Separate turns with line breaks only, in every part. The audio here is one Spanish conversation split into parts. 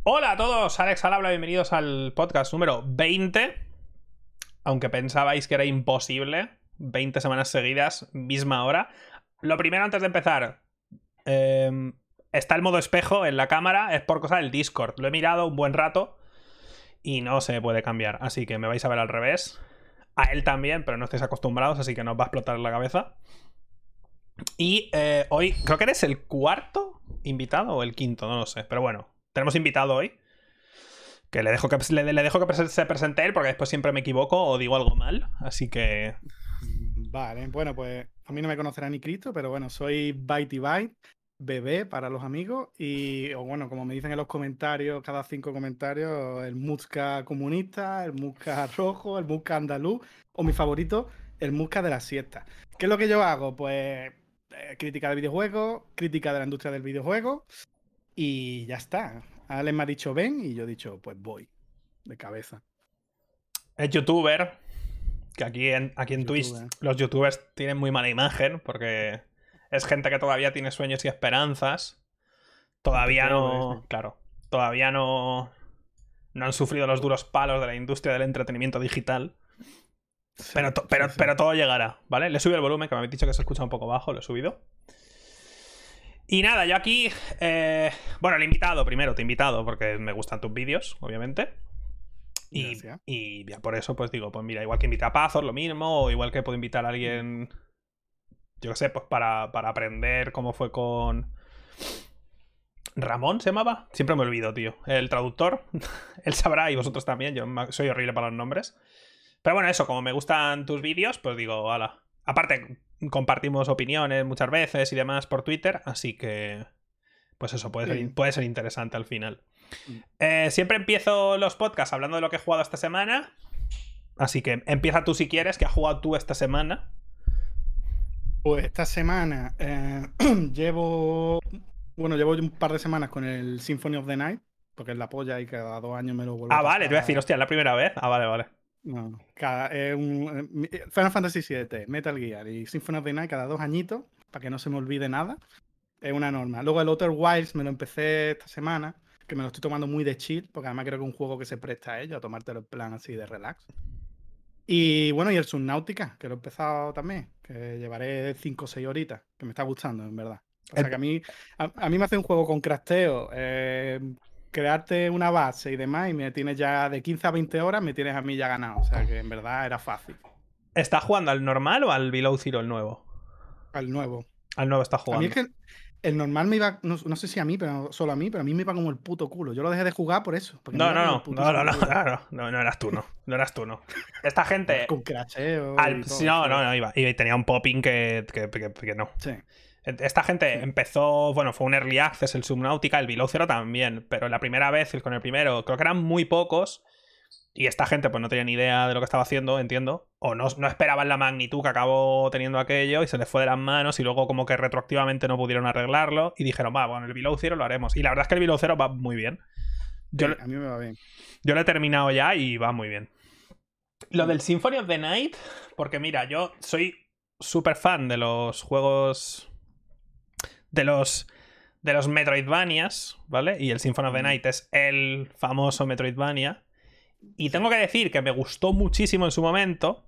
Hola a todos, Alex al habla, bienvenidos al podcast número 20. Aunque pensabais que era imposible, 20 semanas seguidas, misma hora. Lo primero antes de empezar, está el modo espejo en la cámara, es por cosa del Discord. Lo he mirado un buen rato y no se puede cambiar, así que me vais a ver al revés. A él también, pero no estáis acostumbrados, así que no os va a explotar la cabeza. Y hoy, creo que eres el cuarto invitado o el quinto, no lo sé, pero bueno, tenemos invitado hoy. Que le dejo que se presente él, porque después siempre me equivoco o digo algo mal. Así que.
Vale, bueno, pues a mí no me conocerá ni Cristo, pero bueno, soy Byte y Byte, bebé para los amigos. Y, o bueno, como me dicen en los comentarios, cada 5 comentarios, el Muska comunista, el Muska rojo, el Muska andaluz, o mi favorito, el Muska de la siesta. ¿Qué es lo que yo hago? Pues crítica de videojuegos, crítica de la industria del videojuego, y ya está. Alex me ha dicho ven, y yo he dicho, pues voy, de cabeza.
Es youtuber. Que aquí en Twitch
YouTube,
los youtubers tienen muy mala imagen. Porque es gente que todavía tiene sueños y esperanzas. Todavía no. Claro. Todavía no. No han sufrido los duros palos de la industria del entretenimiento digital.
Sí,
Pero todo llegará, ¿vale? Le he subido el volumen, que me habéis dicho que se escucha un poco bajo, lo he subido. Y nada, yo aquí. Bueno, el invitado primero, te he invitado porque me gustan tus vídeos, obviamente. Y ya por eso, pues digo, pues mira, igual que invité a Pazos, lo mismo, o igual que puedo invitar a alguien, yo qué sé, pues para aprender cómo fue con. ¿Ramón se llamaba? Siempre me olvido, tío. El traductor. Él sabrá y vosotros también, yo soy horrible para los nombres. Pero bueno, eso, como me gustan tus vídeos, pues digo, ala. Aparte, compartimos opiniones muchas veces y demás por Twitter, así que. Pues eso, puede ser interesante al final. Siempre empiezo los podcasts hablando de lo que he jugado esta semana. Así que empieza tú si quieres, que has jugado tú esta semana.
Pues esta semana llevo un par de semanas con el Symphony of the Night, porque es la polla y cada 2 años me lo vuelvo a
Ah,
pasar.
vale, te voy a decir, hostia, ¿es la primera vez? Ah, vale.
No, Final Fantasy VII, Metal Gear y Symphony of the Night cada 2 añitos, para que no se me olvide nada. Es una norma. Luego el Outer Wilds me lo empecé esta semana, que me lo estoy tomando muy de chill, porque además creo que es un juego que se presta a ello, a tomártelo en plan así de relax. Y bueno, y el Subnautica, que lo he empezado también, que llevaré 5 o 6 horitas, que me está gustando, en verdad. O sea que a mí me hace un juego con crafteo, crearte una base y demás, y me tienes ya de 15 a 20 horas, me tienes a mí ya ganado. O sea que en verdad era fácil.
¿Estás jugando al normal o al Below Zero, el nuevo?
Al nuevo.
Al nuevo está
A mí es
jugando.
que el normal me iba, no sé si a mí, pero solo a mí, pero a mí me iba como el puto culo. Yo lo dejé de jugar por eso, porque me
No,
iba como el
no,
putísimo culo.
no eras tú, no. No eras tú, no. Esta gente.
Con crasheo y todo.
No, iba. Y tenía un popping que no.
Sí.
Esta gente
Sí.
empezó, bueno, fue un early access el Subnautica, el Below Zero también, pero la primera vez con el primero creo que eran muy pocos y esta gente pues no tenía ni idea de lo que estaba haciendo, entiendo, o no esperaban la magnitud que acabó teniendo aquello y se les fue de las manos y luego como que retroactivamente no pudieron arreglarlo y dijeron, va, bueno, el Below Zero lo haremos. Y la verdad es que el Below Zero va muy bien.
Sí, a mí me va bien.
Yo lo he terminado ya y va muy bien. Lo del Symphony of the Night, porque mira, yo soy súper fan de los juegos de los Metroidvanias, ¿vale? Y el Symphony of the Night es el famoso Metroidvania. Y tengo que decir que me gustó muchísimo en su momento.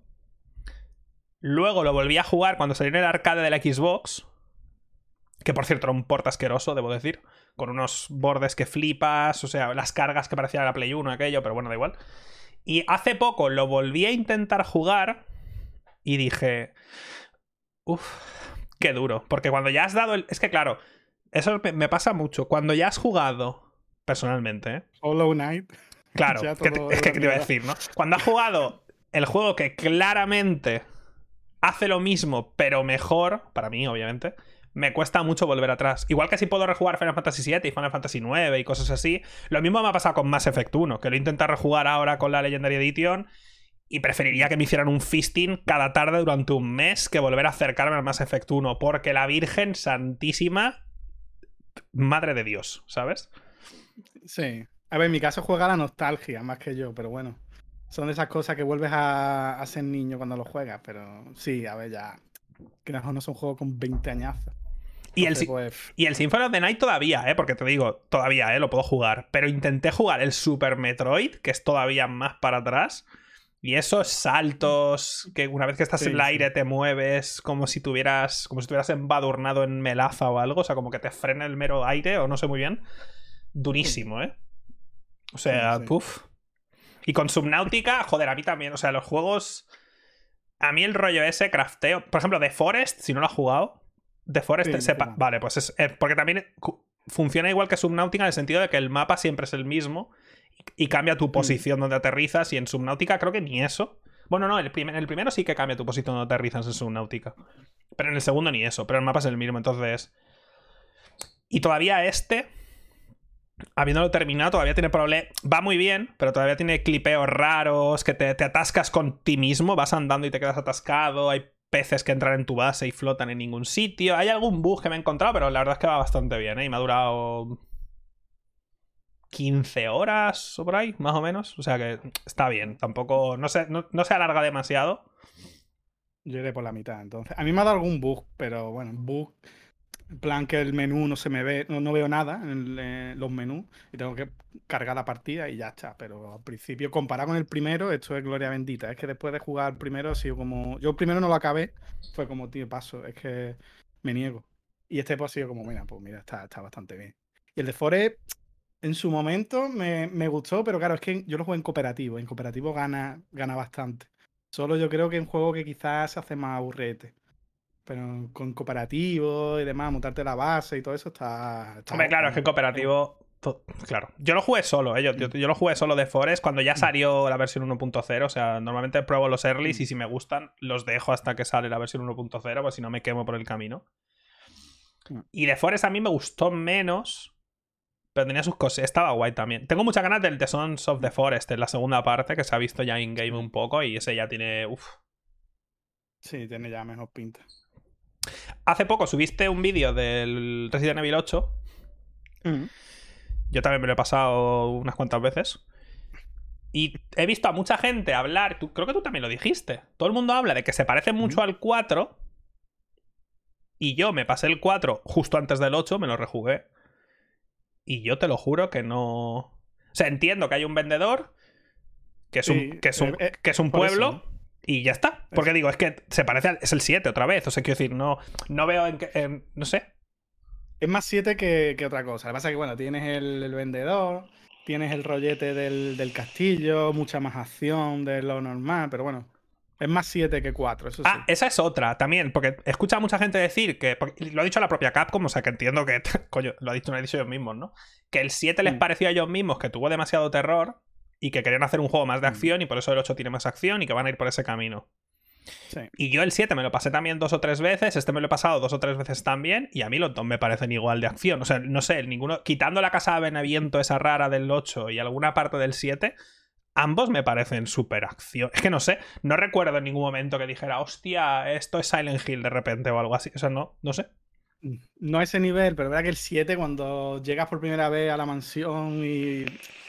Luego lo volví a jugar cuando salió en el arcade de la Xbox. Que por cierto era un port asqueroso, debo decir. Con unos bordes que flipas. O sea, las cargas que parecía la Play 1, aquello, pero bueno, da igual. Y hace poco lo volví a intentar jugar. Y dije. Uff, qué duro. Porque cuando ya has dado el. Es que claro, eso me pasa mucho. Cuando ya has jugado. Personalmente, ¿eh?
Hollow Knight.
Claro, es que te iba a decir, ¿no? Cuando has jugado el juego que claramente hace lo mismo, pero mejor, para mí, obviamente, me cuesta mucho volver atrás. Igual que si puedo rejugar Final Fantasy VII y Final Fantasy IX y cosas así, lo mismo me ha pasado con Mass Effect 1, que lo he intentado rejugar ahora con la Legendary Edition y preferiría que me hicieran un fisting cada tarde durante un mes que volver a acercarme al Mass Effect 1, porque la Virgen Santísima, madre de Dios, ¿sabes?
Sí. A ver, en mi caso juega la nostalgia más que yo, pero bueno. Son de esas cosas que vuelves a ser niño cuando lo juegas, pero sí, a ver, ya. Que no son juegos con 20 añazos.
Y el,
Entonces, pues.
y el Symphony of the Night todavía, porque te digo, todavía, lo puedo jugar. Pero intenté jugar el Super Metroid, que es todavía más para atrás. Y esos saltos, que una vez que estás en
Sí,
el
sí.
aire te mueves como si estuvieras embadurnado en melaza o algo. O sea, como que te frena el mero aire, o no sé muy bien. Durísimo, ¿eh? O
Sí,
sea,
sí.
puf. Y con Subnautica, joder, a mí también. O sea, los juegos. A mí el rollo ese, crafteo. Por ejemplo, The Forest, si no lo has jugado. The Forest,
Sí, no
sepa.
jugaba.
Vale, pues es. Porque también funciona igual que Subnautica en el sentido de que el mapa siempre es el mismo y cambia tu
Mm.
posición donde aterrizas. Y en Subnautica creo que ni eso. Bueno, no, en el primero sí que cambia tu posición donde aterrizas en Subnautica. Pero en el segundo ni eso. Pero el mapa es el mismo, entonces. Y todavía este, habiéndolo terminado, todavía tiene problemas. Va muy bien, pero todavía tiene clipeos raros, que te atascas con ti mismo, vas andando y te quedas atascado, hay peces que entran en tu base y flotan en ningún sitio. Hay algún bug que me he encontrado, pero la verdad es que va bastante bien, ¿eh? Y me ha durado 15 horas o por ahí, más o menos. O sea que está bien, tampoco. No se alarga demasiado.
Yo iré por la mitad, entonces. A mí me ha dado algún bug, pero bueno, bug. En plan que el menú no se me ve, no veo nada en los menús y tengo que cargar la partida y ya está. Pero al principio, comparado con el primero, esto es gloria bendita. Es que después de jugar el primero ha sido como. Yo el primero no lo acabé, fue como, tío, paso, es que me niego. Y este pues ha sido como, mira, pues mira, está bastante bien. Y el de Forest, en su momento me gustó, pero claro, es que yo lo juego en cooperativo. En cooperativo gana bastante. Solo yo creo que es un juego que quizás se hace más aburrete. Pero con cooperativo y demás, montarte la base y todo eso está
Hombre, claro, es que
bueno.
cooperativo. Claro. Yo lo jugué solo, ¿eh? Yo lo jugué solo de Forest cuando ya salió la versión 1.0. O sea, normalmente pruebo los earlys y si me gustan, los dejo hasta que sale la versión 1.0, pues si no me quemo por el camino. Y de Forest a mí me gustó menos, pero tenía sus cosas. Estaba guay también. Tengo muchas ganas del The Sons of the Forest en la segunda parte, que se ha visto ya in-game un poco y ese ya tiene. Uf.
Sí, tiene ya mejor pinta.
Hace poco subiste un vídeo del Resident Evil 8.
Mm.
Yo también me lo he pasado unas cuantas veces. Y he visto a mucha gente hablar, creo que tú también lo dijiste. Todo el mundo habla de que se parece mucho
Mm.
al 4. Y yo me pasé el 4 justo antes del 8, me lo rejugué. Y yo te lo juro que no. O sea, entiendo que hay un vendedor, que es un,
Sí,
que es un, que es un
por eso,
pueblo,
¿no?
y ya está. Porque digo, es que se parece es el 7 otra vez. O sea, quiero decir, no veo en qué. No sé.
Es más 7 que otra cosa. Lo que pasa es que, bueno, tienes el vendedor, tienes el rollete del castillo, mucha más acción de lo normal, pero bueno, es más 7 que 4, eso
Ah,
sí.
esa es otra también, porque he escuchado a mucha gente decir que. Lo ha dicho la propia Capcom, o sea que entiendo que. Coño, lo han dicho ellos mismos, ¿no? Que el 7 les
Mm,
pareció a ellos mismos que tuvo demasiado terror y que querían hacer un juego más de
mm,
acción y por eso el 8 tiene más acción y que van a ir por ese camino.
sí.
Y yo el 7 me lo pasé también 2 o 3 veces, este me lo he pasado 2 o 3 veces también, y a mí los dos me parecen igual de acción. O sea, no sé, ninguno. Quitando la casa de Beneviento, esa rara del 8 y alguna parte del 7, ambos me parecen súper acción. Es que no sé, no recuerdo en ningún momento que dijera, hostia, esto es Silent Hill de repente o algo así. O sea, no sé.
No a ese nivel, pero es verdad que el 7, cuando llegas por primera vez a la mansión y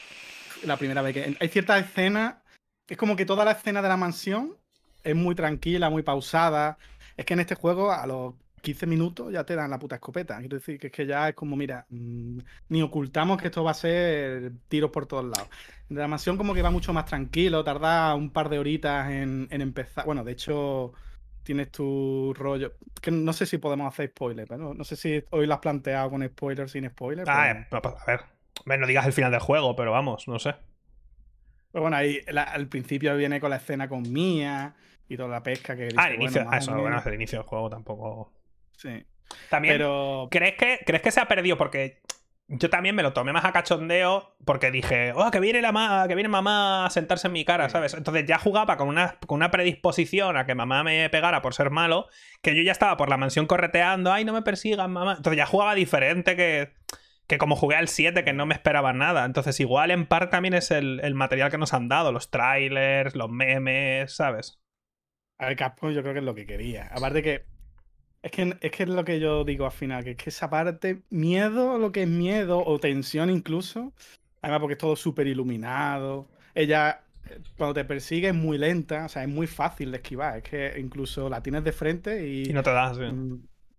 la primera vez que. Hay ciertas escenas. Es como que toda la escena de la mansión es muy tranquila, muy pausada. Es que en este juego, a los 15 minutos, ya te dan la puta escopeta. Quiero decir que es que ya es como, mira, ni ocultamos que esto va a ser tiros por todos lados. De la mansión, como que va mucho más tranquilo, tarda un par de horitas en empezar. Bueno, de hecho, tienes tu rollo. Que no sé si podemos hacer spoilers, pero no sé si hoy lo has planteado con spoilers, sin spoilers,
Ah,
pero.
a ver. No digas el final del juego, pero vamos, no sé.
Pero bueno, ahí al principio viene con la escena con Mia y toda la pesca que
Ah,
dice,
el
bueno,
inicio. Ah,
más o
eso, bueno,
menos.
es el inicio del juego tampoco.
Sí.
También,
Pero.
¿crees que se ha perdido? Porque yo también me lo tomé más a cachondeo porque dije, oh, que viene mamá a sentarse en mi cara,
Sí.
¿sabes? Entonces ya jugaba con una predisposición a que mamá me pegara por ser malo, que yo ya estaba por la mansión correteando, ay, no me persigan, mamá. Entonces ya jugaba diferente que como jugué al 7 que no me esperaba nada. Entonces igual en parte también es el material que nos han dado, los trailers, los memes, ¿sabes?
A ver, Capcom yo creo que es lo que quería. Aparte que. Es que es lo que yo digo al final, que es que esa parte, miedo, lo que es miedo, o tensión incluso. Además, porque es todo súper iluminado. Ella, cuando te persigue, es muy lenta, o sea, es muy fácil de esquivar. Es que incluso la tienes de frente
Y
y
no te das, sí.
mm,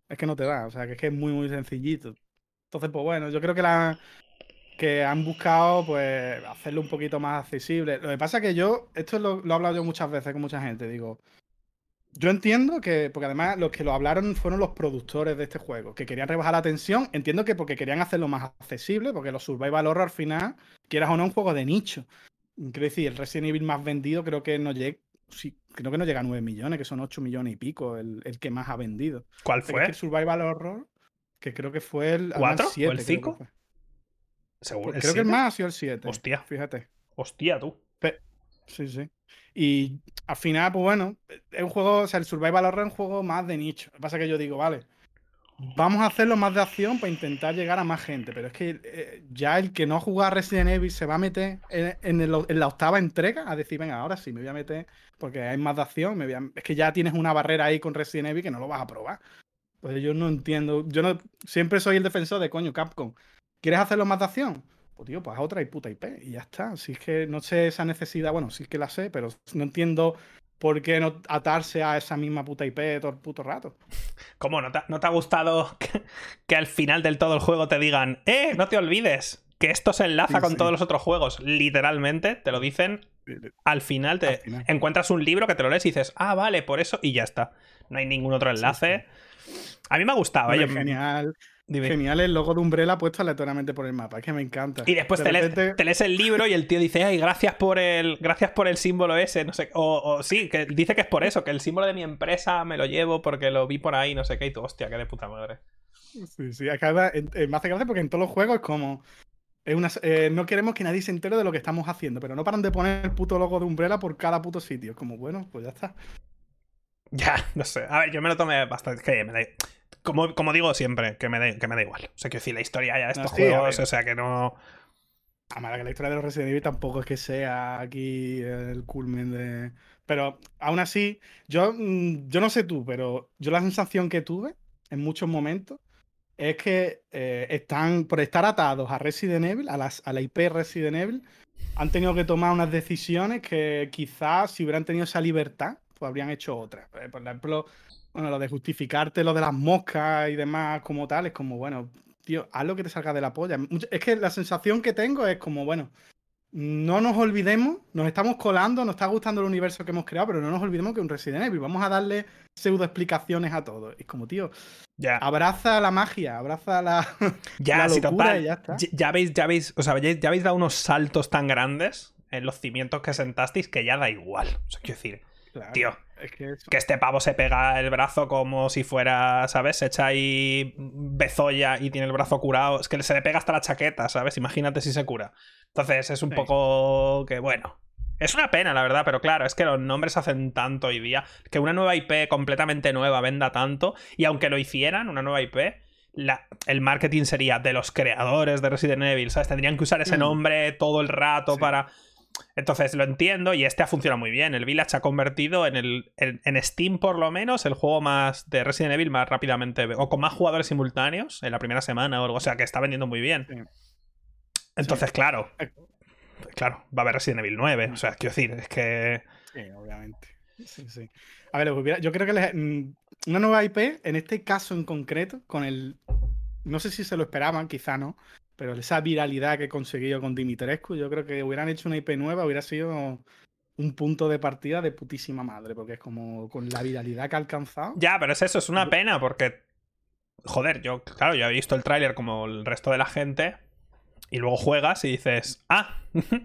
Es que no te da, o sea, que es que es muy, muy sencillito. Entonces, pues bueno, yo creo que han buscado pues hacerlo un poquito más accesible. Lo que pasa es que esto lo he hablado yo muchas veces con mucha gente, digo, yo entiendo que, porque además los que lo hablaron fueron los productores de este juego, que querían rebajar la tensión, entiendo que porque querían hacerlo más accesible, porque los survival horror al final, quieras o no, es un juego de nicho. Quiero decir, el Resident Evil más vendido creo que no llega, sí, creo que no llega a 9 millones, que son 8 millones y pico, el que más ha vendido.
¿Cuál
Sé que es que
fue?
el survival horror, que creo que fue además el
¿4 o el
7, creo que
5?
fue.
¿Seguro?
Pues
¿El
creo que el
7?
más ha sido el 7,
Hostia.
fíjate.
Hostia, tú.
Pe- sí, sí. Y al final, pues bueno, es un juego, o sea, el Survival Horror es un juego más de nicho. Lo que pasa es que yo digo, vale, vamos a hacerlo más de acción para intentar llegar a más gente. Pero es que ya el que no juega a Resident Evil se va a meter en la octava entrega a decir, venga, ahora sí, me voy a meter porque hay más de acción. Es que ya tienes una barrera ahí con Resident Evil que no lo vas a probar. Pues yo no entiendo. Yo no siempre soy el defensor de coño, Capcom. ¿Quieres hacerlo más de acción? Pues tío, pues haz otra y puta IP y ya está. Si es que no sé esa necesidad, bueno, sí que la sé, pero no entiendo por qué no atarse a esa misma puta IP todo el puto rato.
¿Cómo? ¿No te ha gustado que al final del todo el juego te digan, no te olvides que esto se enlaza
Sí,
con
sí.
todos los otros juegos? Literalmente te lo dicen. Al final
Al
te
final.
encuentras un libro que te lo lees y dices, ah, vale, por eso, y ya está. No hay ningún otro enlace. A mí me ha gustado.
Bueno, genial.
Dime.
Genial el logo de Umbrella puesto aleatoriamente por el mapa. Es que me encanta.
Y después
De repente...
te lees el libro y el tío dice, ay, gracias por el símbolo ese, no sé. O sí, que dice que es por eso, que el símbolo de mi empresa me lo llevo porque lo vi por ahí, no sé qué. Y tú, hostia, qué de puta madre.
Sí, sí. Acaba, me hace gracia porque en todos los juegos es como... no queremos que nadie se entere de lo que estamos haciendo, pero no paran de poner el puto logo de Umbrella por cada puto sitio. Es como, bueno, pues ya está.
Ya, no sé. A ver, yo me lo tomé bastante. Que me da... Como digo siempre, que me da igual. O sea, quiero decir, la historia ya de estos juegos, o sea, que no.
Además, que la historia de los Resident Evil tampoco es que sea aquí el culmen de. Pero aún así, yo no sé tú, pero yo la sensación que tuve en muchos momentos es que están, por estar atados a Resident Evil, a la IP Resident Evil, han tenido que tomar unas decisiones que quizás si hubieran tenido esa libertad, pues habrían hecho otras. Por ejemplo, bueno, lo de justificarte lo de las moscas y demás como tal, es como, bueno, tío, haz lo que te salga de la polla. Es que la sensación que tengo es como, bueno, no nos olvidemos, nos estamos colando, nos está gustando el universo que hemos creado, pero no nos olvidemos que es un Resident Evil. Vamos a darle pseudo explicaciones a todo. Es como, tío,
Ya.
abraza la magia, abraza la,
Ya,
la
sí,
locura
total.
y ya está.
Ya veis, o sea, ya habéis dado unos saltos tan grandes en los cimientos que sentasteis que ya da igual. O sea, quiero decir,
Claro,
tío,
es que eso.
que este pavo se pega el brazo como si fuera, ¿sabes? Se echa ahí bezoya y tiene el brazo curado. Es que se le pega hasta la chaqueta, ¿sabes? Imagínate si se cura. Entonces es un poco que, bueno, es una pena, la verdad, pero claro, es que los nombres hacen tanto hoy día que una nueva IP completamente nueva venda tanto. Y aunque lo hicieran, una nueva IP, el marketing sería de los creadores de Resident Evil, ¿sabes? Tendrían que usar ese nombre todo el rato para... Entonces lo entiendo y este ha funcionado muy bien. El Village ha convertido en Steam, por lo menos, el juego más de Resident Evil más rápidamente, o con más jugadores simultáneos en la primera semana o algo. O sea, que está vendiendo muy bien.
Sí.
Entonces, claro, va a haber Resident Evil 9. O sea, quiero decir, es que...
Sí, obviamente. Sí, sí. A ver, yo creo que una nueva IP, en este caso en concreto, con el... No sé si se lo esperaban, quizá no, pero esa viralidad que he conseguido con Dimitrescu, yo creo que hubieran hecho una IP nueva, hubiera sido un punto de partida de putísima madre, porque es como con la viralidad que ha alcanzado.
Ya, pero es eso, es una pena porque... Joder, yo he visto el tráiler como el resto de la gente y luego juegas y dices, ah,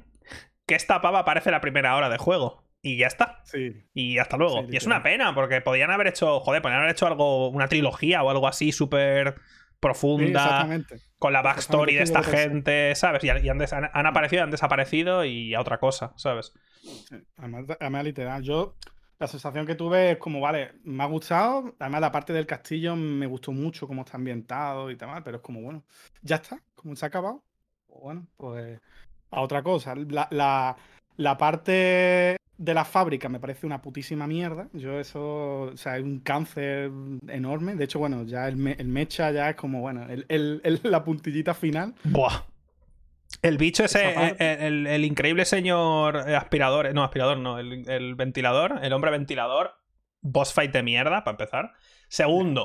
que esta pava aparece la primera hora de juego. Y ya está.
Sí.
Y hasta luego.
Sí,
y es una pena, porque podían haber hecho algo, una trilogía o algo así súper profunda,
sí,
con la backstory de esta gente, ¿sabes? Y han aparecido, han desaparecido y a otra cosa, ¿sabes?
Sí. Además, literal, la sensación que tuve es como, vale, me ha gustado, además la parte del castillo me gustó mucho cómo está ambientado y tal, pero es como, bueno, ya está, como se ha acabado, pues bueno, pues a otra cosa. La parte de la fábrica me parece una putísima mierda. Yo eso, o sea, es un cáncer enorme. De hecho, bueno, ya el mecha ya es como, bueno, la puntillita final.
Buah. El bicho ese, el increíble señor aspirador, no, el ventilador, el hombre ventilador, boss fight de mierda, para empezar. Segundo,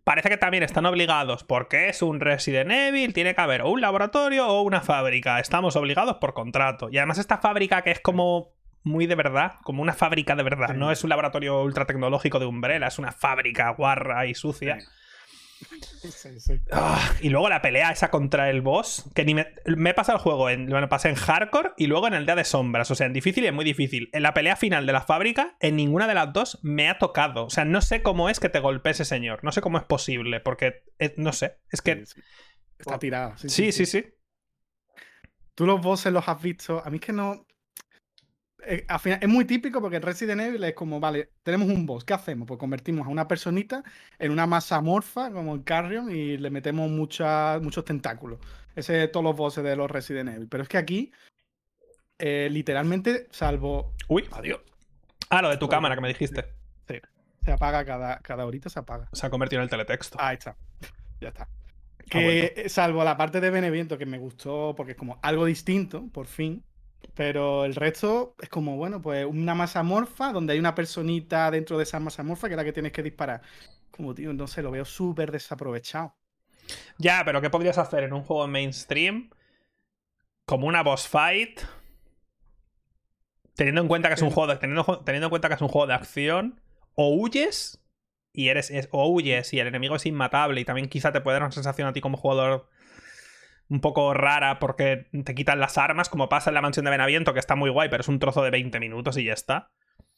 parece que también están obligados, porque es un Resident Evil, tiene que haber o un laboratorio o una fábrica. Estamos obligados por contrato. Y además esta fábrica que es como muy de verdad, como una fábrica de verdad.
Sí.
No es un laboratorio ultra tecnológico de Umbrella, es una fábrica guarra y sucia.
Sí.
Y luego la pelea esa contra el boss, que ni me he pasado el juego, me lo pasé en hardcore y luego en el día de sombras, o sea, en difícil y en muy difícil. En la pelea final de la fábrica, en ninguna de las dos me ha tocado. O sea, no sé cómo es que te golpee ese señor, no sé cómo es posible, porque no sé, es que...
Sí. Está tirado.
Sí.
Tú los bosses los has visto, a mí es que no... Al final, es muy típico porque en Resident Evil es como, vale, tenemos un boss, ¿qué hacemos? Pues convertimos a una personita en una masa amorfa, como en Carrion, y le metemos muchos tentáculos. Ese es todos los bosses de los Resident Evil. Pero es que aquí, literalmente, salvo...
Uy,
adiós.
Lo de tu cámara que me dijiste.
Sí, se apaga cada horita, se apaga.
Se ha convertido en el teletexto.
Ahí está, ya está. Que salvo la parte de Benevento, que me gustó porque es como algo distinto, por fin. Pero el resto es como, bueno, pues una masa amorfa donde hay una personita dentro de esa masa amorfa que es la que tienes que disparar. Como, tío, no sé, lo veo súper desaprovechado.
Ya, pero ¿qué podrías hacer en un juego mainstream? Como una boss fight. Teniendo en cuenta que es un juego teniendo en cuenta que es un juego de acción. O huyes y y el enemigo es inmatable. Y también quizá te puede dar una sensación a ti como jugador un poco rara porque te quitan las armas, como pasa en la mansión de Benavente, que está muy guay, pero es un trozo de 20 minutos y ya está.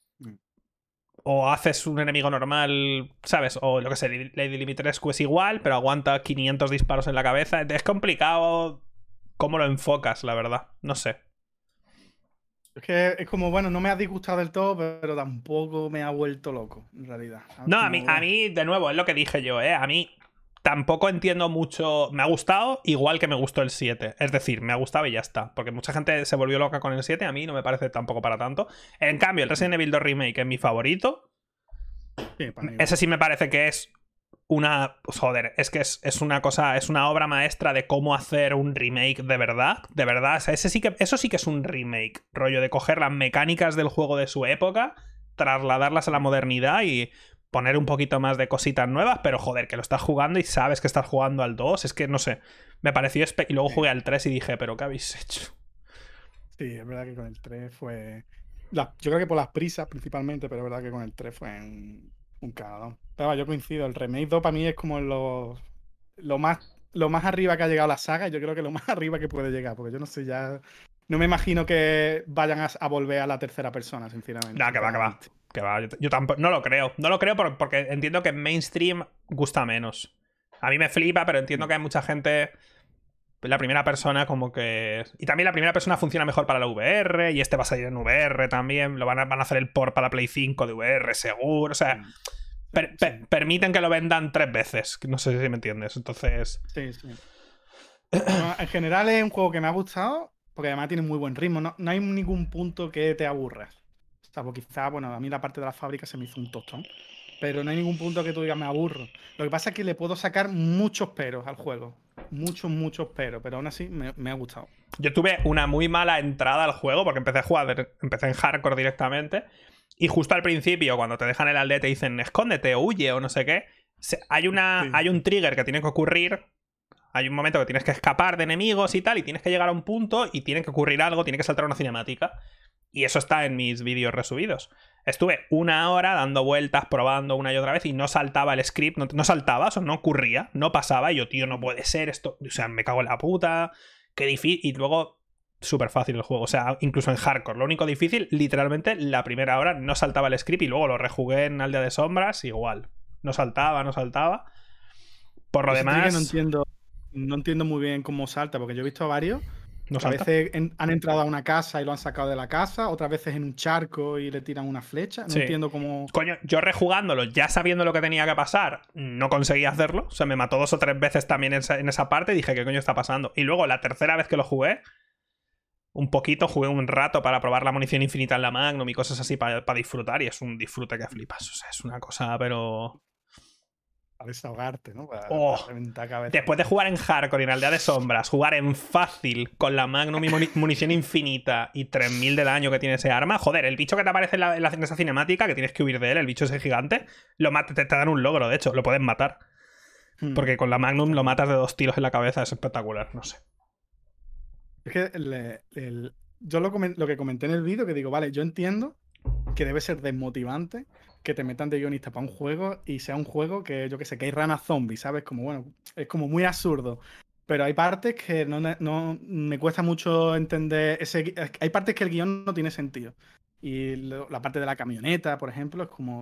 O haces un enemigo normal, ¿sabes? O lo que sé, Lady Dimitrescu es igual, pero aguanta 500 disparos en la cabeza. Es complicado cómo lo enfocas, la verdad. No sé.
Es que es como, bueno, no me ha disgustado del todo, pero tampoco me ha vuelto loco, en realidad.
No, a mí, de nuevo, es lo que dije yo, ¿eh? A mí tampoco entiendo mucho. Me ha gustado igual que me gustó el 7. Es decir, me ha gustado y ya está. Porque mucha gente se volvió loca con el 7. A mí no me parece tampoco para tanto. En cambio, el Resident Evil 2 Remake es mi favorito.
Sí,
ese sí me parece que es una... Joder, es que es una cosa... Es una obra maestra de cómo hacer un remake de verdad. De verdad. O sea, eso sí que es un remake. Rollo de coger las mecánicas del juego de su época, trasladarlas a la modernidad y poner un poquito más de cositas nuevas, pero joder, que lo estás jugando y sabes que estás jugando al 2. Es que, no sé, me pareció... Y luego jugué al 3 y dije, ¿pero qué habéis hecho?
Sí, es verdad que con el 3 fue... Yo creo que por las prisas principalmente, pero es verdad que con el 3 fue un cagadón. Pero yo coincido, el Remake 2 para mí es como lo más arriba que ha llegado la saga, y yo creo que lo más arriba que puede llegar, porque yo no sé, ya... No me imagino que vayan a volver a la tercera persona, sinceramente.
No, que va. Yo tampoco, no lo creo. No lo creo porque entiendo que en mainstream gusta menos. A mí me flipa, pero entiendo que hay mucha gente... La primera persona como que... Y también la primera persona funciona mejor para la VR, y este va a salir en VR también. Van a hacer el port para la Play 5 de VR, seguro. O sea, permiten que lo vendan 3 veces. No sé si me entiendes. Entonces...
Sí. Bueno, en general es un juego que me ha gustado, porque además tiene muy buen ritmo. No hay ningún punto que te aburras. O sea, pues quizá, bueno, a mí la parte de la fábrica se me hizo un tostón. Pero no hay ningún punto que tú digas me aburro. Lo que pasa es que le puedo sacar muchos peros al juego. Muchos peros. Pero aún así me ha gustado.
Yo tuve una muy mala entrada al juego porque empecé en hardcore directamente. Y justo al principio, cuando te dejan el aldea, te dicen escóndete o huye o no sé qué. Hay un trigger que tiene que ocurrir. Hay un momento que tienes que escapar de enemigos y tal. Y tienes que llegar a un punto y tiene que ocurrir algo. Tiene que saltar una cinemática. Y eso está en mis vídeos resubidos. Estuve 1 hora dando vueltas, probando una y otra vez, y no saltaba el script, no saltaba, eso no ocurría, no pasaba. Y yo, tío, no puede ser esto. O sea, me cago en la puta. Qué difícil. Y luego, súper fácil el juego. O sea, incluso en hardcore. Lo único difícil, literalmente, la primera hora no saltaba el script, y luego lo rejugué en Aldea de Sombras, igual. No saltaba. Por lo demás...
No entiendo muy bien cómo salta, porque yo he visto a varios. A
salta.
veces han entrado a una casa y lo han sacado de la casa, otras veces en un charco y le tiran una flecha. No entiendo cómo...
Coño, yo rejugándolo, ya sabiendo lo que tenía que pasar, no conseguí hacerlo. O sea, me mató 2 o 3 veces también en esa parte y dije, ¿qué coño está pasando? Y luego, la tercera vez que lo jugué, jugué un rato para probar la munición infinita en la Magnum y cosas así para disfrutar, y es un disfrute que flipas. O sea, es una cosa, pero...
Para desahogarte, ¿no? Para reventar cabeza.
Después de jugar en hardcore y en Aldea de Sombras, jugar en fácil con la Magnum y munición infinita y 3000 de daño que tiene ese arma, joder, el bicho que te aparece en esa cinemática, que tienes que huir de él, el bicho ese gigante, te dan un logro, de hecho, lo pueden matar. Porque con la Magnum lo matas de 2 tiros en la cabeza, es espectacular, no sé.
Es que yo lo que comenté en el vídeo, que digo, vale, yo entiendo que debe ser desmotivante que te metan de guionista para un juego y sea un juego que, yo que sé, que hay ranas zombies, ¿sabes? Como, bueno, es como muy absurdo. Pero hay partes que no me cuesta mucho entender hay partes que el guión no tiene sentido. Y la parte de la camioneta, por ejemplo, es como...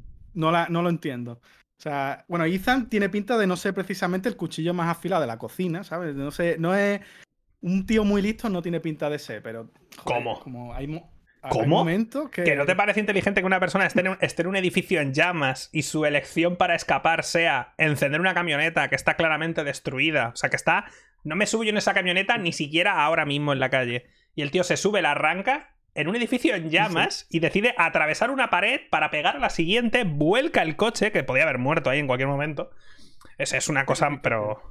no lo entiendo. O sea, bueno, Ethan tiene pinta de no ser precisamente el cuchillo más afilado de la cocina, ¿sabes? No sé, no es... Un tío muy listo no tiene pinta de ser, pero... Joder,
¿Cómo?
Como hay
¿Cómo?
momentos que...
¿Que no te parece inteligente que una persona esté en un edificio en llamas y su elección para escapar sea encender una camioneta que está claramente destruida? O sea, que está... No me subo yo en esa camioneta ni siquiera ahora mismo en la calle. Y el tío se sube, la arranca en un edificio en llamas y decide atravesar una pared para pegar a la siguiente, vuelca el coche, que podía haber muerto ahí en cualquier momento. Es una cosa, pero...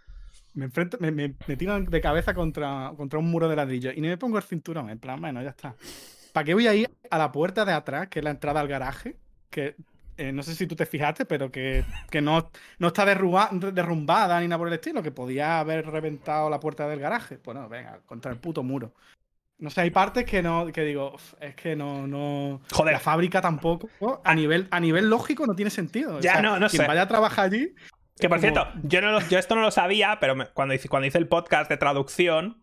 Me tiro de cabeza contra un muro de ladrillo y no me pongo el cinturón. En plan, bueno, ya está. ¿Para qué voy a ir a la puerta de atrás, que es la entrada al garaje? Que no sé si tú te fijaste, pero que no está derrumbada ni nada por el estilo, que podía haber reventado la puerta del garaje. Bueno, venga, contra el puto muro. No sé, hay partes que digo, es que no.
Joder.
La fábrica tampoco. A nivel lógico no tiene sentido.
Ya,
o sea,
no
quien
sé.
vaya a trabajar allí.
Que por cierto, yo esto no lo sabía, pero cuando hice el podcast de traducción,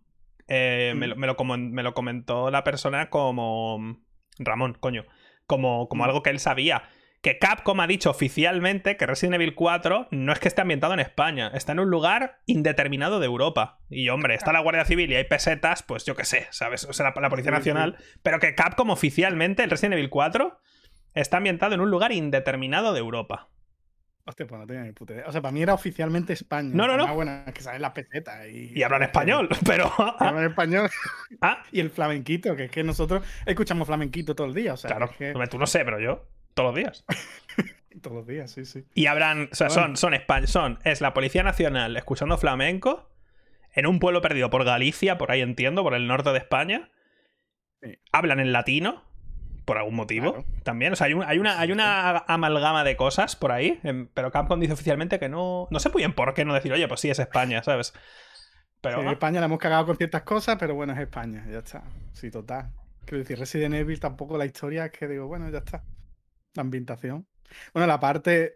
me lo comentó la persona como... Ramón, coño. Como algo que él sabía. Que Capcom ha dicho oficialmente que Resident Evil 4 no es que esté ambientado en España, está en un lugar indeterminado de Europa. Y hombre, está la Guardia Civil y hay pesetas, pues yo qué sé, ¿sabes? O sea, la Policía Nacional. Pero que Capcom oficialmente, el Resident Evil 4, está ambientado en un lugar indeterminado de Europa.
Hostia, pues no tenía ni puta idea. O sea, para mí era oficialmente España.
No.
Bueno, es que saben las pesetas. Y
hablan español, pero...
hablan español.
Ah.
Y el flamenquito, que es que nosotros escuchamos flamenquito todo el día. O sea,
claro,
es que...
tú no sé, pero yo todos los días.
Todos los días, sí.
Y habrán... O sea, es la Policía Nacional escuchando flamenco en un pueblo perdido por Galicia, por ahí entiendo, por el norte de España. Sí. Hablan en latino... Por algún motivo, claro. También. O sea, hay una amalgama de cosas por ahí. Pero Capcom dice oficialmente que no... No sé muy bien por qué no decir, oye, pues sí, es España, ¿sabes? Pero
sí, en España la hemos cagado con ciertas cosas, pero bueno, es España, ya está. Sí, total. Quiero decir, Resident Evil tampoco la historia es que digo, bueno, ya está. La ambientación. Bueno, la parte...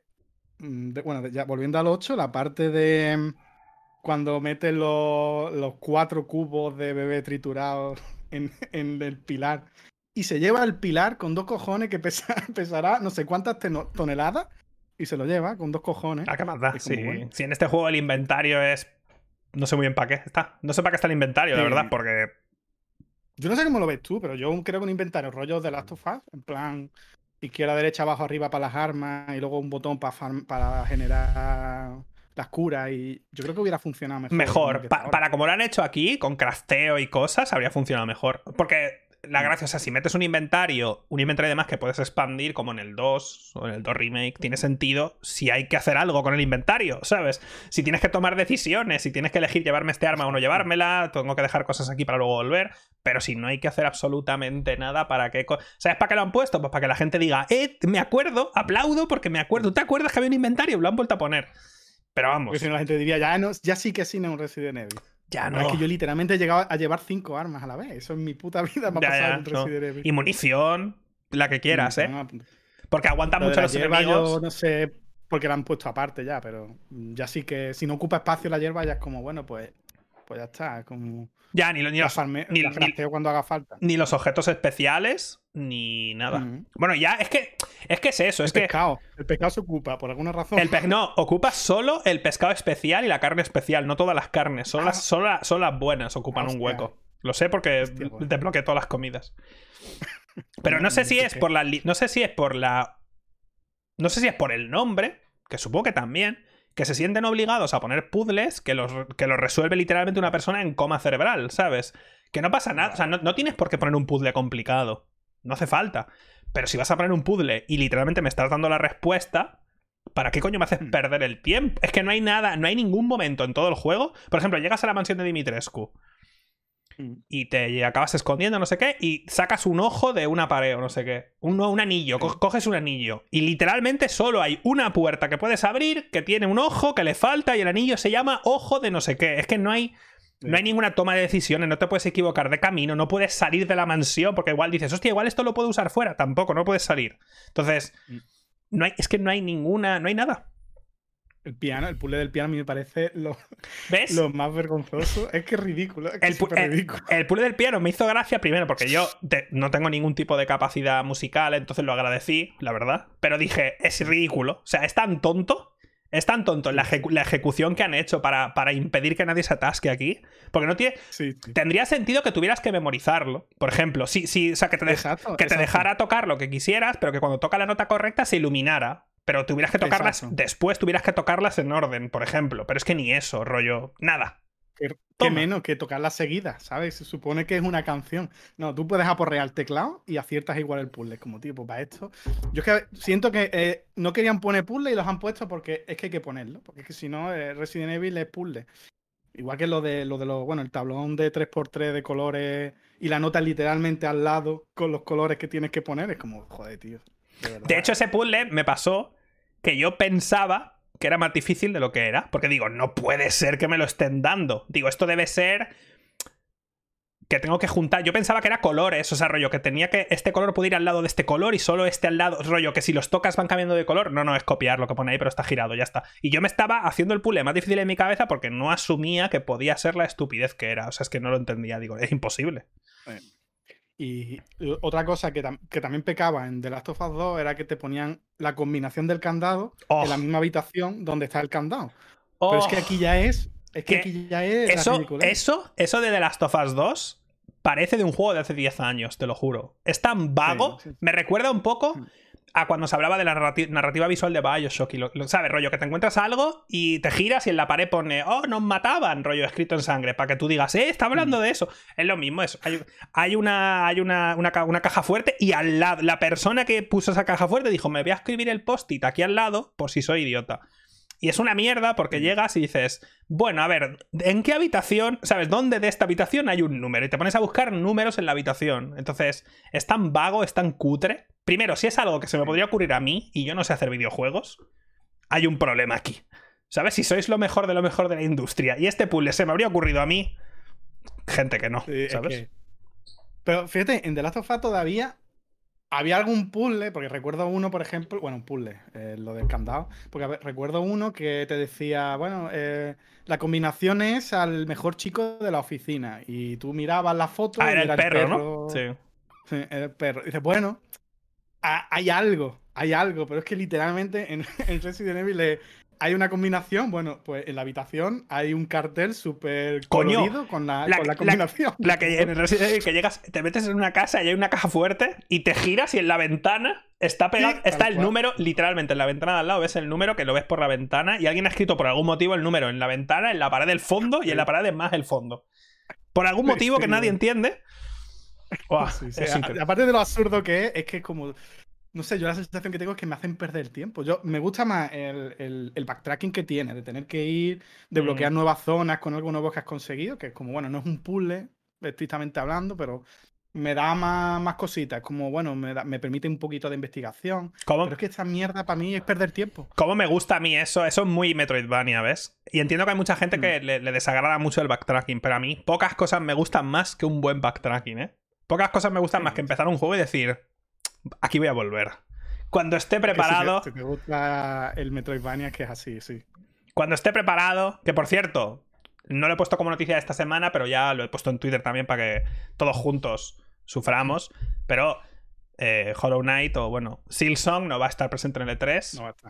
ya volviendo al 8, la parte de... Cuando meten los 4 cubos de bebé triturados en el pilar... Y se lleva el pilar con 2 cojones que pesará no sé cuántas toneladas. Y se lo lleva con 2 cojones.
¿A qué más da? Sí. Bueno. Si en este juego el inventario es... No sé muy bien para qué está. No sé para qué está el inventario, de verdad, porque...
Yo no sé cómo lo ves tú, pero yo creo que un inventario rollo de Last of Us, en plan... Izquierda, derecha, abajo, arriba para las armas. Y luego un botón para generar... las curas, y yo creo que hubiera funcionado mejor.
Para como lo han hecho aquí, con crafteo y cosas, habría funcionado mejor. Porque... La gracia, o sea, si metes un inventario de más que puedes expandir, como en el 2 o en el 2 Remake, tiene sentido si hay que hacer algo con el inventario, ¿sabes? Si tienes que tomar decisiones, si tienes que elegir llevarme este arma o no llevármela, tengo que dejar cosas aquí para luego volver, pero si no hay que hacer absolutamente nada, ¿para qué? ¿Sabes para qué lo han puesto? Pues para que la gente diga, me acuerdo, aplaudo porque me acuerdo. ¿Tú te acuerdas que había un inventario? Lo han vuelto a poner. Pero vamos.
Porque si no la gente diría, ya sí que sí, no es un Resident Evil.
Ya no.
Es que yo literalmente he llegado a llevar 5 armas a la vez. Eso en mi puta vida me ha pasado en Resident Evil.
Y munición, la que quieras, Porque aguantan mucho los enemigos.
Yo no sé por qué la han puesto aparte ya, pero ya sí que si no ocupa espacio la hierba ya es como, bueno, pues ya está. Como
ya, ni
cuando haga falta.
Ni los objetos especiales, ni nada. Bueno, ya, es que es eso.
El pescado se ocupa, por alguna razón.
No, ocupa solo el pescado especial y la carne especial, no todas las carnes. Solo las buenas ocupan un hueco. Lo sé porque desbloqueé todas las comidas. Pero no sé si es por la... No sé si es por el nombre, que supongo que también, que se sienten obligados a poner puzzles que los resuelve literalmente una persona en coma cerebral, ¿sabes? Que no pasa nada. O sea, no tienes por qué poner un puzzle complicado. No hace falta. Pero si vas a poner un puzzle y literalmente me estás dando la respuesta, ¿para qué coño me haces perder el tiempo? Es que no hay nada, no hay ningún momento en todo el juego. Por ejemplo, llegas a la mansión de Dimitrescu y te acabas escondiendo, no sé qué, y sacas un ojo de una pared o no sé qué. Un anillo, coges un anillo. Y literalmente solo hay una puerta que puedes abrir, que tiene un ojo, que le falta, y el anillo se llama ojo de no sé qué. Es que no hay ninguna toma de decisiones, no te puedes equivocar de camino, no puedes salir de la mansión, porque igual dices, hostia, igual esto lo puedo usar fuera. Tampoco, no puedes salir. Entonces, es que no hay nada.
El puzzle del piano a mí me parece
¿Ves?
lo más vergonzoso. Es que es ridículo. Es que es ridículo.
El puzzle del piano me hizo gracia primero porque yo no tengo ningún tipo de capacidad musical, entonces lo agradecí, la verdad. Pero dije, es ridículo. O sea, es tan tonto. Es tan tonto la ejecución que han hecho para impedir que nadie se atasque aquí. Porque no tiene.
Sí.
Tendría sentido que tuvieras que memorizarlo. Por ejemplo, o sea, que te dejara tocar lo que quisieras, pero que cuando toca la nota correcta se iluminara. Pero tuvieras que tocarlas después, tuvieras que tocarlas en orden, por ejemplo. Pero es que ni eso, rollo. Nada.
Que menos que tocarlas seguidas, ¿sabes? Se supone que es una canción. No, tú puedes aporrear el teclado y aciertas igual el puzzle. Como, tío, pues para esto. Yo es que siento que no querían poner puzzle y los han puesto porque es que hay que ponerlo. Porque es que si no, Resident Evil es puzzle. Igual que lo de los. Bueno, el tablón de 3x3 de colores y la nota literalmente al lado con los colores que tienes que poner. Es como, joder, tío.
De hecho, ese puzzle me pasó que yo pensaba que era más difícil de lo que era. Porque digo, no puede ser que me lo estén dando. Digo, esto debe ser que tengo que juntar. Yo pensaba que era colores, o sea, rollo, que tenía que este color puede ir al lado de este color y solo este al lado, rollo, que si los tocas van cambiando de color. No, es copiar lo que pone ahí, pero está girado, ya está. Y yo me estaba haciendo el puzzle más difícil en mi cabeza porque no asumía que podía ser la estupidez que era. O sea, es que no lo entendía. Digo, es imposible.
Y otra cosa que también pecaba en The Last of Us 2 era que te ponían la combinación del candado en la misma habitación donde está el candado. Pero es que aquí ya es. Es que aquí ya es.
Eso de The Last of Us 2 parece de un juego de hace 10 años, te lo juro. Es tan vago. Sí. Me recuerda un poco a cuando se hablaba de la narrativa visual de BioShock. Y ¿sabes? Rollo, que te encuentras algo y te giras y en la pared pone, oh, nos mataban, rollo, escrito en sangre, para que tú digas, está hablando de eso. Es lo mismo, eso. Hay una caja fuerte y al lado, la persona que puso esa caja fuerte dijo, me voy a escribir el post-it aquí al lado por si soy idiota. Y es una mierda porque llegas y dices, bueno, a ver, ¿en qué habitación? ¿Sabes? ¿Dónde de esta habitación hay un número? Y te pones a buscar números en la habitación. Entonces, es tan vago, es tan cutre. Primero, si es algo que se me podría ocurrir a mí y yo no sé hacer videojuegos, hay un problema aquí. ¿Sabes? Si sois lo mejor de la industria y este puzzle se me habría ocurrido a mí, gente que no, ¿sabes?
Pero fíjate, en The Last of Us todavía había algún puzzle, porque recuerdo uno, por ejemplo, bueno, un puzzle, lo del candado, porque recuerdo uno que te decía, bueno, la combinación es al mejor chico de la oficina, y tú mirabas la foto y
era el perro, ¿no?
Sí, era el perro. Y dices, bueno, hay algo, pero es que literalmente en Resident Evil hay una combinación, bueno, pues en la habitación hay un cartel súper colorido con la combinación.
La que en el Resident Evil que llegas, te metes en una casa y hay una caja fuerte y te giras y en la ventana está pegado, está el número, literalmente en la ventana de al lado ves el número que lo ves por la ventana y alguien ha escrito por algún motivo el número en la ventana, en la pared del fondo y en la pared de más el fondo. Por algún motivo que nadie entiende. Wow,
aparte de lo absurdo que es que es como... No sé, yo la sensación que tengo es que me hacen perder el tiempo. Me gusta más el backtracking que tiene, de tener que ir, de bloquear nuevas zonas con algo nuevo que has conseguido, que es como, bueno, no es un puzzle, estrictamente hablando, pero me da más cositas. Como, bueno, me permite un poquito de investigación. Pero es que esta mierda para mí es perder tiempo.
¿Cómo me gusta a mí eso? Eso es muy Metroidvania, ¿ves? Y entiendo que hay mucha gente que le desagrada mucho el backtracking, pero a mí pocas cosas me gustan más que un buen backtracking, ¿eh? Pocas cosas me gustan más que empezar un juego y decir... Aquí voy a volver. Cuando esté preparado...
Si te gusta el Metroidvania, que es así, sí.
Cuando esté preparado... Que, por cierto, no lo he puesto como noticia de esta semana, pero ya lo he puesto en Twitter también para que todos juntos suframos. Pero Hollow Knight o, bueno, Silksong no va a estar presente en el E3.
No va a estar.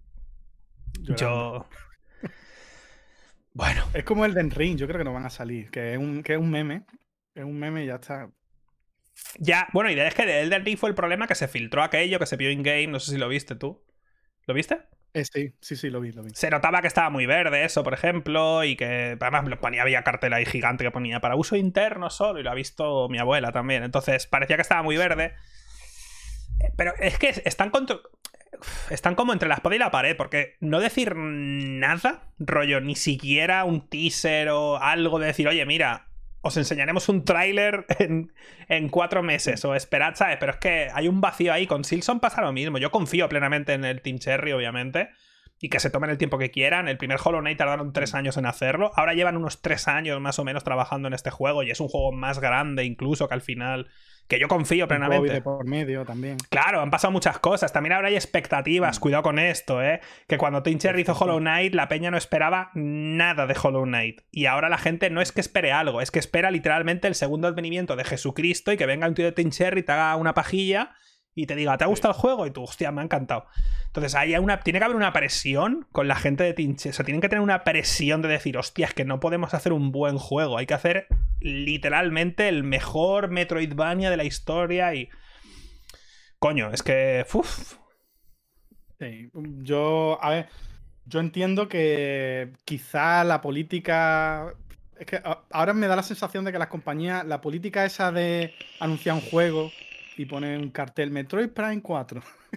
Yo... Bueno.
Es como el de Ring, yo creo que no van a salir. Que es un meme. Es un meme y ya está...
Ya, bueno, y es que de Elden Ring fue el problema que se filtró aquello, que se vio in-game, no sé si lo viste tú. ¿Lo viste?
Sí, lo vi.
Se notaba que estaba muy verde eso, por ejemplo, y que además había cartel ahí gigante que ponía para uso interno solo, y lo ha visto mi abuela también. Entonces parecía que estaba muy verde. Pero es que están como entre la espada y la pared, porque no decir nada, rollo, ni siquiera un teaser o algo de decir, oye, mira... os enseñaremos un tráiler en 4 meses o esperad, ¿sabes? Pero es que hay un vacío ahí. Con Silson pasa lo mismo. Yo confío plenamente en el Team Cherry, obviamente, y que se tomen el tiempo que quieran. El primer Hollow Knight tardaron 3 años en hacerlo. Ahora llevan unos 3 años más o menos trabajando en este juego y es un juego más grande incluso que al final... Que yo confío plenamente.
COVID de por medio también.
Claro, han pasado muchas cosas. También ahora hay expectativas. Cuidado con esto, ¿eh? Que cuando Team Cherry hizo Hollow Knight, la peña no esperaba nada de Hollow Knight. Y ahora la gente no es que espere algo, es que espera literalmente el segundo advenimiento de Jesucristo y que venga un tío de Team Cherry, te haga una pajilla y te diga, ¿te ha gustado el juego? Y tú, hostia, me ha encantado. Entonces tiene que haber una presión con la gente de Team Cherry. O sea, tienen que tener una presión de decir, hostia, es que no podemos hacer un buen juego. Hay que hacer literalmente el mejor Metroidvania de la historia y... Coño, es que... Uf.
Sí, a ver, yo entiendo que quizá la política... Es que ahora me da la sensación de que las compañías, la política esa de anunciar un juego y poner un cartel Metroid Prime 4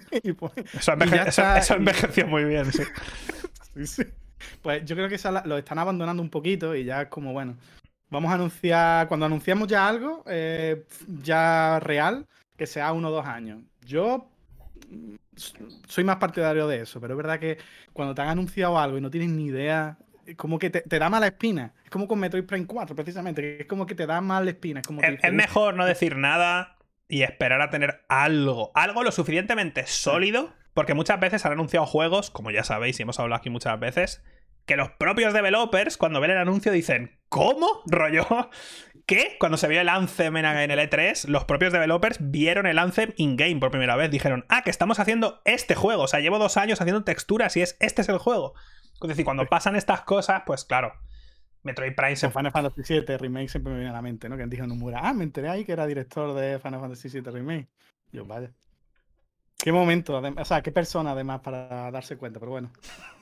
Eso envejeció muy bien, sí.
Sí. Pues yo creo que lo están abandonando un poquito y ya es como, bueno, vamos a anunciar, cuando anunciamos ya algo ya real, que sea 1 o 2 años. Yo soy más partidario de eso, pero es verdad que cuando te han anunciado algo y no tienes ni idea, como que te da mala espina. Es como con Metroid Prime 4, precisamente, que es como que te da mala espina.
Es mejor no decir nada y esperar a tener algo lo suficientemente sólido, porque muchas veces han anunciado juegos, como ya sabéis y hemos hablado aquí muchas veces, que los propios developers, cuando ven el anuncio, dicen, ¿cómo? Rollo, ¿qué? Cuando se vio el Anthem en el E3, los propios developers vieron el Anthem in-game por primera vez. Dijeron, que estamos haciendo este juego. O sea, llevo 2 años haciendo texturas y este es el juego. Es decir, cuando pasan estas cosas, pues claro, Metroid Prime...
Final Fantasy VII Remake siempre me viene a la mente, ¿no? Que dijo Nomura, me enteré ahí que era director de Final Fantasy VII Remake. Yo, vaya. Qué momento, o sea, qué persona además para darse cuenta, pero bueno.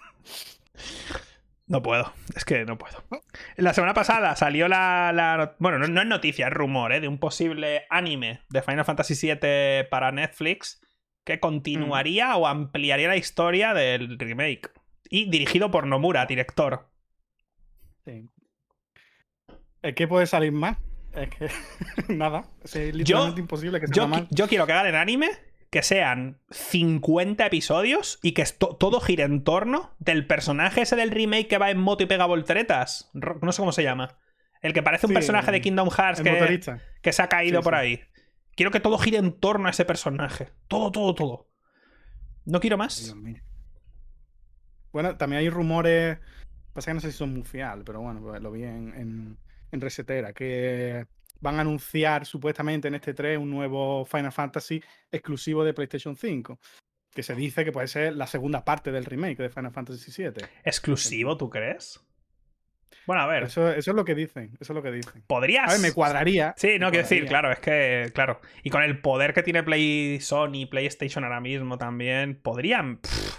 No puedo, es que no puedo. La semana pasada salió bueno, no es noticia, es rumor, de un posible anime de Final Fantasy VII para Netflix que continuaría o ampliaría la historia del remake. Y dirigido por Nomura, director.
Sí. ¿Qué puede salir más? Es que nada, es literalmente imposible que sea mal.
Yo quiero que hagan el anime, que sean 50 episodios y que todo gire en torno del personaje ese del remake que va en moto y pega volteretas. No sé cómo se llama. El que parece un personaje de Kingdom Hearts que se ha caído por ahí. Quiero que todo gire en torno a ese personaje. Todo. No quiero más.
Dios mío. Bueno, también hay rumores, pasa que no sé si son muy fiables, pero bueno, pues lo vi en Resetera, que van a anunciar supuestamente en este 3 un nuevo Final Fantasy exclusivo de PlayStation 5, que se dice que puede ser la segunda parte del remake de Final Fantasy VII.
¿Exclusivo, tú crees? Bueno, a ver.
Eso es lo que dicen,
¿Podrías?
A ver, me cuadraría.
Sí, no, quiero decir, claro, es que, claro. Y con el poder que tiene Sony, PlayStation ahora mismo también, podrían...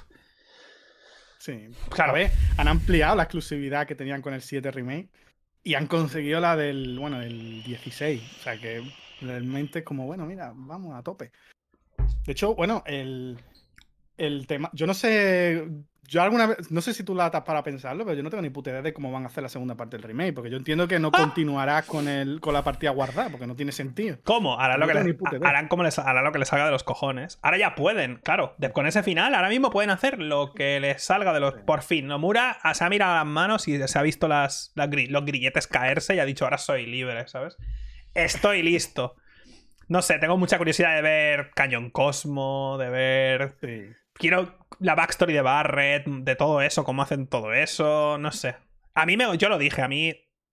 Sí,
claro.
A ver, han ampliado la exclusividad que tenían con el 7 Remake y han conseguido la del 16. O sea que realmente es como, bueno, mira, vamos a tope. De hecho, bueno, el tema... Yo no sé... Yo alguna vez... No sé si tú la atas para pensarlo, pero yo no tengo ni puta idea de cómo van a hacer la segunda parte del remake, porque yo entiendo que no continuarás con la partida guardada, porque no tiene sentido.
¿Cómo? Harán lo que les salga de los cojones. Ahora ya pueden, claro. Con ese final, ahora mismo pueden hacer lo que les salga de los... Por fin, Nomura se ha mirado las manos y se ha visto los grilletes caerse y ha dicho, ahora soy libre, ¿sabes? Estoy listo. No sé, tengo mucha curiosidad de ver Canyon Cosmo, de ver...
Sí.
Quiero la backstory de Barret, de todo eso, cómo hacen todo eso, no sé. Yo lo dije, a mí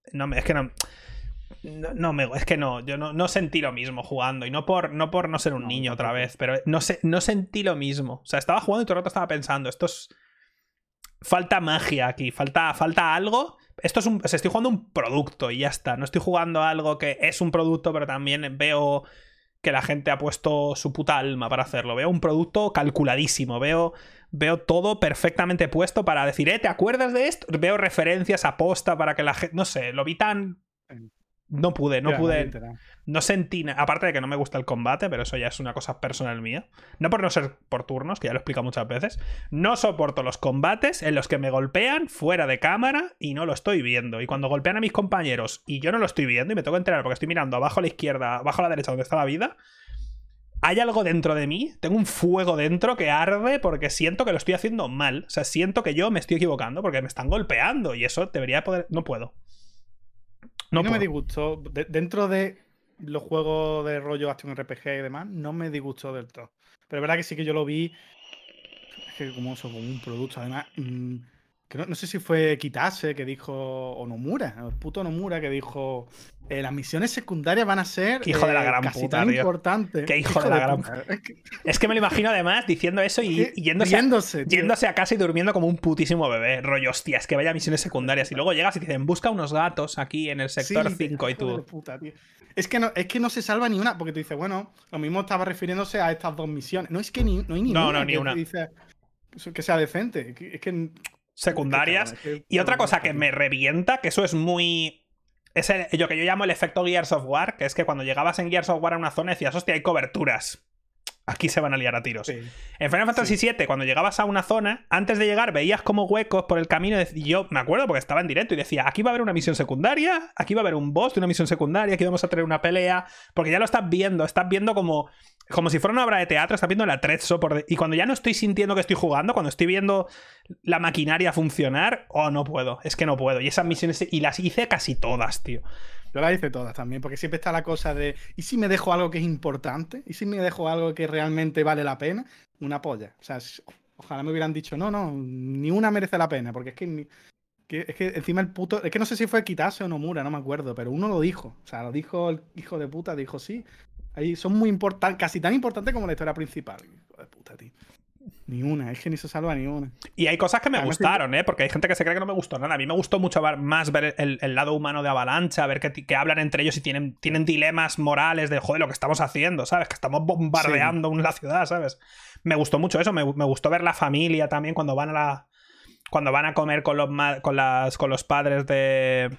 yo no sentí lo mismo jugando, y no por no ser un niño otra vez, pero no sentí lo mismo. O sea, estaba jugando y todo el rato estaba pensando, falta magia aquí, falta algo. Estoy jugando un producto y ya está. No estoy jugando algo que es un producto, pero también veo que la gente ha puesto su puta alma para hacerlo. Veo un producto calculadísimo. Veo todo perfectamente puesto para decir, ¿te acuerdas de esto? Veo referencias a posta para que la gente... No sé, lo vi tan... no pude, no
Ya,
pude.
literal.
No sentí. Aparte de que no me gusta el combate, pero eso ya es una cosa personal mía. No por no ser por turnos, que ya lo he explicado muchas veces. No soporto los combates en los que me golpean fuera de cámara y no lo estoy viendo. Y cuando golpean a mis compañeros y yo no lo estoy viendo y me tengo que enterar porque estoy mirando abajo a la izquierda, abajo a la derecha donde está la vida. Hay algo dentro de mí, tengo un fuego dentro que arde porque siento que lo estoy haciendo mal. O sea, siento que yo me estoy equivocando porque me están golpeando y eso debería poder. No puedo.
No me disgustó. Dentro de los juegos de rollo Action RPG y demás, no me disgustó del todo. Pero es verdad que sí que yo lo vi. Es que como eso, como un producto. Además, que no sé si fue Kitase que dijo. O Nomura, el puto Nomura que dijo. Las misiones secundarias van a ser
Qué hijo de la gran
casi
puta,
tan
tío.
importantes.
Qué hijo de la gran puta. Es que me lo imagino además diciendo eso y yéndose a casa y durmiendo como un putísimo bebé. Rollo, hostia, es que vaya misiones secundarias. Y luego llegas y te dicen, busca unos gatos aquí en el sector 5 y tú.
Puta, tío. Es que no se salva ni una, porque tú dices, bueno, lo mismo estaba refiriéndose a estas dos misiones. No es que no hay ni una.
No, ni una.
Dice que sea decente. Es que.
Secundarias. Y otra cosa que me revienta, que eso es muy. Es lo que yo llamo el efecto Gears of War, que es que cuando llegabas en Gears of War a una zona decías, hostia, hay coberturas. Aquí se van a liar a tiros.
Sí.
En Final Fantasy VII, cuando llegabas a una zona, antes de llegar veías como huecos por el camino. Y yo me acuerdo porque estaba en directo y decía, aquí va a haber una misión secundaria, aquí va a haber un boss de una misión secundaria, aquí vamos a tener una pelea. Porque ya lo estás viendo como si fuera una obra de teatro, estás viendo el atrezzo. Y cuando ya no estoy sintiendo que estoy jugando, cuando estoy viendo la maquinaria funcionar, no puedo. Es que no puedo. Y esas misiones, y las hice casi todas, tío.
Yo las hice todas también, porque siempre está la cosa de ¿y si me dejo algo que es importante? ¿Y si me dejo algo que realmente vale la pena? Una polla. O sea, ojalá me hubieran dicho, no, ni una merece la pena, porque es que encima el puto. Es que no sé si fue Kitase o Nomura, no me acuerdo, pero uno lo dijo. O sea, lo dijo el hijo de puta, dijo, sí. Ahí son muy importantes, casi tan importantes como la historia principal. Hijo de puta, tío. Ni una, es que ni se salva ni una.
Y hay cosas que me gustaron, porque hay gente que se cree que no me gustó nada. A mí me gustó mucho más ver el lado humano de Avalancha, ver que hablan entre ellos y tienen dilemas morales de, joder, lo que estamos haciendo, ¿sabes? Que estamos bombardeando la ciudad, ¿sabes? Me gustó mucho eso, me gustó ver la familia también cuando van a comer con los padres de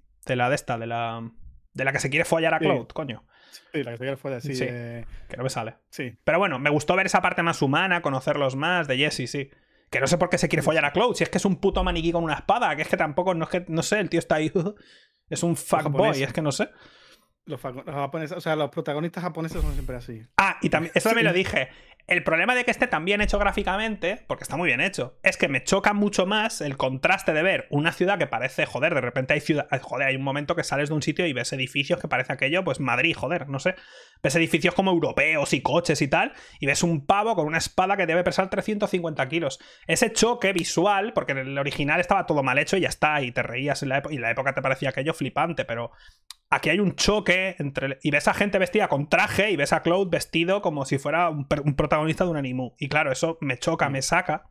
la que se quiere follar a Cloud, coño.
Sí, la que se quiere follar, sí.
Que no me sale.
Sí.
Pero bueno, me gustó ver esa parte más humana, conocerlos más, de Jesse, sí. Que no sé por qué se quiere follar a Cloud, si es que es un puto maniquí con una espada, que es que tampoco, no sé, el tío está ahí. Es un fuckboy, es que no sé.
Los japoneses, o sea, los protagonistas japoneses son siempre así.
Y también, eso también lo dije. El problema de que esté tan bien hecho gráficamente, porque está muy bien hecho, es que me choca mucho más el contraste de ver una ciudad que parece, joder, de repente hay un momento que sales de un sitio y ves edificios que parece aquello, pues Madrid, joder, no sé. Ves edificios como europeos y coches y tal, y ves un pavo con una espada que debe pesar 350 kilos. Ese choque visual, porque en el original estaba todo mal hecho y ya está, y te reías y en la época te parecía aquello flipante, pero aquí hay un choque y ves a gente vestida con traje y ves a Cloud vestido como si fuera un protagonista de un anime. Y claro, eso me choca, me saca.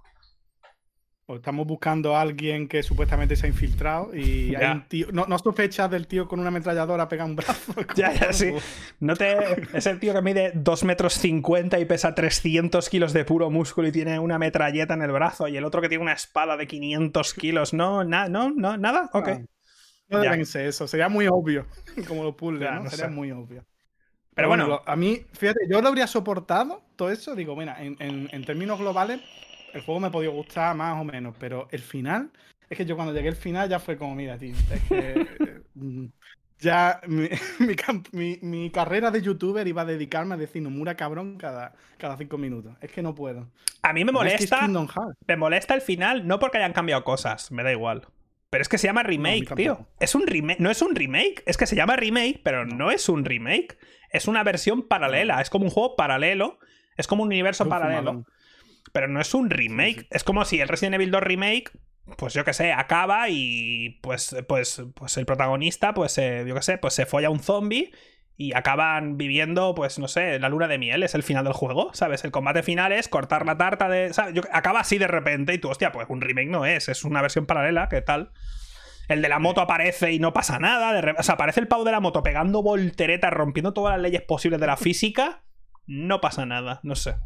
O estamos buscando a alguien que supuestamente se ha infiltrado y hay un tío. No sospechas del tío con una ametralladora pega un brazo.
Ya, sí. Es el tío que mide 2,50 metros y pesa 300 kilos de puro músculo y tiene una metralleta en el brazo. Y el otro que tiene una espada de 500 kilos. ¿Nada? Ok.
No deben ser eso, sería muy obvio. Como los puzzles, ¿no? Sería muy obvio. Pero bueno, a mí, fíjate, yo lo habría soportado todo eso. Digo, mira, en términos globales, el juego me podía gustar más o menos, pero el final, es que yo cuando llegué al final ya fue como, mira, tío, es que ya mi carrera de youtuber iba a dedicarme a decir Nomura cabrón cada 5 minutos. Es que no puedo.
A mí me molesta el final, no porque hayan cambiado cosas, me da igual. Pero es que se llama remake, tío. Es un remake. No es un remake. Es que se llama remake, pero no es un remake. Es una versión paralela. Es como un juego paralelo. Es como un universo paralelo. Pero no es un remake. Sí. Es como si el Resident Evil 2 remake, pues yo que sé, acaba y pues el protagonista, pues yo que sé, pues se folla a un zombie y acaban viviendo, pues no sé, la luna de miel. Es el final del juego, ¿sabes? El combate final es cortar la tarta de... ¿sabes? Acaba así de repente y tú, hostia, pues un remake no es una versión paralela, ¿qué tal? El de la moto aparece y no pasa nada. O sea, aparece el pavo de la moto pegando volteretas, rompiendo todas las leyes posibles de la física. No pasa nada, no sé.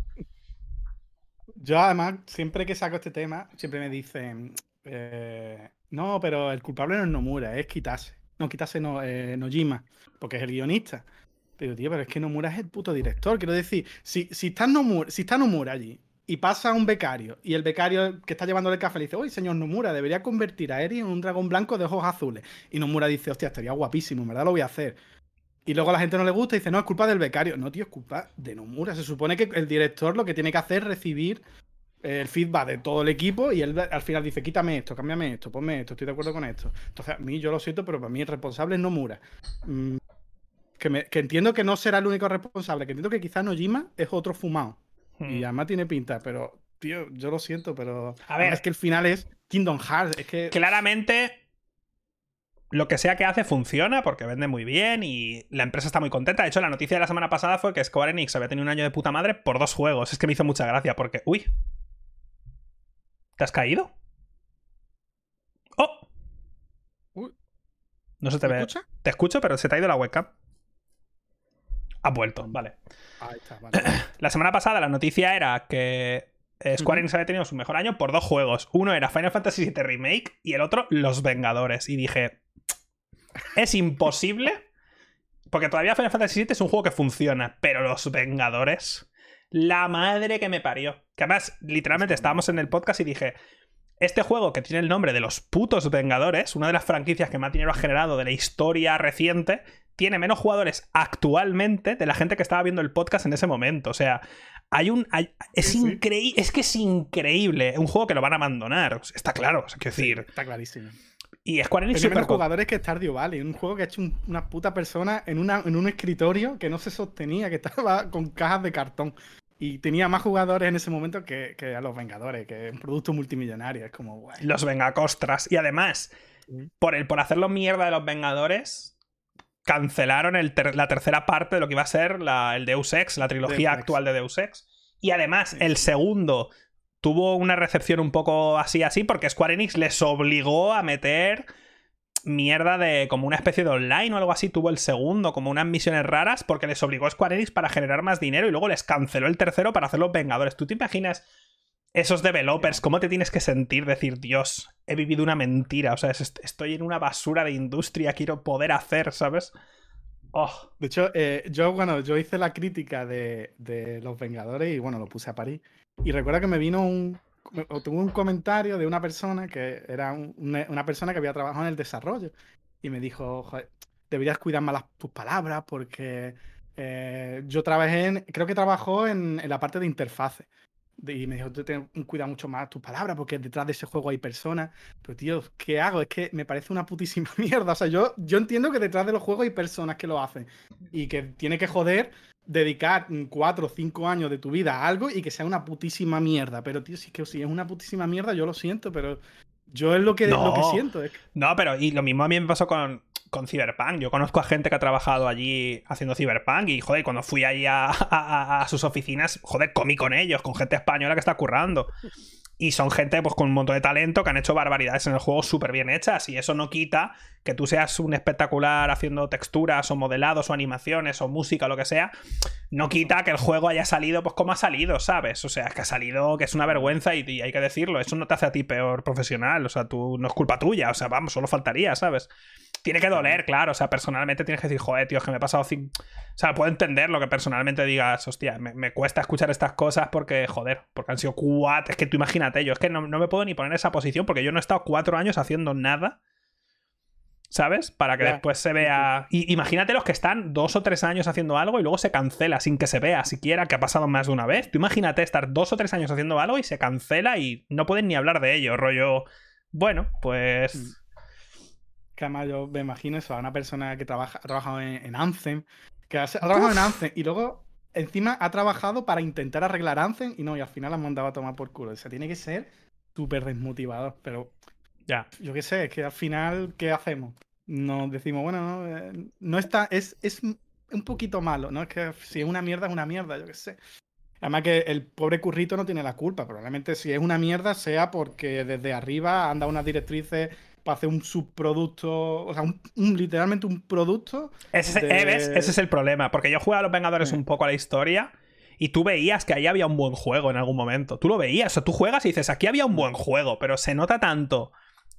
Yo además, siempre que saco este tema, siempre me dicen... no, pero el culpable no es Nomura, es Kitase. No, Kitase no, Nojima, porque es el guionista. Pero, tío, pero es que Nomura es el puto director. Quiero decir, si está Nomura allí y pasa un becario, y el becario que está llevándole el café le dice, oye, señor Nomura, debería convertir a Eri en un dragón blanco de ojos azules. Y Nomura dice, hostia, estaría guapísimo, en verdad lo voy a hacer. Y luego a la gente no le gusta y dice, no, es culpa del becario. No, tío, es culpa de Nomura. Se supone que el director lo que tiene que hacer es recibir el feedback de todo el equipo y él al final dice, quítame esto, cámbiame esto, ponme esto, estoy de acuerdo con esto. Entonces, a mí yo lo siento, pero para mí el responsable es Nomura. Que entiendo que no será el único responsable, que entiendo que quizás Nojima es otro fumado. Y además tiene pinta, pero, tío, yo lo siento, pero...
A ver,
es que el final es Kingdom Hearts, es que...
Claramente, lo que sea que hace funciona porque vende muy bien y la empresa está muy contenta. De hecho, la noticia de la semana pasada fue que Square Enix había tenido un año de puta madre por 2 juegos. Es que me hizo mucha gracia porque... Uy. ¿Te has caído? ¡Oh!
Uy,
No se te ve.
escucha?
Te escucho, pero se te ha ido la webcam. Ha vuelto, vale.
Ahí está, vale.
La semana pasada la noticia era que Square Enix había tenido su mejor año por 2 juegos. Uno era Final Fantasy VII Remake y el otro Los Vengadores. Y dije, es imposible, porque todavía Final Fantasy VII es un juego que funciona, pero Los Vengadores, la madre que me parió. Que además, literalmente estábamos en el podcast y dije, este juego que tiene el nombre de Los putos Vengadores, una de las franquicias que más dinero ha generado de la historia reciente, tiene menos jugadores actualmente de la gente que estaba viendo el podcast en ese momento. O sea, es increíble. Es que es increíble. Un juego que lo van a abandonar. Está claro. O sea, quiero decir.
Está clarísimo.
Y Square Enix
tiene menos jugadores que Stardew Valley. Un juego que ha hecho una puta persona en un escritorio que no se sostenía, que estaba con cajas de cartón. Y tenía más jugadores en ese momento que a los Vengadores, que es un producto multimillonario. Es como, guay.
Los Vengacostras. Y además, por hacerlo mierda de los Vengadores, cancelaron la tercera parte de lo que iba a ser el Deus Ex, la trilogía actual de Deus Ex. Y además, el segundo tuvo una recepción un poco así, porque Square Enix les obligó a meter mierda de como una especie de online o algo así. Tuvo el segundo, como unas misiones raras, porque les obligó a Square Enix para generar más dinero y luego les canceló el tercero para hacer los Vengadores. ¿Tú te imaginas esos developers? ¿Cómo te tienes que sentir? Decir, Dios, he vivido una mentira. O sea, estoy en una basura de industria, quiero poder hacer, ¿sabes? Oh.
De hecho, yo hice la crítica de Los Vengadores y bueno, lo puse a París. Y recuerda que tuve un comentario de una persona que era una persona que había trabajado en el desarrollo. Y me dijo, joder, deberías cuidar más tus palabras porque yo creo que trabajó en la parte de interfaces. Y me dijo, tú ten cuidado mucho más tus palabras porque detrás de ese juego hay personas. Pero tío, ¿qué hago? Es que me parece una putísima mierda. O sea, yo entiendo que detrás de los juegos hay personas que lo hacen y que tiene que joder dedicar 4 o 5 años de tu vida a algo y que sea una putísima mierda. Pero tío, si es una putísima mierda, yo lo siento, pero yo es lo que siento.
No, pero y lo mismo a mí me pasó con Cyberpunk. Yo conozco a gente que ha trabajado allí haciendo Cyberpunk y, joder, cuando fui allí a sus oficinas, joder, comí con ellos, con gente española que está currando. Y son gente pues con un montón de talento que han hecho barbaridades en el juego súper bien hechas. Y eso no quita que tú seas un espectacular haciendo texturas o modelados o animaciones o música o lo que sea. No quita que el juego haya salido pues como ha salido, ¿sabes? O sea, es que ha salido que es una vergüenza y hay que decirlo. Eso no te hace a ti peor profesional. O sea, no es culpa tuya. O sea, vamos, solo faltaría, ¿sabes? Tiene que doler, claro. O sea, personalmente tienes que decir, joder, tío, es que me he pasado... O sea, puedo entender lo que personalmente digas, hostia, me cuesta escuchar estas cosas porque, joder, porque han sido 4... Es que tú imagínate, yo es que no me puedo ni poner en esa posición porque yo no he estado 4 años haciendo nada, ¿sabes? Para que después se vea... Y imagínate los que están 2 o 3 años haciendo algo y luego se cancela sin que se vea siquiera, que ha pasado más de una vez. Tú imagínate estar 2 o 3 años haciendo algo y se cancela y no pueden ni hablar de ello, rollo... Bueno, pues...
Que además yo me imagino eso, a una persona que ha trabajado en Anthem, que ha trabajado en Anthem y luego encima ha trabajado para intentar arreglar Anthem y al final han mandado a tomar por culo. O sea, tiene que ser súper desmotivador, pero
ya.
Yo qué sé, es que al final, ¿qué hacemos? Nos decimos, bueno, no está, es un poquito malo, ¿no? Es que si es una mierda, yo qué sé. Además que el pobre Currito no tiene la culpa, probablemente si es una mierda sea porque desde arriba han dado unas directrices para hacer un subproducto, o sea, literalmente un producto.
¿Ves? Ese es el problema, porque yo jugué a los Vengadores un poco a la historia y tú veías que ahí había un buen juego en algún momento. Tú lo veías, o sea, tú juegas y dices, aquí había un buen juego, pero se nota tanto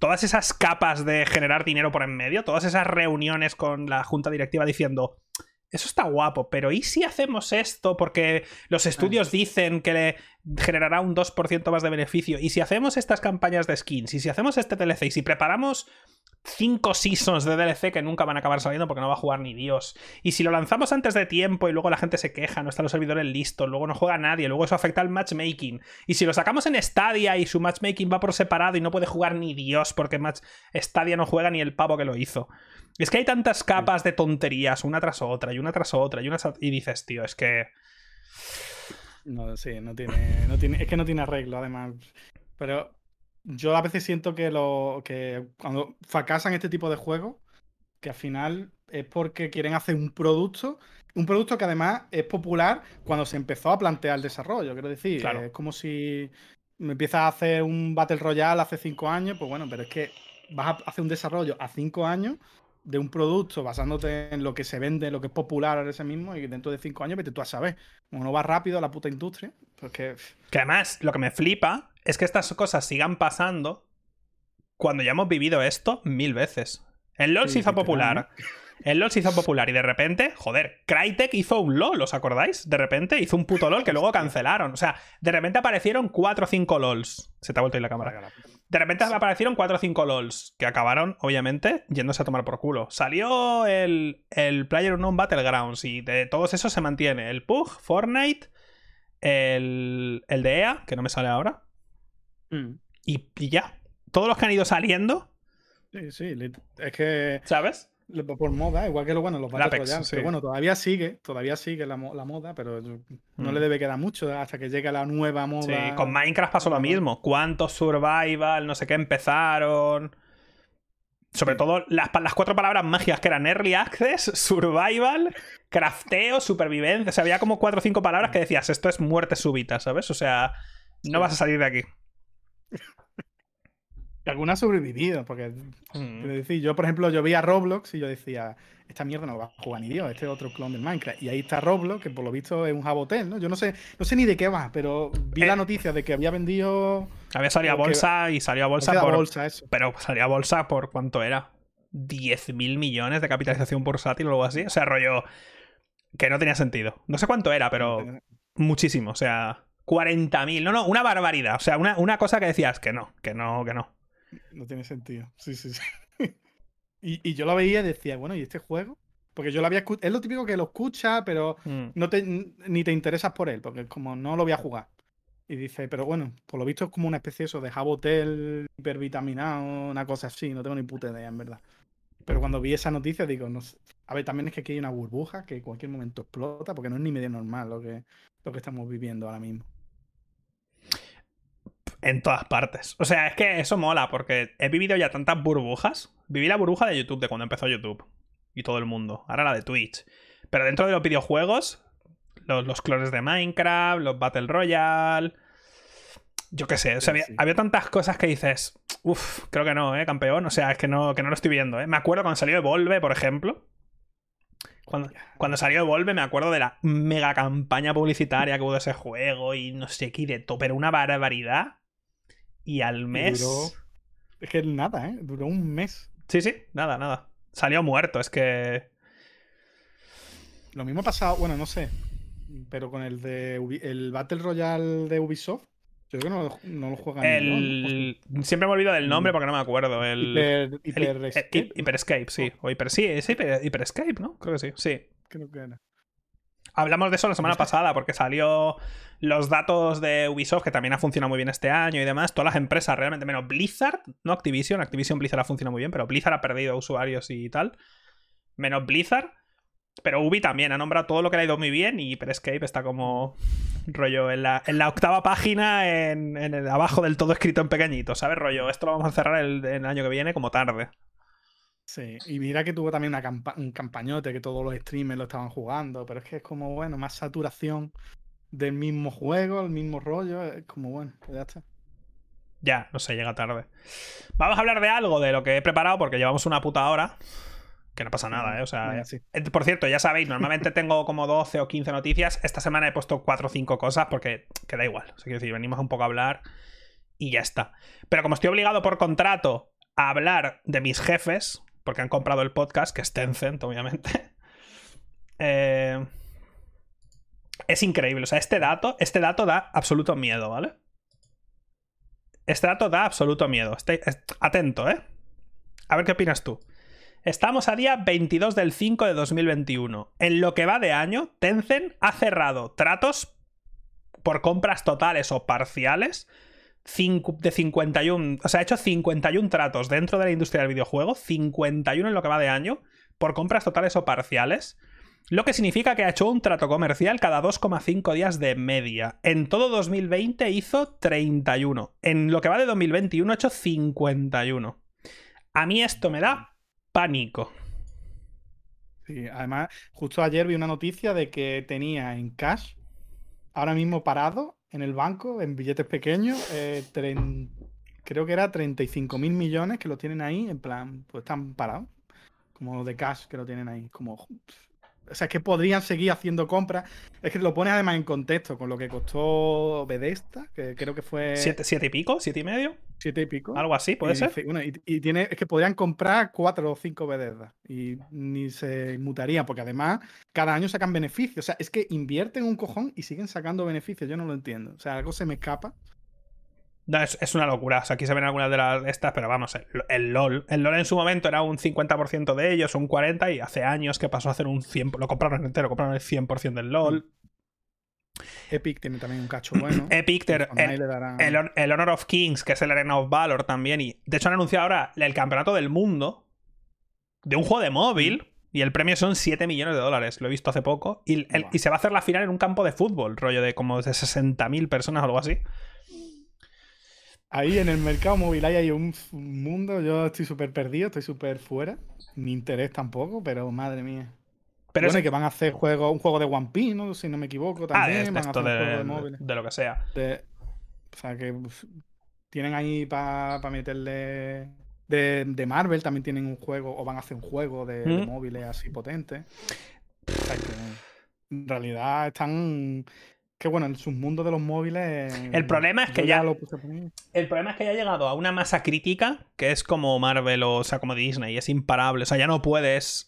todas esas capas de generar dinero por en medio, todas esas reuniones con la junta directiva diciendo, eso está guapo, pero ¿y si hacemos esto? Porque los estudios dicen que le generará un 2% más de beneficio. ¿Y si hacemos estas campañas de skins? ¿Y si hacemos este DLC? ¿Y si preparamos 5 seasons de DLC que nunca van a acabar saliendo porque no va a jugar ni Dios? ¿Y si lo lanzamos antes de tiempo y luego la gente se queja, no están los servidores listos, luego no juega nadie, luego eso afecta al matchmaking? ¿Y si lo sacamos en Stadia y su matchmaking va por separado y no puede jugar ni Dios porque Stadia no juega ni el pavo que lo hizo? Es que hay tantas capas de tonterías, una tras otra, y una tras otra, y dices, tío, es que...
No, sí, no tiene, es que no tiene arreglo, además. Pero yo a veces siento que cuando fracasan este tipo de juegos, que al final es porque quieren hacer un producto que además es popular cuando se empezó a plantear el desarrollo. Quiero decir,
Claro.
es como si me empiezas a hacer un Battle Royale hace 5 años, pues bueno, pero es que vas a hacer un desarrollo a 5 años de un producto basándote en lo que se vende, lo que es popular ahora ese mismo, y dentro de 5 años vete tú a saber. Como no va rápido la puta industria, pues que...
Que además, lo que me flipa es que estas cosas sigan pasando cuando ya hemos vivido esto 1000 veces. El LoL se hizo popular. El LoL se hizo popular y de repente, joder, Crytek hizo un LoL, ¿os acordáis? De repente hizo un puto LoL que luego cancelaron. O sea, de repente aparecieron 4 o 5 LoLs. Se te ha vuelto ahí la cámara. De repente aparecieron 4 o 5 LoLs que acabaron, obviamente, yéndose a tomar por culo. Salió el PlayerUnknown's Battlegrounds y de todos esos se mantiene el PUBG, Fortnite, el de EA, que no me sale ahora. Y ya. Todos los que han ido saliendo.
Sí, es que...
¿Sabes?
Por moda, igual que los Battle Royale.
Sí.
Pero bueno, todavía sigue la moda, pero no le debe quedar mucho hasta que llegue la nueva moda.
Sí, con Minecraft pasó lo mismo. ¿Cuántos survival, no sé qué, empezaron? Sobre todo las 4 palabras mágicas que eran Early Access, Survival, Crafteo, Supervivencia. O sea, había como 4 o 5 palabras que decías, esto es muerte súbita, ¿sabes? O sea, no vas a salir de aquí.
Y alguna ha sobrevivido, porque quiero decir, yo por ejemplo, yo vi a Roblox y yo decía, esta mierda no lo va a jugar ni Dios, este es otro clon del Minecraft. Y ahí está Roblox, que por lo visto es un jabotel, ¿no? Yo no sé ni de qué va, pero vi la noticia de que había vendido...
Había salido a bolsa y salió a bolsa por...
eso.
Pero salió a bolsa por ¿cuánto era? 10.000 millones de capitalización bursátil o algo así. O sea, rollo que no tenía sentido. No sé cuánto era, pero muchísimo. O sea, 40.000. No, una barbaridad. O sea, una cosa que decías que no.
No tiene sentido. Sí. y yo lo veía y decía, bueno, ¿y este juego? Porque yo lo había escuchado. Es lo típico que lo escuchas, pero ni te interesas por él, porque es como no lo voy a jugar. Y dice, pero bueno, por lo visto es como una especie de jabotel hipervitaminado, una cosa así, no tengo ni puta idea, en verdad. Pero cuando vi esa noticia digo, no sé. A ver, también es que aquí hay una burbuja que en cualquier momento explota, porque no es ni medio normal lo que estamos viviendo ahora mismo.
En todas partes. O sea, es que eso mola, porque he vivido ya tantas burbujas. Viví la burbuja de YouTube, de cuando empezó YouTube. Y todo el mundo. Ahora la de Twitch. Pero dentro de los videojuegos, los clones de Minecraft, los Battle Royale... Yo qué sé, o sea, había tantas cosas que dices... Uf, creo que no, campeón. O sea, es que no lo estoy viendo, Me acuerdo cuando salió Evolve, por ejemplo. Cuando salió Evolve me acuerdo de la mega campaña publicitaria que hubo de ese juego y no sé qué de todo, pero una barbaridad. Y al mes...
Es que nada, Duró un mes.
Sí, nada. Salió muerto, es que...
Lo mismo ha pasado, bueno, no sé, pero con el Battle Royale de Ubisoft, yo creo que no lo juegan.
Siempre me olvido del nombre porque no me acuerdo.
Hyperscape,
sí. O es Hyperscape, ¿no? Creo que sí.
Creo que era.
Hablamos de eso la semana pasada porque salió los datos de Ubisoft, que también ha funcionado muy bien este año y demás. Todas las empresas realmente, menos Blizzard, no Activision. Blizzard ha funcionado muy bien, pero Blizzard ha perdido usuarios y tal. Menos Blizzard. Pero Ubi también ha nombrado todo lo que le ha ido muy bien y Hyperscape está como rollo en la 8ª página en el abajo del todo escrito en pequeñito, ¿sabes? Rollo, esto lo vamos a cerrar el año que viene como tarde.
Sí, y mira que tuvo también un campañote que todos los streamers lo estaban jugando, pero es que es como, bueno, más saturación del mismo juego, el mismo rollo, es como, bueno, pues ya está.
Ya, no sé, llega tarde. Vamos a hablar de algo de lo que he preparado porque llevamos una puta hora. Que no pasa nada, O sea,
bueno, sí.
Por cierto, ya sabéis, normalmente tengo como 12 o 15 noticias. Esta semana he puesto 4 o 5 cosas porque da igual. O sea, quiero decir, venimos un poco a hablar y ya está. Pero como estoy obligado por contrato a hablar de mis jefes, porque han comprado el podcast, que es Tencent, obviamente. Es increíble. O sea, este dato da absoluto miedo, ¿vale? Este dato da absoluto miedo. Atento, ¿eh? A ver qué opinas tú. Estamos a día 22 del 5 de 2021. En lo que va de año, Tencent ha cerrado tratos por compras totales o parciales de 51. O sea, ha hecho 51 tratos dentro de la industria del videojuego, 51 en lo que va de año, por compras totales o parciales. Lo que significa que ha hecho un trato comercial cada 2,5 días de media. En todo 2020 hizo 31. En lo que va de 2021 ha hecho 51. A mí esto me da pánico.
Sí, además, justo ayer vi una noticia de que tenía en cash, ahora mismo parado en el banco, en billetes pequeños, creo que era 35.000 millones que lo tienen ahí, en plan, pues están parados, como de cash que lo tienen ahí, como... O sea, es que podrían seguir haciendo compras. Es que lo pones además en contexto con lo que costó Bethesda, que creo que fue...
¿7 y pico? ¿7 y medio?
7 y pico.
Algo así, ¿puede ser?
Bueno, es que podrían comprar 4 o 5 Bethesda y ni se mutarían, porque además cada año sacan beneficios. O sea, es que invierten un cojón y siguen sacando beneficios. Yo no lo entiendo. O sea, algo se me escapa.
No, es una locura. O sea, aquí se ven algunas de las estas, pero vamos, el LOL. El LOL en su momento era un 50% de ellos, un 40%, y hace años que pasó a hacer un 100%. Lo compraron entero, compraron el 100% del LOL.
Epic tiene también un cacho bueno.
Epic, el Honor of Kings, que es el Arena of Valor también. Y de hecho han anunciado ahora el campeonato del mundo de un juego de móvil. Y el premio son 7 millones de dólares. Lo he visto hace poco. Y se va a hacer la final en un campo de fútbol, rollo de como de 60.000 personas o algo así.
Ahí en el mercado móvil hay un mundo. Yo estoy súper perdido, estoy súper fuera. Ni interés tampoco, pero madre mía. Pero bueno, y que van a hacer un juego de One Piece, ¿no? Si no me equivoco, también. Van a hacer un juego de móviles.
De lo que sea.
O sea, que tienen ahí para meterle... De Marvel también tienen un juego, o van a hacer un juego de móviles así potentes. O sea, que en realidad están... Que bueno, en sus mundos de los móviles...
El problema es que ya ha llegado a una masa crítica que es como Marvel o sea, como Disney. Es imparable. O sea, ya no puedes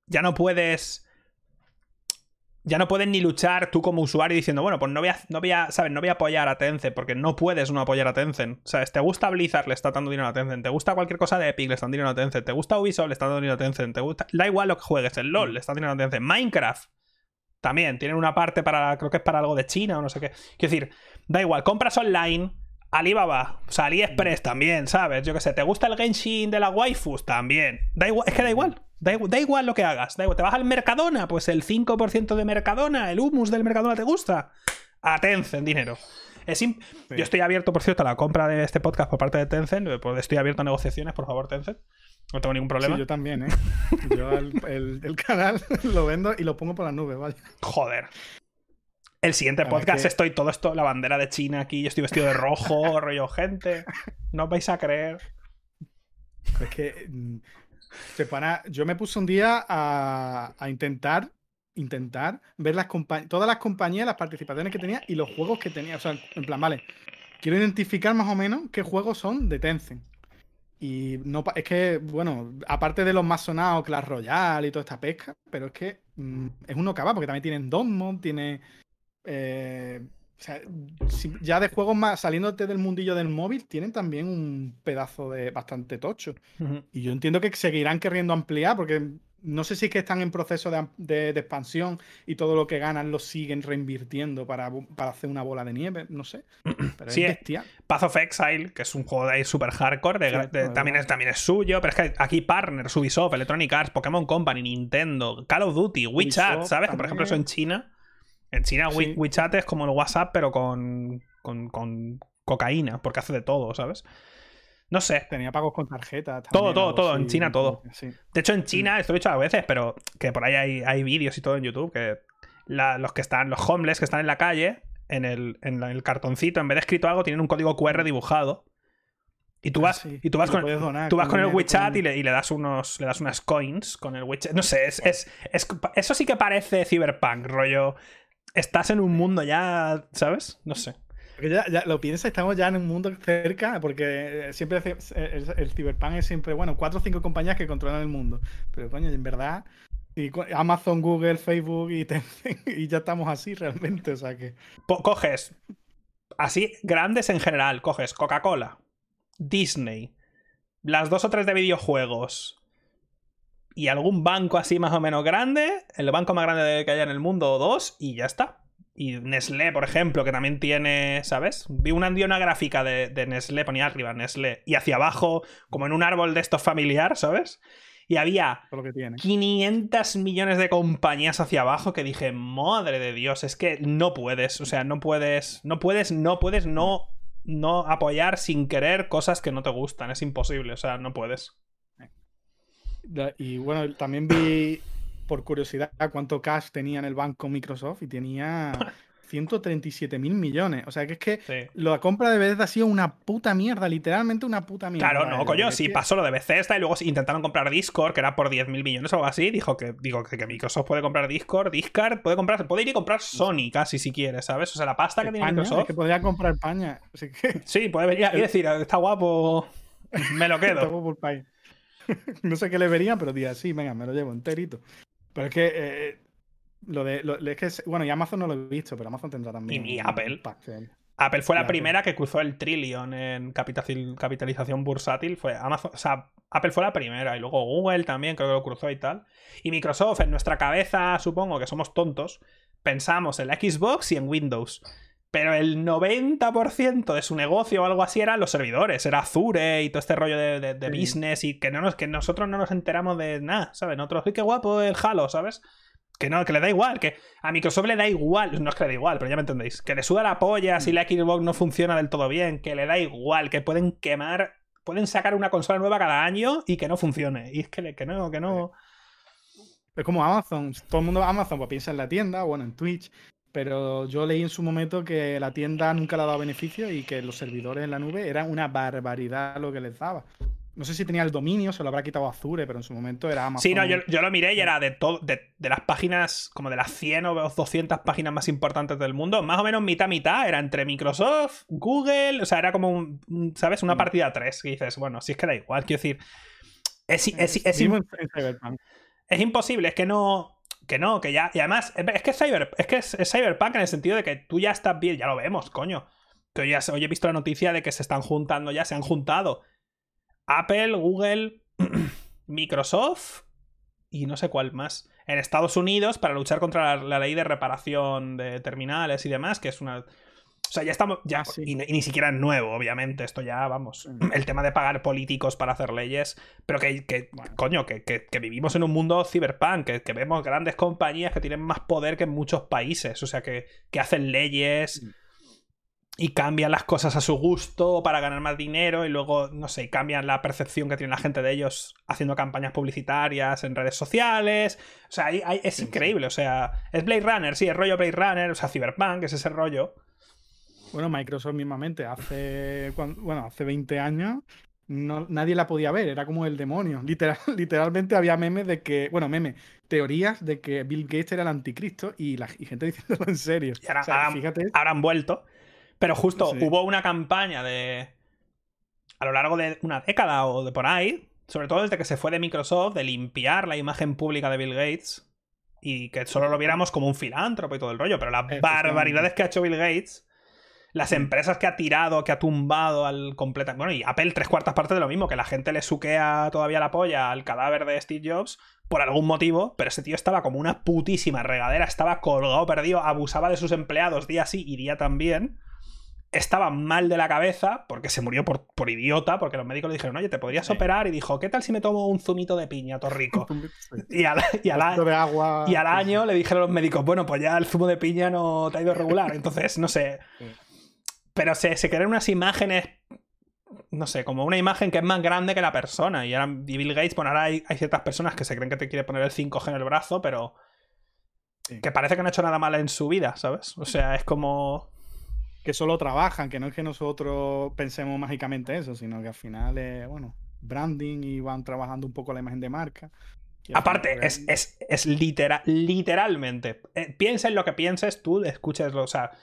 ni luchar tú como usuario diciendo, bueno, pues no voy a apoyar a Tencent, porque no puedes no apoyar a Tencent. O sea, te gusta Blizzard, le está dando dinero a Tencent. Te gusta cualquier cosa de Epic, le están dando dinero a Tencent. Te gusta Ubisoft, le están dando dinero a Tencent. Te gusta... Da igual lo que juegues, el LoL, le están dando dinero a Tencent. Minecraft también, tienen una parte para, creo que es para algo de China o no sé qué. Quiero decir, da igual, compras online, Alibaba, o sea, AliExpress también, ¿sabes? Yo qué sé, ¿te gusta el Genshin de las waifus? También. Da igual, es que da igual. Da igual lo que hagas. Da igual. ¿Te vas al Mercadona? Pues el 5% de Mercadona, el hummus del Mercadona te gusta. A Tencent, dinero. Sí. Yo estoy abierto, por cierto, a la compra de este podcast por parte de Tencent. Pues estoy abierto a negociaciones, por favor, Tencent. No tengo ningún problema.
Sí, yo también, ¿eh? Yo el canal lo vendo y lo pongo por las nubes, vaya.
Joder. El siguiente podcast estoy todo esto, la bandera de China aquí, yo estoy vestido de rojo, rollo gente. No os vais a creer.
Es que yo me puse un día a intentar ver todas las compañías, las participaciones que tenía y los juegos que tenía. O sea, en plan, vale, quiero identificar más o menos qué juegos son de Tencent. Y no, es que, bueno, aparte de los más sonados, Clash Royale y toda esta pesca, pero es que es uno cava, porque también tienen Dortmund, tiene... o sea, ya de juegos más saliéndote del mundillo del móvil, tienen también un pedazo de bastante tocho. Y yo entiendo que seguirán queriendo ampliar, porque no sé si es que están en proceso de expansión y todo lo que ganan lo siguen reinvirtiendo para hacer una bola de nieve, no sé. Pero
sí,
es bestial.
Path of Exile, que es un juego de ahí super hardcore, también es suyo, pero es que aquí partners, Ubisoft, Electronic Arts, Pokémon Company, Nintendo, Call of Duty, WeChat, ¿sabes? Que por ejemplo eso en China. En China sí. WeChat es como el WhatsApp, pero con cocaína, porque hace de todo, ¿sabes? No sé.
Tenía pagos con tarjeta.
Todo. En China todo. Sí. De hecho, en China, esto lo he dicho a veces, pero que por ahí hay vídeos y todo en YouTube, que los homeless que están en la calle, en el cartoncito, en vez de escrito algo, tienen un código QR dibujado. Y tú vas, con el WeChat y le das unas coins con el WeChat. No sé, eso sí que parece Cyberpunk, rollo. Estás en un mundo ya, ¿sabes? No sé.
Porque ya lo piensas, estamos ya en un mundo cerca, porque siempre el Cyberpunk es siempre, bueno, 4 o 5 compañías que controlan el mundo. Pero coño, en verdad, Amazon, Google, Facebook y Tencent, y ya estamos así realmente, o sea que...
Coges, así, grandes en general, coges Coca-Cola, Disney, las 2 o 3 de videojuegos y algún banco así más o menos grande, el banco más grande que haya en el mundo o dos, y ya está. Y Nestlé, por ejemplo, que también tiene, ¿sabes? Vi una gráfica de Nestlé, ponía arriba Nestlé, y hacia abajo, como en un árbol de estos familiar, ¿sabes? Y había
Todo lo que tiene.
500 millones de compañías hacia abajo que dije, madre de Dios, es que no puedes, o sea, no puedes no apoyar sin querer cosas que no te gustan, es imposible, o sea, no puedes.
Y bueno, también vi, por curiosidad, cuánto cash tenía en el banco Microsoft y tenía 137.000 millones. O sea, que es que
Sí.
la compra de Bethesda ha sido una puta mierda, literalmente una puta mierda.
Claro, no, coño, sí, pasó lo de Bethesda y luego intentaron comprar Discord, que era por 10.000 millones o algo así. Digo que Microsoft puede comprar Discord puede ir y comprar Sony casi si quiere, ¿sabes? O sea, la pasta que tiene Microsoft.
Es que podría comprar España. Así que...
Sí, puede venir aquí y decir, está guapo, me lo quedo.
Está guapo el país. No sé qué le vería, pero diría, sí, venga, me lo llevo enterito. Pero es que bueno, y Amazon no lo he visto, pero Amazon tendrá también.
Y Apple.
Pack,
Apple fue la
Apple.
primera que cruzó el trillion en capitalización bursátil. Fue Amazon, o sea, Apple fue la primera y luego Google también creo que lo cruzó y tal. Y Microsoft, en nuestra cabeza, supongo que somos tontos, pensamos en la Xbox y en Windows. Pero el 90% de su negocio o algo así eran los servidores. Era Azure y todo este rollo de
Sí.
business y que nosotros no nos enteramos de nada, ¿sabes? Nosotros, ¡ay, qué guapo el Halo!, ¿sabes? Que no, que le da igual, que a Microsoft le da igual, no es que le da igual, pero ya me entendéis, que le suda la polla si la Xbox no funciona del todo bien, que le da igual, que pueden quemar, pueden sacar una consola nueva cada año y que no funcione. Y es que no.
Es como Amazon, todo el mundo Amazon pues piensa en la tienda, bueno, en Twitch, pero yo leí en su momento que la tienda nunca le ha dado beneficio y que los servidores en la nube eran una barbaridad lo que les daba. No sé si tenía el dominio, se lo habrá quitado Azure, pero en su momento era Amazon.
Sí, no, yo lo miré y era de las páginas, como de las 100 o 200 páginas más importantes del mundo, más o menos mitad, era entre Microsoft, Google, o sea, era como, ¿sabes? Una partida 3, que dices, bueno, si es que da igual, quiero decir, es imposible, es que ya, y además, es que es Cyberpunk en el sentido de que tú ya estás bien, ya lo vemos, coño, que hoy he visto la noticia de que se están juntando ya, se han juntado Apple, Google, Microsoft y no sé cuál más en Estados Unidos para luchar contra la ley de reparación de terminales y demás, que es una... O sea, ya estamos...
Sí.
Y ni siquiera es nuevo, obviamente. Esto ya, vamos... El tema de pagar políticos para hacer leyes, pero coño, que vivimos en un mundo cyberpunk, que vemos grandes compañías que tienen más poder que en muchos países, o sea, que hacen leyes... Y cambian las cosas a su gusto para ganar más dinero y luego, no sé, cambian la percepción que tiene la gente de ellos haciendo campañas publicitarias en redes sociales. O sea, es increíble. O sea, es Blade Runner, sí, es rollo Blade Runner, o sea, Cyberpunk, es ese rollo.
Bueno, Microsoft mismamente, hace 20 años nadie la podía ver, era como el demonio. Literalmente había memes de que, teorías de que Bill Gates era el anticristo y gente diciéndolo en serio.
Y ahora,
o sea, fíjate.
Ahora han vuelto. Pero justo
Sí.
hubo una campaña a lo largo de una década o de por ahí, sobre todo desde que se fue de Microsoft, de limpiar la imagen pública de Bill Gates y que solo lo viéramos como un filántropo y todo el rollo. Pero las barbaridades que ha hecho Bill Gates, las empresas que ha tirado, que ha tumbado al completo... Bueno, y Apple 3/4 partes de lo mismo, que la gente le suquea todavía la polla al cadáver de Steve Jobs por algún motivo, pero ese tío estaba como una putísima regadera, estaba colgado, perdido, abusaba de sus empleados día sí y día también. Estaba mal de la cabeza porque se murió por idiota, porque los médicos le dijeron, oye, ¿te podrías operar? Y dijo, ¿qué tal si me tomo un zumito de piña, torrico? Y al año le dijeron los médicos, bueno, pues ya el zumo de piña no te ha ido regular. Entonces, no sé. Pero se crean unas imágenes, no sé, como una imagen que es más grande que la persona. Y ahora Bill Gates, bueno, ahora hay ciertas personas que se creen que te quiere poner el 5G en el brazo, pero que parece que no ha hecho nada mal en su vida, ¿sabes? O sea, es como...
Que solo trabajan, que no es que nosotros pensemos mágicamente eso, sino que al final es, branding y van trabajando un poco la imagen de marca.
Aparte, es literalmente. Piensa en lo que pienses, tú escúcheslo, o sea,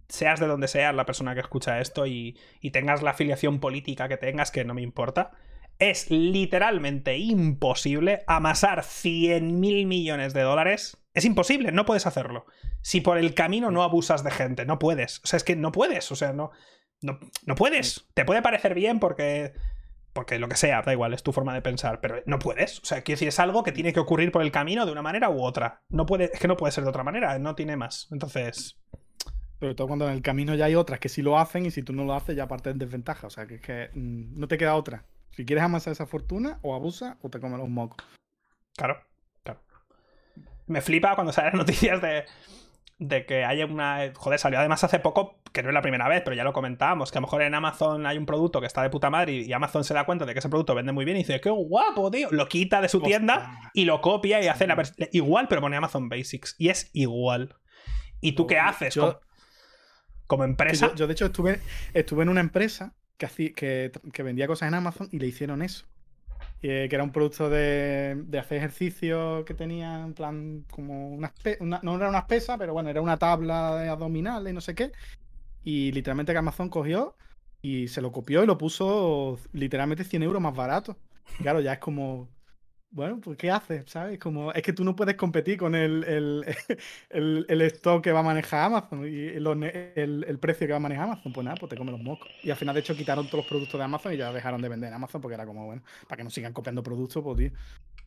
seas de donde seas la persona que escucha esto y tengas la afiliación política que tengas, que no me importa, es literalmente imposible amasar 100.000 millones de dólares. Es imposible, no puedes hacerlo. Si por el camino no abusas de gente, no puedes. O sea, es que no puedes, o sea, no puedes. Te puede parecer bien porque lo que sea, da igual, es tu forma de pensar, pero no puedes. O sea, quiero decir, es algo que tiene que ocurrir por el camino de una manera u otra. Es que no puede ser de otra manera, no tiene más. Entonces...
Sobre todo cuando en el camino ya hay otras que sí lo hacen y si tú no lo haces ya partes en desventaja. O sea, que es que no te queda otra. Si quieres amasar esa fortuna, o abusas o te comes los mocos.
Claro, claro. Me flipa cuando salen noticias de que haya una... Joder, salió además hace poco, que no es la primera vez, pero ya lo comentábamos, que a lo mejor en Amazon hay un producto que está de puta madre y Amazon se da cuenta de que ese producto vende muy bien y dice, ¡qué guapo, tío! Lo quita de su tienda y lo copia y hace igual, pero pone Amazon Basics. Y es igual. ¿Y tú qué haces como empresa?
Yo, de hecho, estuve en una empresa que vendía cosas en Amazon y le hicieron eso. Que era un producto de hacer ejercicio que tenía en plan como no era unas pesas, pero bueno, era una tabla de abdominales y no sé qué. Y literalmente que Amazon cogió y se lo copió y lo puso literalmente 100 euros más barato. Claro, ya es como, bueno, pues ¿qué haces? ¿Sabes? Como, es que tú no puedes competir con el stock que va a manejar Amazon y el precio que va a manejar Amazon. Pues nada, pues te comen los mocos. Y al final, de hecho, quitaron todos los productos de Amazon y ya dejaron de vender en Amazon porque era como, bueno, para que no sigan copiando productos, pues tío.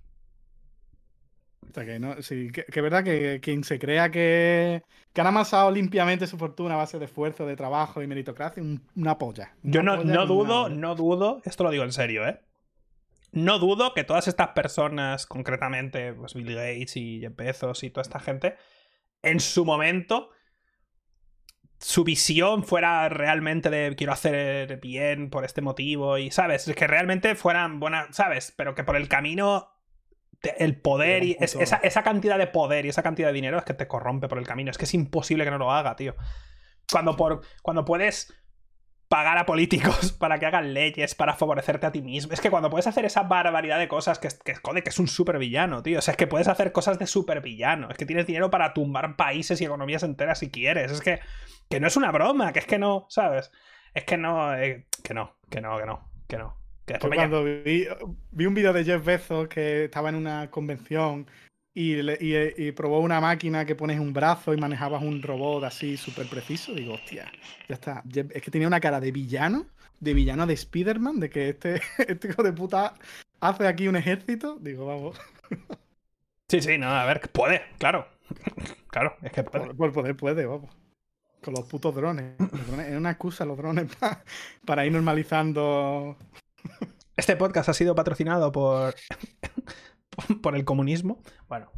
O sea que no, sí, que es verdad que quien se crea que han amasado limpiamente su fortuna a base de esfuerzo, de trabajo y meritocracia, una polla.
Yo no dudo, esto lo digo en serio, ¿eh? No dudo que todas estas personas, concretamente pues Bill Gates y Jeff Bezos y toda esta gente, en su momento, su visión fuera realmente de quiero hacer bien por este motivo y, ¿sabes? Que realmente fueran buenas, ¿sabes? Pero que por el camino el poder y esa cantidad de poder y esa cantidad de dinero es que te corrompe por el camino. Es que es imposible que no lo haga, tío. Cuando puedes pagar a políticos para que hagan leyes para favorecerte a ti mismo. Es que cuando puedes hacer esa barbaridad de cosas joder, que es un supervillano, tío. O sea, es que puedes hacer cosas de supervillano. Es que tienes dinero para tumbar países y economías enteras si quieres. Es que no es una broma, que es que no, ¿sabes? Es que no, que no. Que
cuando vi un vídeo de Jeff Bezos que estaba en una convención y probó una máquina que pones un brazo y manejabas un robot así súper preciso, digo, hostia, ya está. Es que tenía una cara de villano de Spider-Man, de que este hijo de puta hace aquí un ejército. Digo, vamos.
Sí, no, a ver, puede, claro. Claro, es que puede.
Por poder puede, vamos. Con los putos drones. Es una excusa los drones para ir normalizando.
Este podcast ha sido patrocinado por el comunismo. Bueno.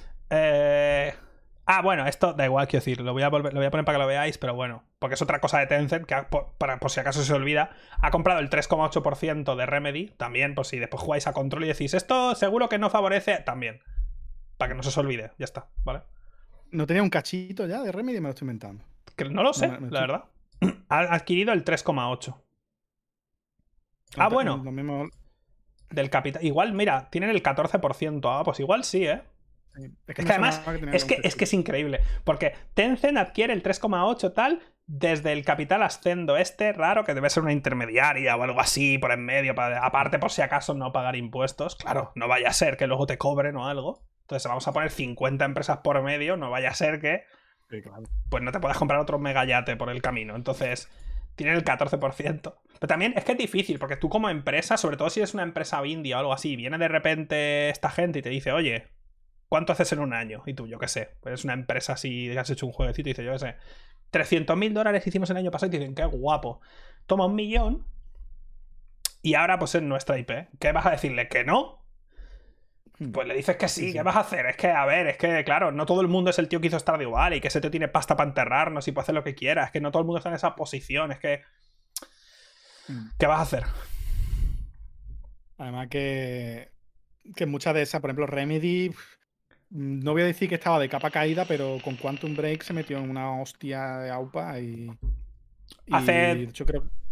Bueno, esto da igual, quiero decir, lo voy a poner para que lo veáis, pero bueno, porque es otra cosa de Tencent, que por si acaso se olvida, ha comprado el 3,8% de Remedy, también, por si después jugáis a Control y decís, esto seguro que no favorece, también, para que no se os olvide, ya está, ¿vale?
¿No tenía un cachito ya de Remedy? Me lo estoy inventando.
Que no lo sé, la verdad. Ha adquirido el 3,8%. Bueno.
Lo mismo...
Del capital. Igual, mira, tienen el 14%. Pues igual sí, ¿eh?
Sí.
Es que además, es que es increíble. Porque Tencent adquiere el 3,8 tal desde el capital Ascendo raro, que debe ser una intermediaria o algo así por en medio, aparte por si acaso no pagar impuestos. Claro, no vaya a ser que luego te cobren o algo. Entonces vamos a poner 50 empresas por medio, no vaya a ser que
sí, claro,
pues no te puedas comprar otro megayate por el camino. Entonces tienen el 14%. Pero también es que es difícil, porque tú como empresa, sobre todo si eres una empresa indie o algo así, viene de repente esta gente y te dice, oye, ¿cuánto haces en un año? Y tú, yo qué sé, pues es una empresa así que has hecho un jueguecito y dice, yo qué sé, $300.000 hicimos el año pasado y te dicen, qué guapo. Toma 1.000.000 y ahora pues es nuestra IP. ¿Qué vas a decirle? ¿Que no? Pues le dices que sí, ¿qué vas a hacer? Es que, a ver, es que, claro, no todo el mundo es el tío que hizo Stardew Valley, que ese tío tiene pasta para enterrarnos y puede hacer lo que quiera. Es que no todo el mundo está en esa posición, es que... ¿Qué vas a hacer?
Además que muchas de esas, por ejemplo, Remedy, no voy a decir que estaba de capa caída, pero con Quantum Break se metió en una hostia de AUPA y
Hace...
yo creo...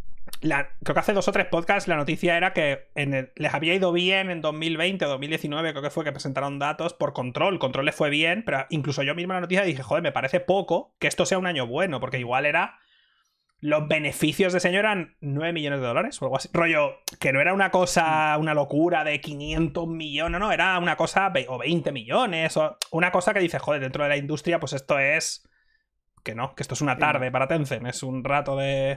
creo que hace 2 o 3 podcasts la noticia era que les había ido bien en 2020 o 2019, creo que fue que presentaron datos por Control. Control les fue bien, pero incluso yo mismo en la noticia dije, joder, me parece poco que esto sea un año bueno, porque igual era... Los beneficios de ese año eran 9 millones de dólares o algo así. Rollo, que no era una cosa, una locura de 500 millones, no, era una cosa, o 20 millones, o una cosa que dices, joder, dentro de la industria, pues esto es... Que no, que esto es una tarde para Tencent, es un rato de...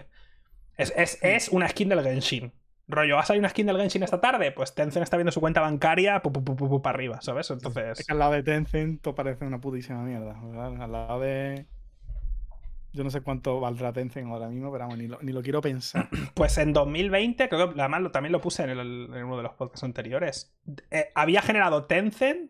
Es una skin del Genshin. Rollo, ¿has salido una skin del Genshin esta tarde? Pues Tencent está viendo su cuenta bancaria para arriba, ¿sabes? Entonces...
Es que al lado de Tencent todo parece una putísima mierda, ¿verdad? Al lado de... Yo no sé cuánto valdrá Tencent ahora mismo, pero vamos, ni lo quiero pensar.
Pues en 2020, creo que además también lo puse en uno de los podcasts anteriores, había generado Tencent...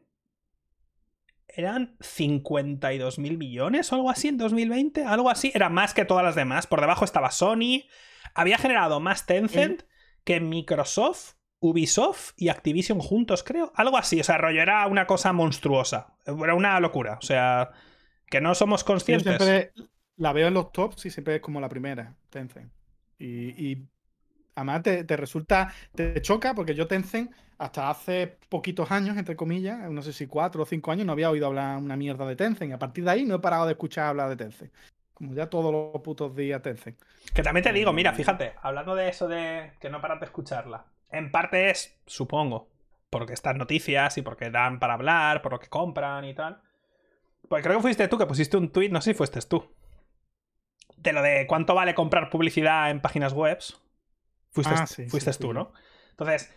Eran 52.000 millones o algo así en 2020. Algo así. Era más que todas las demás. Por debajo estaba Sony. Había generado más Tencent que Microsoft, Ubisoft y Activision juntos, creo. Algo así. O sea, rollo, era una cosa monstruosa. Era una locura. O sea, que no somos conscientes.
Yo siempre la veo en los tops y siempre es como la primera, Tencent. Y además te resulta, te choca porque yo Tencent hasta hace poquitos años, entre comillas, no sé si 4 o 5 años, no había oído hablar una mierda de Tencent. Y a partir de ahí no he parado de escuchar hablar de Tencent. Como ya todos los putos días Tencent.
Que también te digo, mira, fíjate, hablando de eso de que no paras de escucharla, en parte es, supongo, porque estas noticias y porque dan para hablar, por lo que compran y tal. Pues creo que fuiste tú que pusiste un tuit, no sé si fuiste tú, de lo de cuánto vale comprar publicidad en páginas web. Fuiste tú, ¿no? Entonces,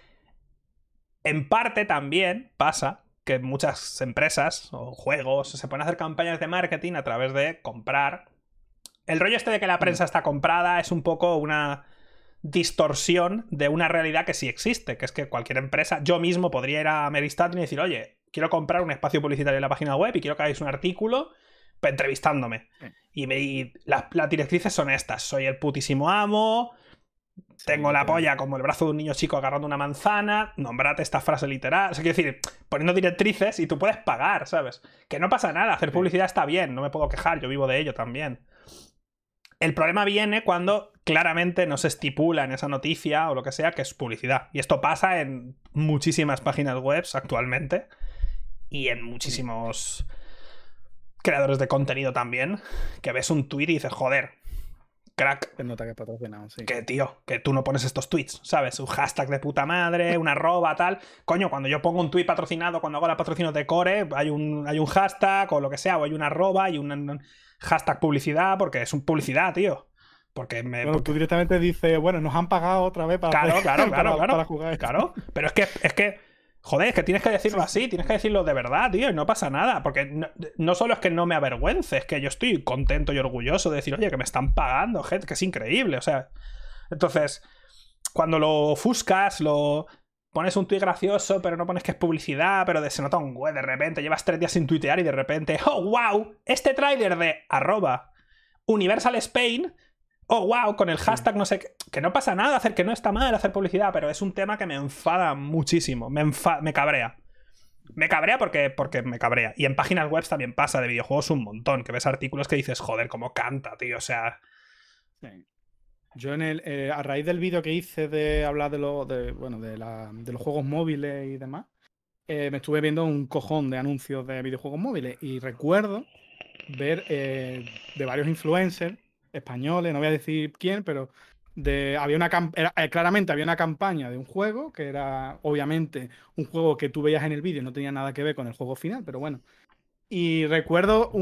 en parte también pasa que muchas empresas o juegos se pueden hacer campañas de marketing a través de comprar. El rollo este de que la prensa está comprada es un poco una distorsión de una realidad que sí existe, que es que cualquier empresa, yo mismo podría ir a Meristatun y decir, oye, quiero comprar un espacio publicitario en la página web y quiero que hagáis un artículo entrevistándome. Y las directrices son estas: soy el putísimo amo, tengo la polla como el brazo de un niño chico agarrando una manzana, nombrate esta frase literal. O sea, quiero decir, poniendo directrices y tú puedes pagar, ¿sabes? Que no pasa nada, hacer publicidad está bien, no me puedo quejar, yo vivo de ello también. El problema viene cuando claramente no se estipula en esa noticia o lo que sea que es publicidad. Y esto pasa en muchísimas páginas web actualmente y en muchísimos creadores de contenido también, que ves un tweet y dices, joder, crack.
Se nota que es patrocinado, sí.
Que, tío, que tú no pones estos tweets, ¿sabes? Un hashtag de puta madre, una arroba, tal. Coño, cuando yo pongo un tweet patrocinado, cuando hago la patrocinio de Core, hay un hashtag o lo que sea, o hay una arroba y un hashtag publicidad, porque es un publicidad, tío. Porque
Bueno, tú directamente dices, bueno, nos han pagado otra vez para
para
jugar esto.
Claro, pero es que joder, es que tienes que decirlo así, tienes que decirlo de verdad, tío, y no pasa nada, porque no solo es que no me avergüence, es que yo estoy contento y orgulloso de decir, oye, que me están pagando, gente, que es increíble, o sea. Entonces, cuando lo ofuscas, lo pones un tuit gracioso, pero no pones que es publicidad, pero se nota un güey, de repente llevas 3 días sin tuitear y de repente, oh, wow, este tráiler de @Universal Spain, oh, wow, con el hashtag no sé qué. Que no pasa nada, que no está mal hacer publicidad, pero es un tema que me enfada muchísimo. Me cabrea. Me cabrea porque me cabrea. Y en páginas web también pasa, de videojuegos un montón, que ves artículos que dices, joder, cómo canta, tío, o sea.
Sí. Yo a raíz del vídeo que hice de hablar de los juegos móviles y demás, me estuve viendo un cojón de anuncios de videojuegos móviles y recuerdo ver de varios influencers españoles, no voy a decir quién, pero claramente había una campaña de un juego que era obviamente un juego que tú veías en el vídeo, no tenía nada que ver con el juego final, pero bueno. Y recuerdo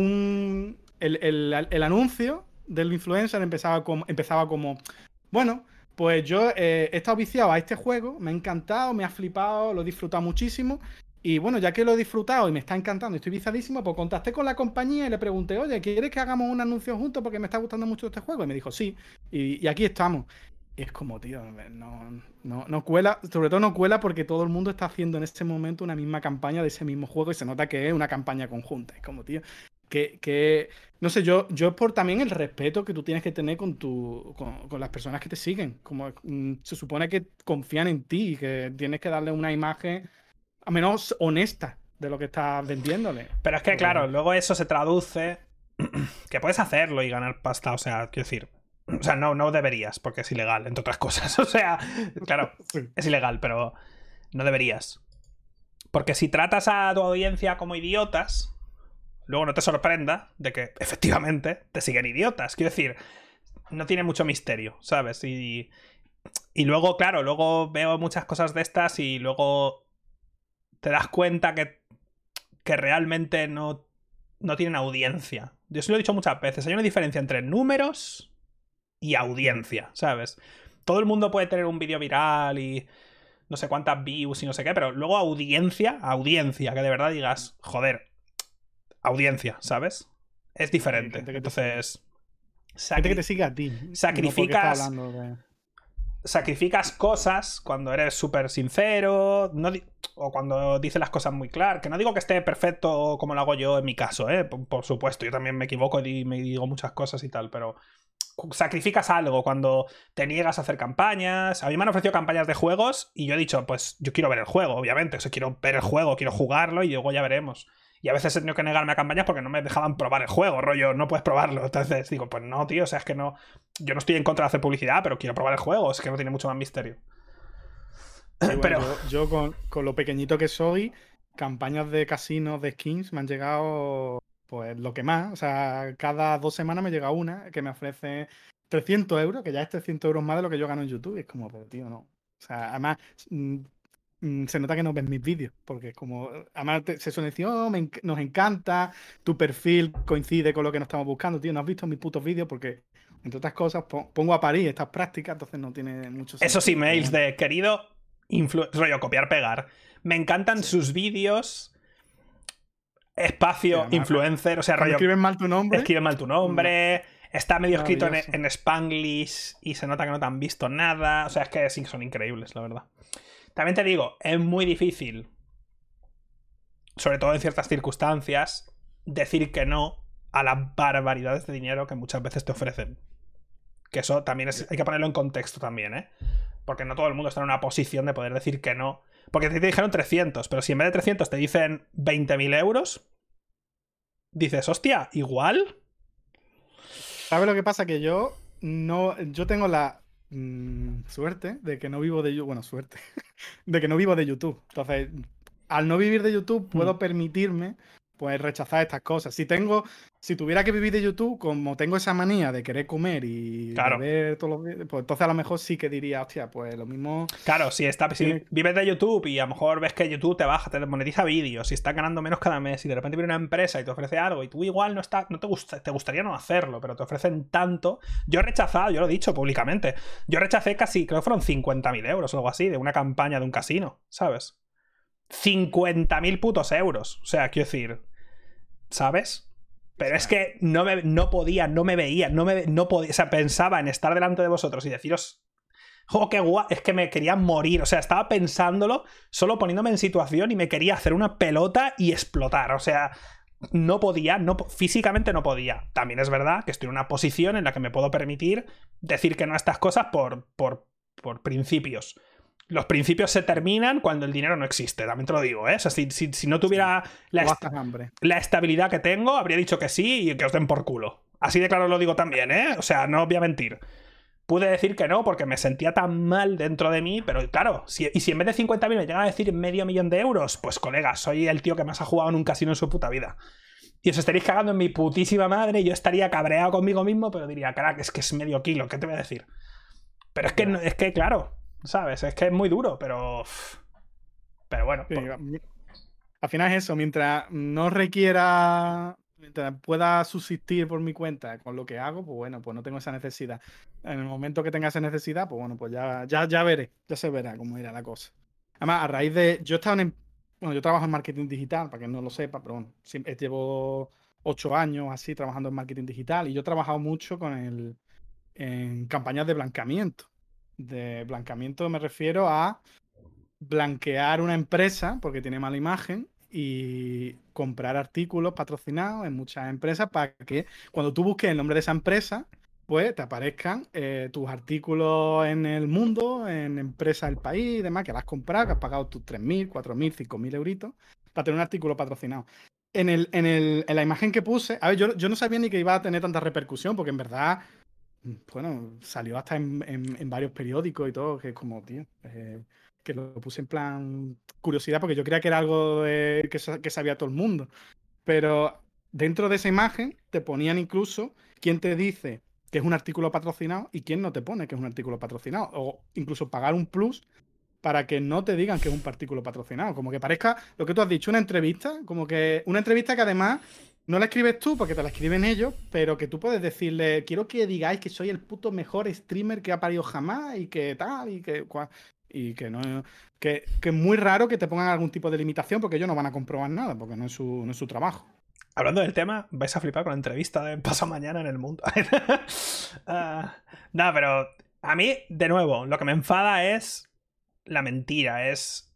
el anuncio del influencer empezaba como, bueno, pues yo he estado viciado a este juego, me ha encantado, me ha flipado, lo he disfrutado muchísimo. Y bueno, ya que lo he disfrutado y me está encantando y estoy viciadísimo, pues contacté con la compañía y le pregunté, oye, ¿quieres que hagamos un anuncio juntos porque me está gustando mucho este juego? Y me dijo, sí, y aquí estamos. Y es como, tío, no cuela, sobre todo no cuela porque todo el mundo está haciendo en este momento una misma campaña de ese mismo juego y se nota que es una campaña conjunta. Es como, tío, que no sé, yo es por también el respeto que tú tienes que tener con las personas que te siguen. Como se supone que confían en ti y que tienes que darle una imagen a menos honesta de lo que estás vendiéndole.
Pero es que, claro, luego eso se traduce que puedes hacerlo y ganar pasta, o sea, quiero decir, O sea, no deberías, porque es ilegal, entre otras cosas. O sea, claro,
Sí.
es ilegal, pero no deberías. Porque si tratas a tu audiencia como idiotas, luego no te sorprenda de que efectivamente te siguen idiotas. Quiero decir, no tiene mucho misterio, ¿sabes? Y luego, claro, luego veo muchas cosas de estas y luego te das cuenta que realmente no tienen audiencia. Yo se lo he dicho muchas veces. Hay una diferencia entre números y audiencia, ¿sabes? Todo el mundo puede tener un vídeo viral y no sé cuántas views y no sé qué, pero luego audiencia, que de verdad digas, joder, audiencia, ¿sabes? Es
Sí,
diferente.
gente que te sigue.
Entonces,
Gente que te sigue a ti, no porque está
sacrificas
hablando de...
sacrificas cosas cuando eres súper sincero o cuando dices las cosas muy claras. Que no digo que esté perfecto como lo hago yo en mi caso, ¿eh? Por supuesto, yo también me equivoco y me digo muchas cosas y tal, pero sacrificas algo cuando te niegas a hacer campañas. A mí me han ofrecido campañas de juegos y yo he dicho, pues yo quiero ver el juego, obviamente. O sea, quiero ver el juego, quiero jugarlo y luego ya veremos. Y a veces he tenido que negarme a campañas porque no me dejaban probar el juego, rollo, no puedes probarlo. Entonces digo, pues no, tío, o sea, es que no. Yo no estoy en contra de hacer publicidad, pero quiero probar el juego, es que no tiene mucho más misterio.
Sí, bueno,
Pero.
yo con lo pequeñito que soy, campañas de casinos, de skins, me han llegado pues lo que más. O sea, cada 2 semanas me llega una que me ofrece 300 euros, que ya es 300 euros más de lo que yo gano en YouTube. Y es como, pero tío, no. O sea, además, se nota que no ves mis vídeos, porque es como, además se suele decir, oh, nos encanta, tu perfil coincide con lo que nos estamos buscando, tío, no has visto mis putos vídeos porque, entre otras cosas, pongo a parir estas prácticas, entonces no tiene mucho
Esos
sentido. Pero
emails
bueno,
de querido rollo, copiar, pegar. Me encantan
sí.
sus vídeos.
Sí,
Espacio,
además,
influencer, o sea,
cuando
rollo.
escriben mal tu nombre,
Escribe mal tu nombre. Está medio escrito
maravilloso.
en Spanglish y se nota que no te han visto nada. O sea, es que sí son increíbles, la verdad. También te digo, es muy difícil, sobre todo en ciertas circunstancias, decir que no a las barbaridades de dinero que muchas veces te ofrecen. Que eso también hay que ponerlo en contexto también, ¿eh? Porque no todo el mundo está en una posición de poder decir que no. Porque te dijeron 300, pero si en vez de 300 te dicen 20.000 euros, dices, hostia, igual.
¿Sabes lo que pasa? Que yo no, yo tengo la suerte de que no vivo de YouTube. Bueno, suerte. De que no vivo de YouTube. Entonces, al no vivir de YouTube,
Hmm.
puedo permitirme pues rechazar estas cosas. Si tuviera que vivir de YouTube, como tengo esa manía de querer comer y de
Claro.
ver todos los vídeos, pues entonces a lo mejor sí que diría, hostia, pues lo mismo
Claro, si
tiene.
vives de YouTube y a lo mejor ves que YouTube te baja, te desmonetiza vídeos y estás ganando menos cada mes y de repente viene una empresa y te ofrece algo y tú igual no te gusta, te gustaría no hacerlo, pero te ofrecen tanto. Yo he rechazado, yo lo he dicho públicamente, yo rechacé casi, creo que fueron 50.000 euros o algo así, de una campaña de un casino, ¿sabes? 50.000 putos euros. O sea, quiero decir, ¿sabes? Pero es que no podía, no me veía, no podía, o sea, pensaba en estar delante de vosotros y deciros, oh, qué guay, es que me quería morir, o sea, estaba pensándolo, solo poniéndome en situación y me quería hacer una pelota y explotar, o sea, no podía, físicamente no podía. También es verdad que estoy en una posición en la que me puedo permitir decir que no a estas cosas por principios. Los principios se terminan cuando el dinero no existe, también te lo digo, ¿eh? O sea, si no tuviera la,
O hasta hambre.
la estabilidad que tengo, habría dicho que sí y que os den por culo. Así de claro lo digo también, ¿eh? O sea, no voy a mentir. Pude decir que no porque me sentía tan mal dentro de mí, pero claro, y si en vez de 50.000 me llegan a decir 500.000 euros, pues colega, soy el tío que más ha jugado en un casino en su puta vida. Y os estaréis cagando en mi putísima madre y yo estaría cabreado conmigo mismo, pero diría, caraca, es que es medio kilo, ¿qué te voy a decir? Pero es que, es que claro, ¿sabes? Es que es muy duro, pero... Pero bueno.
Sí, al final es eso, mientras no requiera, mientras pueda subsistir por mi cuenta con lo que hago, pues bueno, pues no tengo esa necesidad. En el momento que tenga esa necesidad, pues bueno, pues ya veré, ya se verá cómo irá la cosa. Además, a raíz de, bueno, yo trabajo en marketing digital, para que no lo sepa, pero bueno, llevo 8 años así trabajando en marketing digital y yo he trabajado mucho en campañas de blancamiento. De blancamiento me refiero a blanquear una empresa porque tiene mala imagen y comprar artículos patrocinados en muchas empresas para que cuando tú busques el nombre de esa empresa, pues te aparezcan tus artículos en el mundo, en empresas del país y demás, que las has comprado, que has pagado tus 3.000, 4.000, 5.000 euritos para tener un artículo patrocinado. En la imagen que puse, a ver, yo no sabía ni que iba a tener tanta repercusión, porque en verdad bueno, salió hasta en varios periódicos y todo, que es como, tío, que lo puse en plan curiosidad porque yo creía que era algo que sabía todo el mundo. Pero dentro de esa imagen te ponían incluso quién te dice que es un artículo patrocinado y quién no te pone que es un artículo patrocinado. O incluso pagar un plus para que no te digan que es un artículo patrocinado. Como que parezca lo que tú has dicho, una entrevista. Como que una entrevista que además no la escribes tú porque te la escriben ellos, pero que tú puedes decirle, quiero que digáis que soy el puto mejor streamer que ha parido jamás y que tal y que no... Que es muy raro que te pongan algún tipo de limitación porque ellos no van a comprobar nada, porque no es su trabajo.
Hablando del tema, vais a flipar con la entrevista de Pasado Mañana en El Mundo. No, pero a mí, de nuevo, lo que me enfada es la mentira, es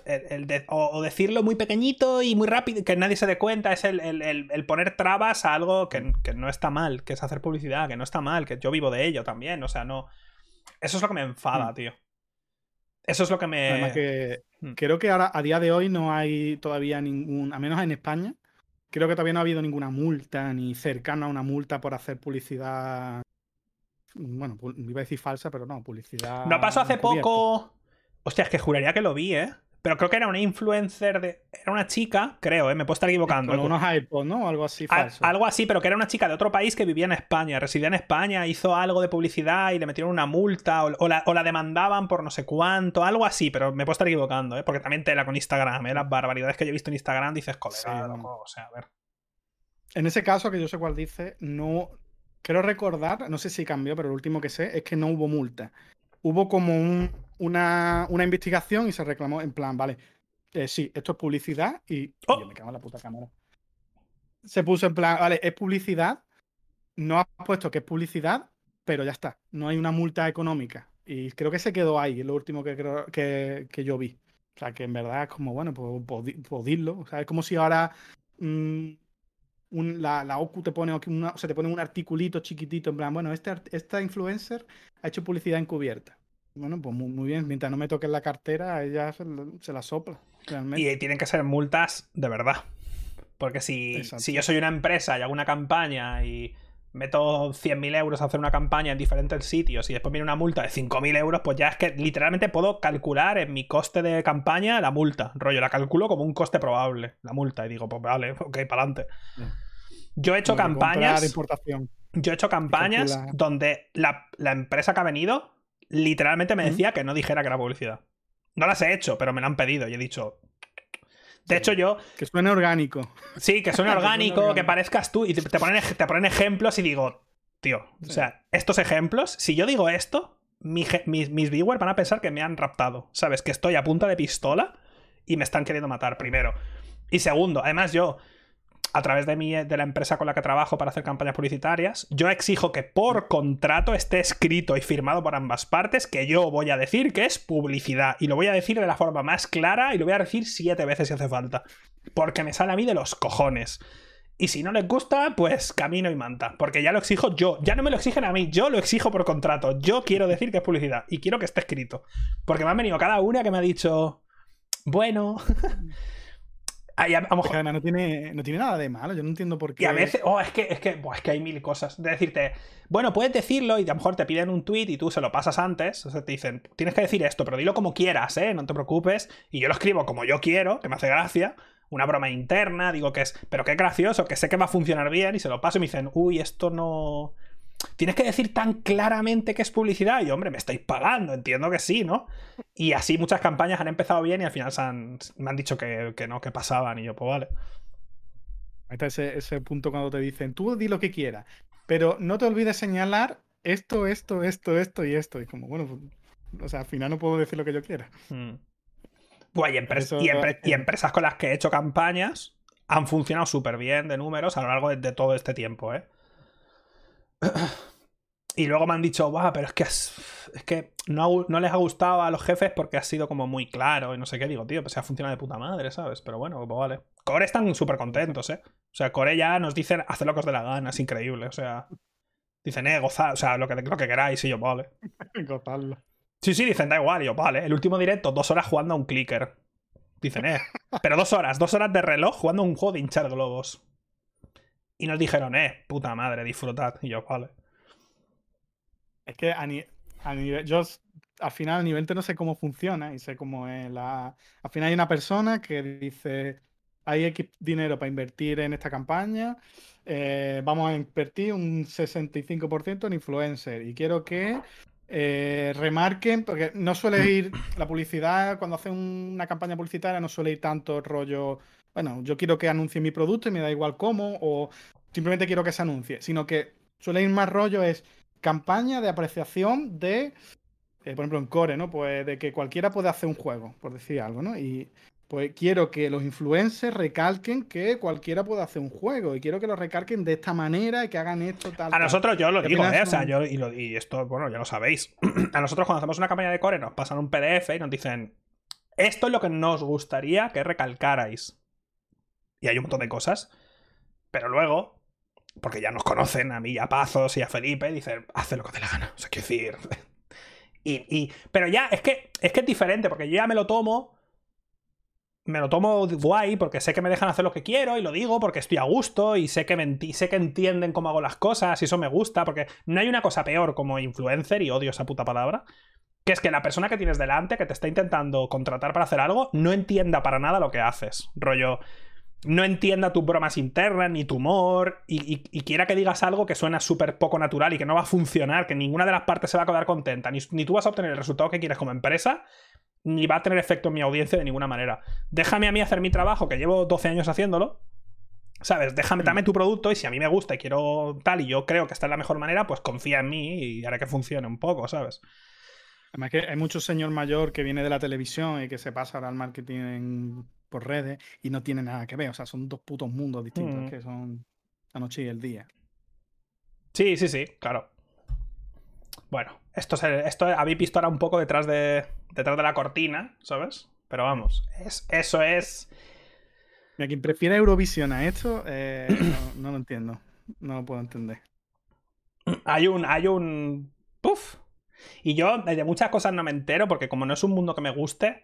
o decirlo muy pequeñito y muy rápido, que nadie se dé cuenta, es el poner trabas a algo que no está mal, que es hacer publicidad, que no está mal, que yo vivo de ello también, o sea, no... Eso es lo que me enfada, tío. Eso es lo que me...
Además que creo que ahora, a día de hoy, no hay todavía ningún, a menos en España, creo que todavía no ha habido ninguna multa ni cercana a una multa por hacer publicidad. Bueno, iba a decir falsa, pero no,
No pasó
publicidad
hace
encubierta.
poco... Hostia, es que juraría que lo vi, ¿eh? Pero creo que era una influencer de... Era una chica, creo, ¿eh? Me puedo estar equivocando.
Con unos iPods, ¿no? O algo así falso.
Algo así, pero que era una chica de otro país que vivía en España, residía en España, hizo algo de publicidad y le metieron una multa o la demandaban por no sé cuánto, algo así, pero me puedo estar equivocando, ¿eh? Porque también tela con Instagram, ¿eh? Las barbaridades que yo he visto en Instagram, dices, colega,
Sí,
loco,
bueno.
o sea, a ver.
En ese caso, que yo sé cuál dice, no. Quiero recordar, no sé si cambió, pero lo último que sé es que no hubo multa. Hubo como una investigación y se reclamó en plan, vale, sí, esto es publicidad y yo
¡Oh!
me cago en la puta cámara. Se puso en plan, vale, es publicidad, no has puesto que es publicidad, pero ya está, no hay una multa económica. Y creo que se quedó ahí, es lo último que yo vi. O sea, que en verdad es como, bueno, pues dilo. O sea, es como si ahora mm, la OCU te pone, o sea, te pone un articulito chiquitito, en plan, bueno, esta influencer ha hecho publicidad encubierta. Bueno, pues muy bien, mientras no me toquen la cartera, ella se la sopla, realmente.
Y tienen que ser multas de verdad. Porque si yo
Exacto.
soy una empresa y hago una campaña y meto 100.000 euros a hacer una campaña en diferentes sitios y después viene una multa de 5.000 euros, pues ya es que literalmente puedo calcular en mi coste de campaña la multa. Rollo, la calculo como un coste probable, la multa. Y digo, pues vale, ok, para adelante.
Sí.
Yo he hecho
Como que compra de
campañas.
importación
Yo he hecho
y
campañas
calcula.
donde la empresa que ha venido literalmente me
¿Mm?
decía que no dijera que era publicidad. No las he hecho, pero me la han pedido y he dicho. De hecho,
Sí.
yo.
Que suene orgánico.
Sí, que suene
Que suene
orgánico, que
orgánico.
parezcas tú y te ponen ejemplos y digo, tío, o
Sí.
sea, estos ejemplos, si yo digo esto, mis viewers van a pensar que me han raptado, ¿sabes? Que estoy a punta de pistola y me están queriendo matar, primero. Y segundo, además yo, a través de la empresa con la que trabajo para hacer campañas publicitarias, yo exijo que por contrato esté escrito y firmado por ambas partes que yo voy a decir que es publicidad. Y lo voy a decir de la forma más clara y lo voy a decir 7 veces si hace falta. Porque me sale a mí de los cojones. Y si no les gusta, pues camino y manta. Porque ya lo exijo yo. Ya no me lo exigen a mí, yo lo exijo por contrato. Yo quiero decir que es publicidad. Y quiero que esté escrito. Porque me han venido cada una que me ha dicho... Bueno... A lo
Es que
mejor...
además no tiene nada de malo. Yo no entiendo por
Y a
qué.
veces, es que hay mil cosas. De decirte, bueno, puedes decirlo y a lo mejor te piden un tweet y tú se lo pasas antes. O sea, te dicen, tienes que decir esto, pero dilo como quieras, ¿eh? No te preocupes. Y yo lo escribo como yo quiero, que me hace gracia. Una broma interna, digo que es, pero qué gracioso, que sé que va a funcionar bien. Y se lo paso y me dicen, uy, esto no. Tienes que decir tan claramente que es publicidad. Y hombre, me estáis pagando, entiendo que sí, ¿no? Y así muchas campañas han empezado bien y al final me han dicho que no, que pasaban. Y yo, pues vale.
Ahí está ese punto cuando te dicen, tú di lo que quieras, pero no te olvides señalar esto y esto. Y como, bueno, pues, o sea, al final no puedo decir lo que yo quiera.
Buah,
Eso,
y empresas con las que he hecho campañas han funcionado súper bien de números a lo largo de todo este tiempo, ¿eh? Y luego me han dicho, guau, pero es que no les ha gustado a los jefes porque ha sido como muy claro y no sé qué. Digo, tío, pues se ha funcionado de puta madre, ¿sabes? Pero bueno, pues vale. Core están súper contentos, ¿eh? O sea, Core ya nos dicen, haced lo que os dé la gana, es increíble. O sea, dicen, gozad, o sea, lo que queráis. Y yo, vale.
gozarlo.
Sí, sí, dicen, da igual. Y yo, vale. El último directo, 2 horas jugando a un clicker. Dicen, pero 2 horas de reloj jugando a un juego de hinchar globos. Y nos dijeron, puta madre, disfrutad. Y yo, vale.
Es que a nivel, yo al final a nivel no sé cómo funciona y sé cómo es la. Al final hay una persona que dice, hay X dinero para invertir en esta campaña, vamos a invertir un 65% en influencer y quiero que remarquen, porque no suele ir la publicidad, cuando hacen una campaña publicitaria no suele ir tanto rollo, bueno, yo quiero que anuncie mi producto y me da igual cómo, o simplemente quiero que se anuncie, sino que suele ir más rollo es campaña de apreciación de, por ejemplo, en Core, ¿no? Pues de que cualquiera puede hacer un juego, por decir algo, ¿no? Y pues quiero que los influencers recalquen que cualquiera puede hacer un juego y quiero que lo recalquen de esta manera y que hagan esto, tal,
A
tal.
nosotros, yo lo
Y
digo,
apenas
O sea,
son.
y esto, bueno, ya lo sabéis. A nosotros cuando hacemos una campaña de core nos pasan un PDF y nos dicen, esto es lo que nos gustaría que recalcarais. Y hay un montón de cosas. Pero luego, porque ya nos conocen, a mí y a Pazos y a Felipe, dicen, haz lo que te la gana. O sea, quiero decir. Pero ya, es diferente, porque yo ya me lo tomo. Me lo tomo guay porque sé que me dejan hacer lo que quiero y lo digo porque estoy a gusto y sé que, sé que entienden cómo hago las cosas y eso me gusta, porque no hay una cosa peor como influencer, y odio esa puta palabra, que es que la persona que tienes delante, que te está intentando contratar para hacer algo, no entienda para nada lo que haces. Rollo, no entienda tus bromas internas ni tu humor y quiera que digas algo que suena súper poco natural y que no va a funcionar, que ninguna de las partes se va a quedar contenta, ni tú vas a obtener el resultado que quieres como empresa, ni va a tener efecto en mi audiencia de ninguna manera. Déjame a mí hacer mi trabajo, que llevo 12 años haciéndolo, ¿sabes? Déjame, dame tu producto y si a mí me gusta y quiero tal y yo creo que esta es la mejor manera, pues confía en mí y haré que funcione un poco, ¿sabes?
Además que hay mucho señor mayor que viene de la televisión y que se pasa ahora al marketing por redes y no tiene nada que ver. O sea, son dos putos mundos distintos. Es que son la noche y el día.
Sí, sí, sí, claro. Bueno, esto habéis visto ahora un poco detrás de la cortina, ¿sabes? Pero vamos, eso es.
Mira, quien prefiere Eurovisión a esto, no lo entiendo. No lo puedo entender.
Hay un. Puf. Y yo de muchas cosas no me entero porque como no es un mundo que me guste,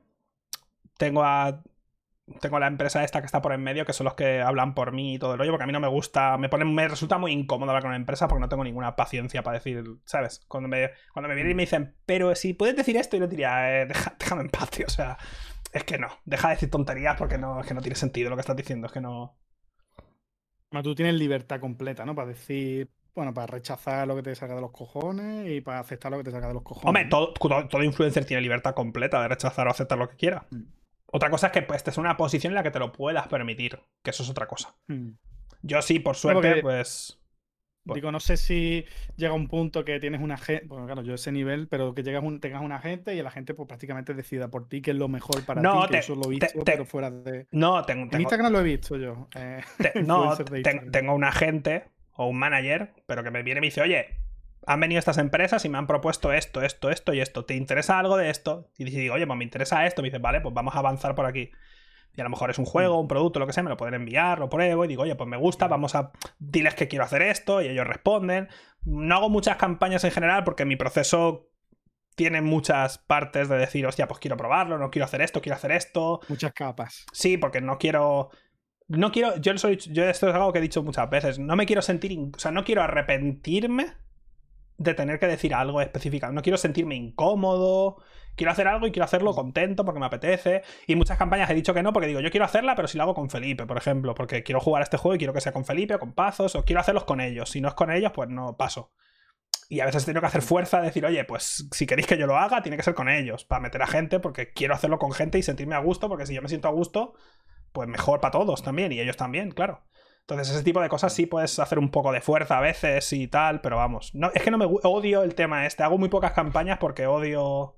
tengo a. Tengo la empresa esta que está por en medio, que son los que hablan por mí y todo el rollo, porque a mí no me gusta, me resulta muy incómodo hablar con una empresa porque no tengo ninguna paciencia para decir, ¿sabes? Cuando me vienen y me dicen, pero si puedes decir esto, y yo diría, déjame en paz, tío, o sea, es que no, deja de decir tonterías porque no, es que no tiene sentido lo que estás diciendo, es que no.
Bueno, tú tienes libertad completa, ¿no? Para decir, bueno, para rechazar lo que te salga de los cojones y para aceptar lo que te salga de los
Hombre,
cojones, ¿no?
todo influencer tiene libertad completa de rechazar o aceptar lo que quiera.
Mm.
Otra cosa es que pues, estés en una posición en la que te lo puedas permitir, que eso es otra cosa.
Mm.
Yo sí, por
No,
suerte,
porque
pues.
digo, no sé si llega un punto que tienes una gente, bueno, claro, yo ese nivel, pero que tengas una gente y la gente pues prácticamente decida por ti qué es lo mejor para ti,
No,
que eso lo he visto, pero fuera de.
no,
En Instagram lo he visto yo,
no,
influencer de Instagram.
tengo un agente o un manager, pero que me viene y me dice, oye, han venido estas empresas y me han propuesto esto, esto, esto y esto. ¿Te interesa algo de esto? Y digo, oye, pues me interesa esto. Me dice, vale, pues vamos a avanzar por aquí. Y a lo mejor es un
Mm.
juego, un producto, lo que sea, me lo pueden enviar, lo pruebo y digo, oye, pues me gusta, vamos a. Diles que quiero hacer esto y ellos responden. No hago muchas campañas en general porque mi proceso tiene muchas partes de decir, hostia, pues quiero probarlo, no quiero hacer esto, quiero hacer esto.
Muchas capas.
Sí, porque no quiero. No quiero. Yo esto es algo que he dicho muchas veces. No me quiero sentir. O sea, no quiero arrepentirme de tener que decir algo específico. No quiero sentirme incómodo. Quiero hacer algo y quiero hacerlo contento porque me apetece. Y muchas campañas he dicho que no porque digo, yo quiero hacerla, pero si la hago con Felipe, por ejemplo, porque quiero jugar a este juego y quiero que sea con Felipe o con Pazos, o quiero hacerlos con ellos. Si no es con ellos, pues no paso. Y a veces tengo que hacer fuerza, decir, oye, pues si queréis que yo lo haga, tiene que ser con ellos, para meter a gente, porque quiero hacerlo con gente y sentirme a gusto, porque si yo me siento a gusto, pues mejor para todos también, y ellos también, claro. Entonces, ese tipo de cosas sí puedes hacer un poco de fuerza a veces y tal, pero vamos. No, es que no me odio el tema este. Hago muy pocas campañas porque odio.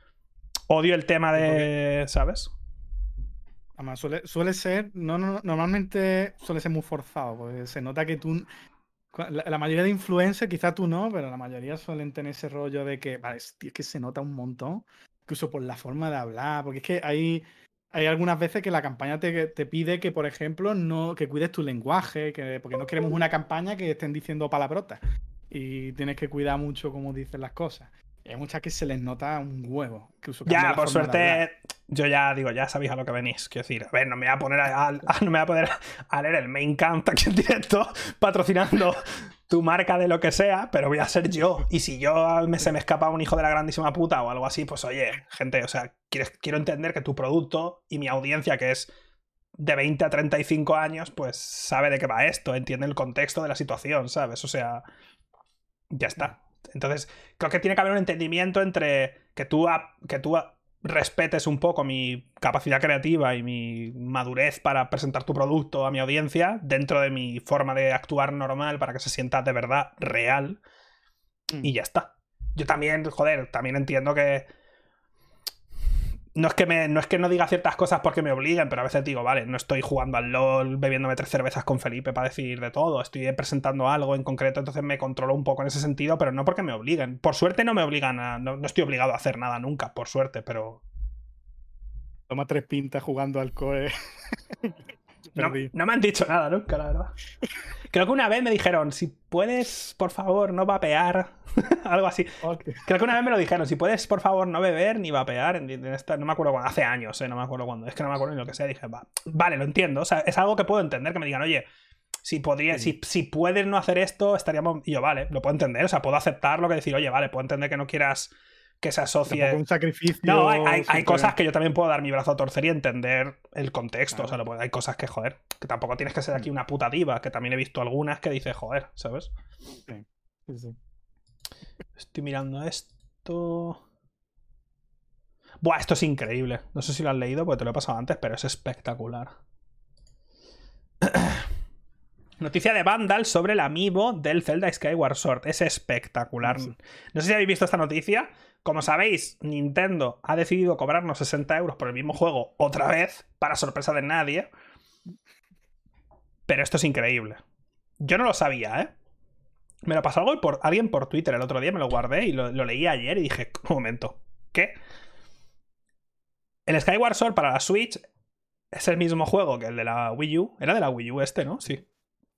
Odio el tema de. ¿Sabes?
Además, suele ser, normalmente suele ser muy forzado, porque se nota que tú, la mayoría de influencers, quizá tú no, pero la mayoría suelen tener ese rollo de que, vale, tío, es que se nota un montón, incluso por la forma de hablar, porque es que hay algunas veces que la campaña te pide que, por ejemplo, no, que cuides tu lenguaje, porque no queremos una campaña que estén diciendo palabrotas y tienes que cuidar mucho cómo dices las cosas. Hay muchas que se les nota un huevo. Incluso
Ya, por suerte, yo ya digo, ya sabéis a lo que venís. Quiero decir, a ver, no me voy a poner no me voy a poner a leer el main camp aquí en directo patrocinando tu marca de lo que sea, pero voy a ser yo. Y si se me escapa un hijo de la grandísima puta o algo así, pues oye, gente, o sea, quiero entender que tu producto y mi audiencia, que es de 20 a 35 años, pues sabe de qué va esto, entiende el contexto de la situación, ¿sabes? O sea, ya está. Entonces, creo que tiene que haber un entendimiento entre que tú respetes un poco mi capacidad creativa y mi madurez para presentar tu producto a mi audiencia dentro de mi forma de actuar normal para que se sienta de verdad real. Y ya está. Yo también, joder, también entiendo que no es que no diga ciertas cosas porque me obliguen, pero a veces digo, vale, no estoy jugando al LOL bebiéndome 3 cervezas con Felipe para decir de todo, estoy presentando algo en concreto, entonces me controlo un poco en ese sentido, pero no porque me obliguen. Por suerte no me obligan no estoy obligado a hacer nada nunca, por suerte, pero...
Toma 3 pintas jugando al COE.
No me han dicho nada nunca, la verdad. Creo que una vez me dijeron, si puedes, por favor, no vapear. Algo así.
Okay.
Creo que una vez me lo dijeron, si puedes, por favor, no beber ni vapear. No me acuerdo cuándo. Hace años, no me acuerdo cuándo. Es que no me acuerdo ni lo que sea. Dije, vale, lo entiendo. O sea, es algo que puedo entender. Que me digan, oye, si puedes no hacer esto, estaríamos... Y yo, vale, lo puedo entender. O sea, puedo aceptarlo que decir, oye, vale, puedo entender que no quieras que se asocie...
Tampoco un sacrificio.
No, hay cosas que yo también puedo dar mi brazo a torcer y entender el contexto.
Claro.
O sea, hay cosas que, joder, que tampoco tienes que ser aquí una puta diva, que también he visto algunas que dice, joder, ¿sabes?
Sí.
Estoy mirando esto... Buah, esto es increíble. No sé si lo has leído porque te lo he pasado antes, pero es espectacular. Noticia de Vandal sobre el amiibo del Zelda Skyward Sword. Es espectacular.
Sí.
No sé si habéis visto esta noticia. Como sabéis, Nintendo ha decidido cobrarnos 60 euros por el mismo juego otra vez, para sorpresa de nadie. Pero esto es increíble. Yo no lo sabía, ¿eh? Me lo pasó alguien por Twitter el otro día, me lo guardé y lo leí ayer y dije, un momento, ¿qué? El Skyward Sword para la Switch es el mismo juego que el de la Wii U. Era de la Wii U este, ¿no? Sí.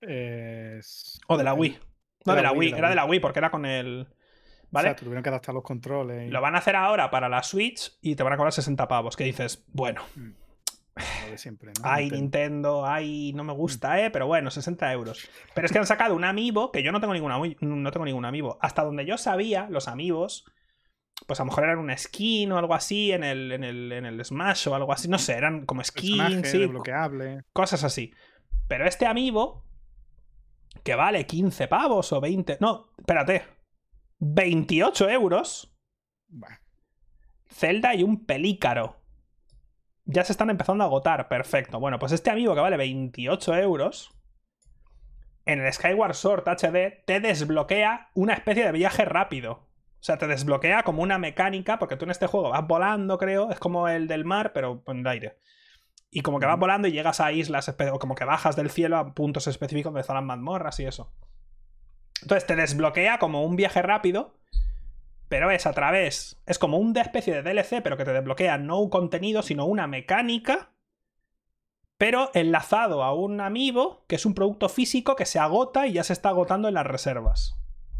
O de la Wii. No, de la Wii. Era de la Wii porque era con el... ¿Vale?
Exacto, tuvieron que adaptar los controles.
Lo van a hacer ahora para la Switch y te van a cobrar 60 pavos. Que dices, bueno...
Lo de siempre, ¿no?
Ay, Nintendo, ay, no me gusta, pero bueno, 60 euros. Pero es que han sacado un amiibo que yo no tengo ningún amiibo. Hasta donde yo sabía, los amiibos, pues a lo mejor eran una skin o algo así en el Smash o algo así. No sé, eran como skins, sí,
desbloqueable.
Cosas así. Pero este amiibo, que vale 15 pavos o 20... No, espérate. 28 euros.
Bah.
Zelda y un pelícaro. Ya se están empezando a agotar. Perfecto. Bueno, pues este amiibo que vale 28 euros, en el Skyward Sword HD te desbloquea una especie de viaje rápido. O sea, te desbloquea como una mecánica, porque tú en este juego vas volando, creo. Es como el del mar, pero en el aire. Y como que vas volando y llegas a islas, o como que bajas del cielo a puntos específicos donde están las mazmorras y eso. Entonces te desbloquea como un viaje rápido, pero es a través... Es como una especie de DLC, pero que te desbloquea no un contenido, sino una mecánica, pero enlazado a un amiibo, que es un producto físico que se agota y ya se está agotando en las reservas.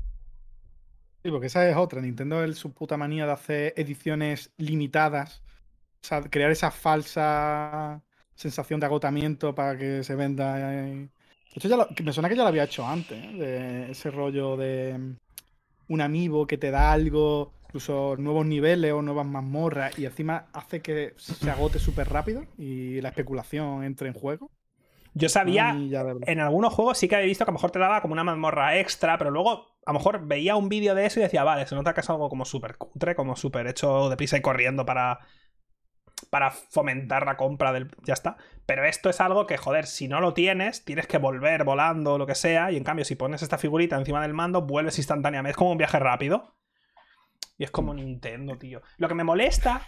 Sí, porque esa es otra. Nintendo es su puta manía de hacer ediciones limitadas. O sea, crear esa falsa sensación de agotamiento para que se venda. Esto ya me suena que ya lo había hecho antes, ¿eh? De ese rollo de un amiibo que te da algo, incluso nuevos niveles o nuevas mazmorras, y encima hace que se agote súper rápido y la especulación entre en juego.
Yo sabía, en algunos juegos sí que había visto que a lo mejor te daba como una mazmorra extra, pero luego a lo mejor veía un vídeo de eso y decía, vale, se nota que es algo como súper cutre, como súper hecho deprisa y corriendo para fomentar la compra del... Ya está. Pero esto es algo que, joder, si no lo tienes, tienes que volver volando o lo que sea, y en cambio si pones esta figurita encima del mando, vuelves instantáneamente. Es como un viaje rápido. Y es como Nintendo, tío. Lo que me molesta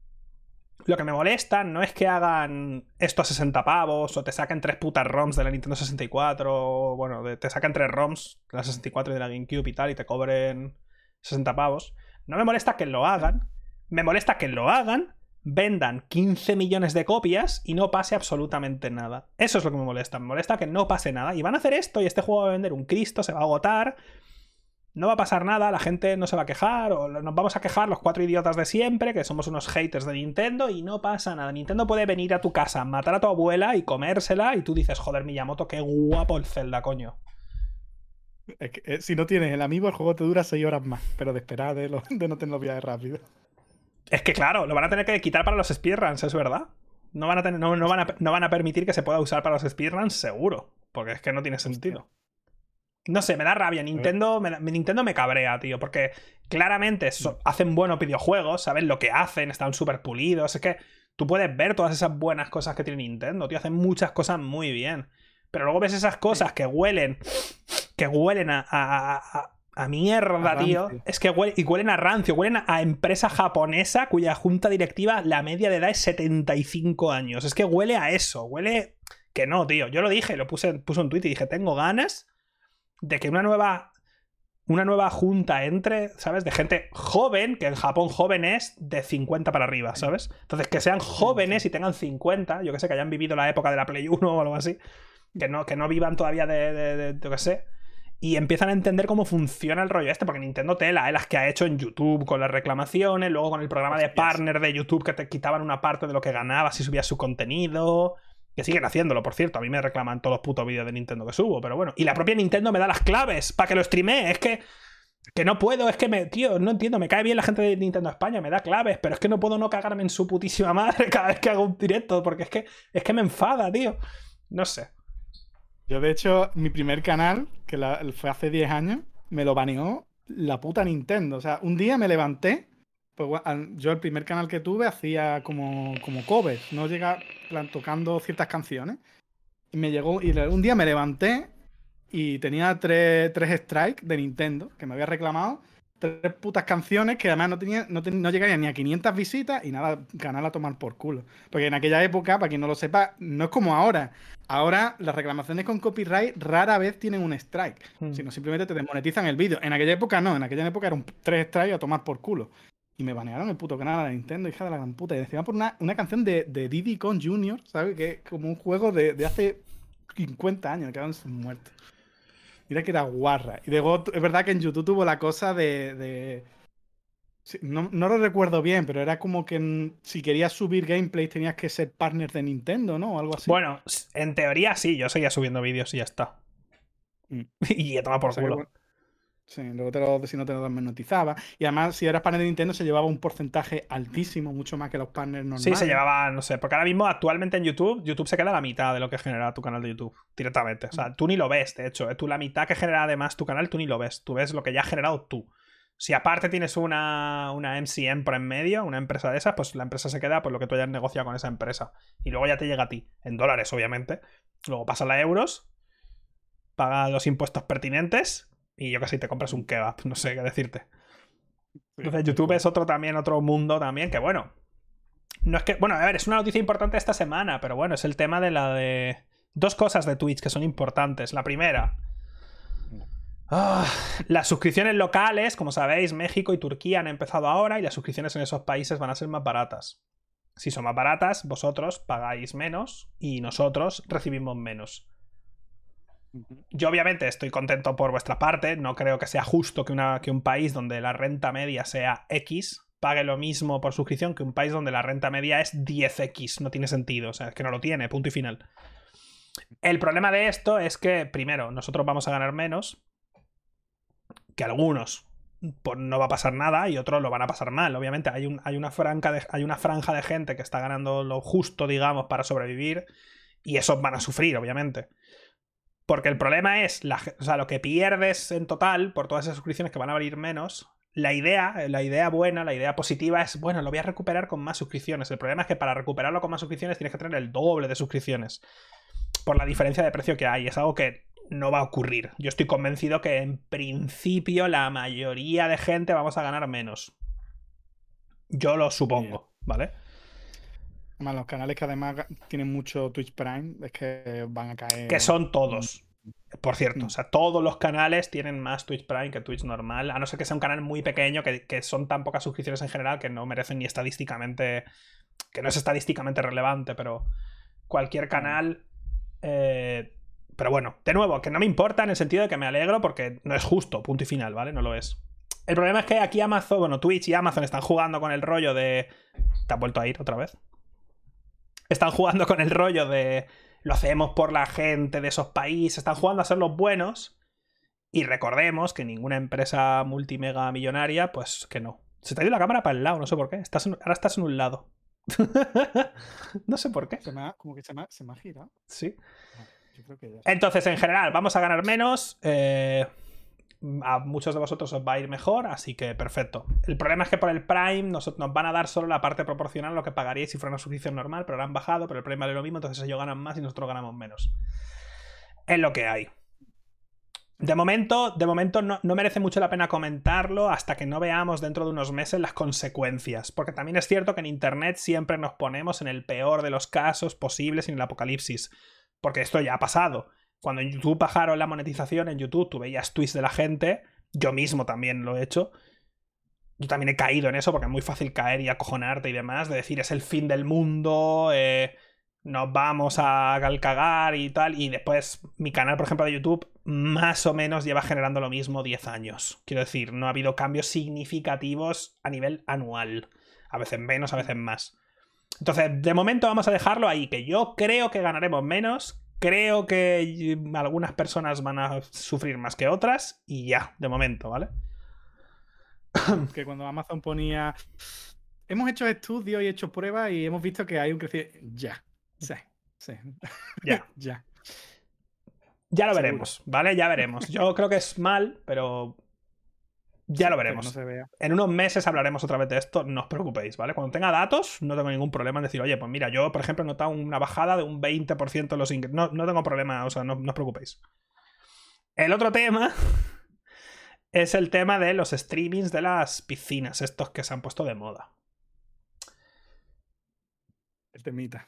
no es que hagan esto a 60 pavos o te saquen 3 putas ROMs de la Nintendo 64 o, bueno, te saquen 3 ROMs de la 64 y de la GameCube y tal y te cobren 60 pavos. No me molesta que lo hagan. Me molesta que lo hagan, vendan 15 millones de copias y no pase absolutamente nada. Eso es lo que me molesta. Me molesta que no pase nada. Y van a hacer esto y este juego va a vender un Cristo, se va a agotar. no va a pasar nada, la gente no se va a quejar, o nos vamos a quejar los 4 idiotas de siempre, que somos unos haters de Nintendo, y no pasa nada. Nintendo puede venir a tu casa, matar a tu abuela y comérsela, y tú dices, joder, Miyamoto, qué guapo el Zelda, coño.
Es que, si no tienes el amigo, el juego te dura 6 horas más, pero de esperar de no tener los viajes rápidos.
Es que claro, lo van a tener que quitar para los speedruns, es verdad. No van a permitir que se pueda usar para los speedruns, seguro, porque es que no tiene sentido.
Hostia.
No sé, me da rabia. Nintendo me cabrea, tío. Porque claramente hacen buenos videojuegos, saben lo que hacen, están súper pulidos. Es que tú puedes ver todas esas buenas cosas que tiene Nintendo, tío. Hacen muchas cosas muy bien. Pero luego ves esas cosas que huelen a mierda, tío. Es que huelen a rancio, huelen a empresa japonesa cuya junta directiva, la media de edad es 75 años. Es que huele a eso, huele... Que no, tío. Yo lo dije, puse un tweet y dije, tengo ganas de que una nueva junta entre, ¿sabes? De gente joven, que en Japón joven es de 50 para arriba, ¿sabes? Entonces, que sean jóvenes y tengan 50, yo que sé, que hayan vivido la época de la Play 1 o algo así, que no vivan todavía de yo que sé, y empiezan a entender cómo funciona el rollo este, porque Nintendo tela, las que ha hecho en YouTube con las reclamaciones, luego con el programa de partner de YouTube que te quitaban una parte de lo que ganabas si subías su contenido... Que siguen haciéndolo, por cierto. A mí me reclaman todos los putos vídeos de Nintendo que subo, pero bueno. Y la propia Nintendo me da las claves para que lo streamee. Es que no puedo, es que tío, no entiendo. Me cae bien la gente de Nintendo España, me da claves, pero es que no puedo no cagarme en su putísima madre cada vez que hago un directo, porque es que me enfada, tío. No sé.
Yo, de hecho, mi primer canal, que fue hace 10 años, me lo baneó la puta Nintendo. O sea, un día me levanté. Pues yo el primer canal que tuve hacía como covers, no llega tocando ciertas canciones. Y un día me levanté y tenía tres strikes de Nintendo que me había reclamado. 3 putas canciones que además no llegarían ni a 500 visitas y nada, canal a tomar por culo. Porque en aquella época, para quien no lo sepa, no es como ahora. Ahora las reclamaciones con copyright rara vez tienen un strike, sino simplemente te desmonetizan el vídeo. En aquella época no, en aquella época eran 3 strikes a tomar por culo. Y me banearon el puto canal de Nintendo, hija de la gran puta. Y encima por una canción de Diddy Kong Jr., ¿sabes? Que es como un juego de hace 50 años, me quedaron sin muertos. Mira que era guarra. Y luego es verdad que en YouTube tuvo la cosa sí, no lo recuerdo bien, pero era como que si querías subir gameplay tenías que ser partner de Nintendo, ¿no? O algo así.
Bueno, en teoría sí, yo seguía subiendo vídeos y ya está. Y he tomado por culo.
Bueno, sí, luego si no te lo desmonetizaba. Y además, si eras partner de Nintendo, se llevaba un porcentaje altísimo, mucho más que los partners normales.
Sí, se llevaba, no sé, porque ahora mismo, actualmente en YouTube se queda la mitad de lo que genera tu canal de YouTube, directamente. O sea, tú ni lo ves, de hecho. Tú la mitad que genera además tu canal, tú ni lo ves. Tú ves lo que ya ha generado tú. Si aparte tienes una MCN por en medio, una empresa de esas, pues la empresa se queda por lo que tú hayas negociado con esa empresa. Y luego ya te llega a ti, en dólares, obviamente. Luego pasa a euros, paga los impuestos pertinentes y yo casi te compras un kebab, no sé qué decirte. Entonces YouTube es otro mundo también, que bueno. No es que. Bueno, a ver, es una noticia importante esta semana, pero bueno, es el tema de 2 cosas de Twitch que son importantes. La primera. Las suscripciones locales, como sabéis, México y Turquía han empezado ahora y las suscripciones en esos países van a ser más baratas. Si son más baratas, vosotros pagáis menos y nosotros recibimos menos. Yo obviamente estoy contento por vuestra parte, no creo que sea justo que un país donde la renta media sea X pague lo mismo por suscripción que un país donde la renta media es 10X, no tiene sentido, o sea, es que no lo tiene, punto y final. El problema de esto es que, primero, nosotros vamos a ganar menos que algunos, pues no va a pasar nada y otros lo van a pasar mal, obviamente hay una franja de gente que está ganando lo justo, digamos, para sobrevivir y esos van a sufrir, obviamente. Porque el problema es, lo que pierdes en total por todas esas suscripciones que van a valer menos. La idea buena, la idea positiva es, bueno, lo voy a recuperar con más suscripciones. El problema es que para recuperarlo con más suscripciones tienes que tener el doble de suscripciones. Por la diferencia de precio que hay. Es algo que no va a ocurrir. Yo estoy convencido que en principio la mayoría de gente vamos a ganar menos. Yo lo supongo, ¿vale?
Además, los canales que además tienen mucho Twitch Prime es que van a caer.
Que son todos. Por cierto, o sea, todos los canales tienen más Twitch Prime que Twitch normal, a no ser que sea un canal muy pequeño, que son tan pocas suscripciones en general que no merecen ni estadísticamente, que no es estadísticamente relevante, pero cualquier canal Pero bueno, de nuevo, que no me importa en el sentido de que me alegro porque no es justo, punto y final, ¿vale? No lo es. El problema es que aquí Amazon, bueno, Twitch y Amazon están jugando con el rollo de... ¿Te has vuelto a ir otra vez? Están jugando con el rollo de... Lo hacemos por la gente de esos países, están jugando a ser los buenos. Y recordemos que ninguna empresa multimega millonaria, pues que no. Se te ha ido la cámara para el lado, no sé por qué. Ahora estás en un lado. No sé por qué.
Como que se me ha girado.
Sí.
Yo creo que ya.
Entonces, en general, vamos a ganar menos. A muchos de vosotros os va a ir mejor, así que perfecto. El problema es que por el Prime nos van a dar solo la parte proporcional a lo que pagaríais si fuera una suscripción normal, pero ahora han bajado, pero el Prime vale lo mismo, entonces ellos ganan más y nosotros ganamos menos. Es lo que hay. De momento no merece mucho la pena comentarlo hasta que no veamos dentro de unos meses las consecuencias. Porque también es cierto que en Internet siempre nos ponemos en el peor de los casos posibles y en el apocalipsis. Porque esto ya ha pasado. Cuando en YouTube bajaron la monetización, en YouTube tú veías tweets de la gente. Yo mismo también lo he hecho. Yo también he caído en eso porque es muy fácil caer y acojonarte y demás. De decir, es el fin del mundo... nos vamos al cagar y tal. Y después mi canal, por ejemplo, de YouTube, más o menos lleva generando lo mismo 10 años. Quiero decir, no ha habido cambios significativos a nivel anual. A veces menos, a veces más. Entonces, de momento vamos a dejarlo ahí, que yo creo que ganaremos menos. Creo que algunas personas van a sufrir más que otras. Y ya, de momento, ¿vale?
Que cuando Amazon ponía... Hemos hecho estudios y hecho pruebas y hemos visto que hay un crecimiento... Ya. Sí.
Ya. Ya lo veremos, ¿vale? Ya veremos. Yo creo que es mal, pero ya lo veremos.
No se vea.
En unos meses hablaremos otra vez de esto, no os preocupéis, ¿vale? Cuando tenga datos, no tengo ningún problema en decir, oye, pues mira, yo, por ejemplo, he notado una bajada de un 20% en los ingresos. No tengo problema, o sea, no os preocupéis. El otro tema es el tema de los streamings de las piscinas, estos que se han puesto de moda.
El temita.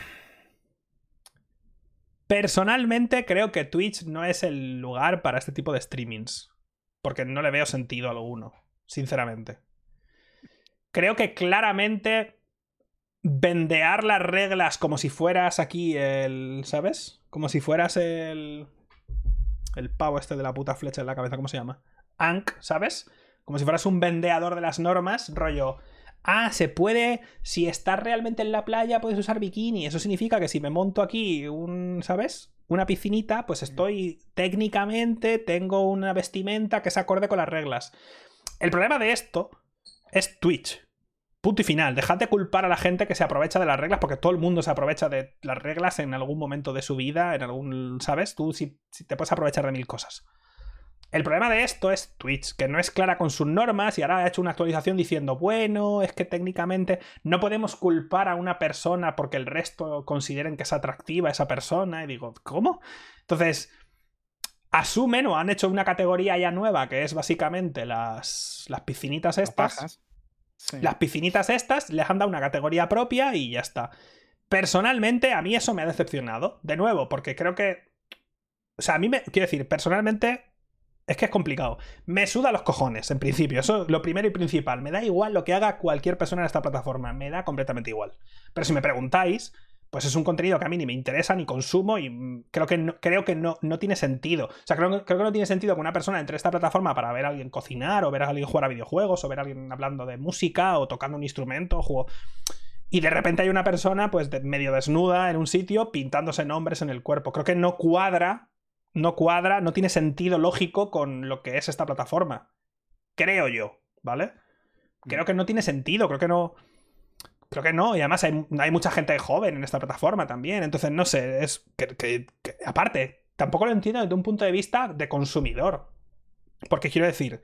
Personalmente creo que Twitch no es el lugar para este tipo de streamings. Porque no le veo sentido alguno, sinceramente. Creo que claramente vendear las reglas como si fueras aquí el... ¿Sabes? Como si fueras el pavo este de la puta flecha en la cabeza, ¿cómo se llama? Ankh, ¿sabes? Como si fueras un vendeador de las normas, rollo... se puede... Si estás realmente en la playa puedes usar bikini. Eso significa que si me monto aquí ¿sabes? Una piscinita, pues estoy... Técnicamente tengo una vestimenta que se acorde con las reglas. El problema de esto es Twitch. Punto y final. Dejad de culpar a la gente que se aprovecha de las reglas, porque todo el mundo se aprovecha de las reglas en algún momento de su vida, en algún... ¿Sabes? Tú sí te puedes aprovechar de mil cosas. El problema de esto es Twitch, que no es clara con sus normas y ahora ha hecho una actualización diciendo, bueno, es que técnicamente no podemos culpar a una persona porque el resto consideren que es atractiva esa persona. Y digo, ¿cómo? Entonces, asumen o han hecho una categoría ya nueva que es básicamente las piscinitas estas. Sí. Las piscinitas estas les han dado una categoría propia y ya está. Personalmente, a mí eso me ha decepcionado. De nuevo, porque creo que... O sea, quiero decir, personalmente... Es que es complicado. Me suda los cojones, en principio. Eso es lo primero y principal. Me da igual lo que haga cualquier persona en esta plataforma. Me da completamente igual. Pero si me preguntáis, pues es un contenido que a mí ni me interesa, ni consumo, y creo que no tiene sentido. O sea, creo que no tiene sentido que una persona entre a esta plataforma para ver a alguien cocinar, o ver a alguien jugar a videojuegos, o ver a alguien hablando de música, o tocando un instrumento, y de repente hay una persona, pues, medio desnuda en un sitio, pintándose nombres en el cuerpo. Creo que no cuadra, no tiene sentido lógico con lo que es esta plataforma. Creo yo, ¿vale? Creo que no tiene sentido, creo que no, y además hay mucha gente joven en esta plataforma también, entonces no sé, es que aparte, tampoco lo entiendo desde un punto de vista de consumidor. Porque quiero decir,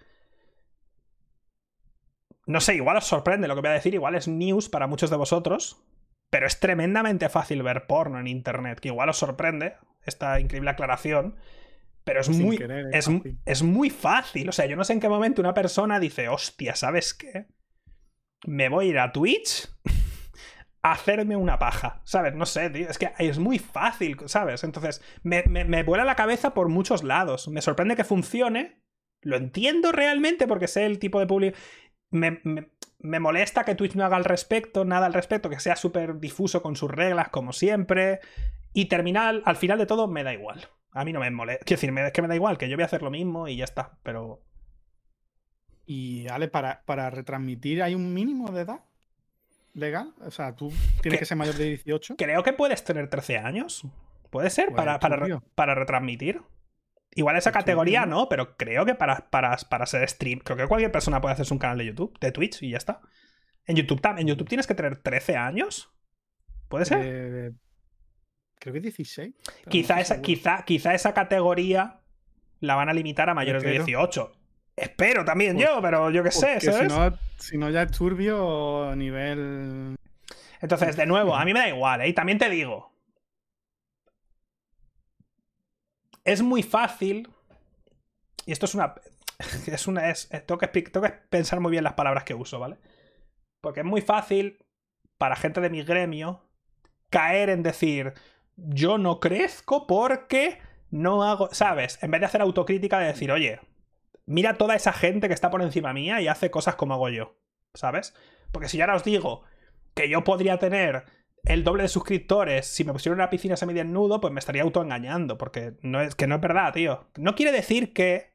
no sé, igual os sorprende lo que voy a decir, igual es news para muchos de vosotros, pero es tremendamente fácil ver porno en internet, que igual os sorprende esta increíble aclaración, pero es muy fácil. O sea, yo no sé en qué momento una persona dice, hostia, ¿sabes qué? Me voy a ir a Twitch a hacerme una paja, ¿sabes? No sé, tío, es que es muy fácil, ¿sabes? Entonces, me vuela la cabeza por muchos lados. Me sorprende que funcione, lo entiendo realmente porque sé el tipo de público... Me molesta que Twitch no haga nada al respecto, que sea súper difuso con sus reglas, como siempre. Y al final de todo, me da igual. A mí no me molesta. Quiero decir, es que me da igual, que yo voy a hacer lo mismo y ya está, pero...
Y, Ale, para retransmitir, ¿hay un mínimo de edad legal? O sea, tú tienes que ser mayor de 18.
Creo que puedes tener 13 años. ¿Puede ser?
Pues,
para retransmitir. Igual esa categoría no, pero creo que para ser stream, creo que cualquier persona puede hacerse un canal de YouTube, de Twitch y ya está. En YouTube tienes que tener 13 años. ¿Puede ser?
Creo que 16.
Quizá esa categoría la van a limitar a mayores de 18. Espero también yo, pero yo qué sé, ¿sabes?
Si no ya es turbio nivel...
Entonces, de nuevo, a mí me da igual, ¿eh? Y también te digo, es muy fácil, y esto tengo que pensar muy bien las palabras que uso, ¿vale? Porque es muy fácil para gente de mi gremio caer en decir, yo no crezco porque no hago, ¿sabes? En vez de hacer autocrítica de decir, oye, mira toda esa gente que está por encima mía y hace cosas como hago yo, ¿sabes? Porque si yo ahora os digo que yo podría tener el doble de suscriptores si me pusiera en una piscina semidesnudo, pues me estaría autoengañando, porque no es verdad, tío. No quiere decir que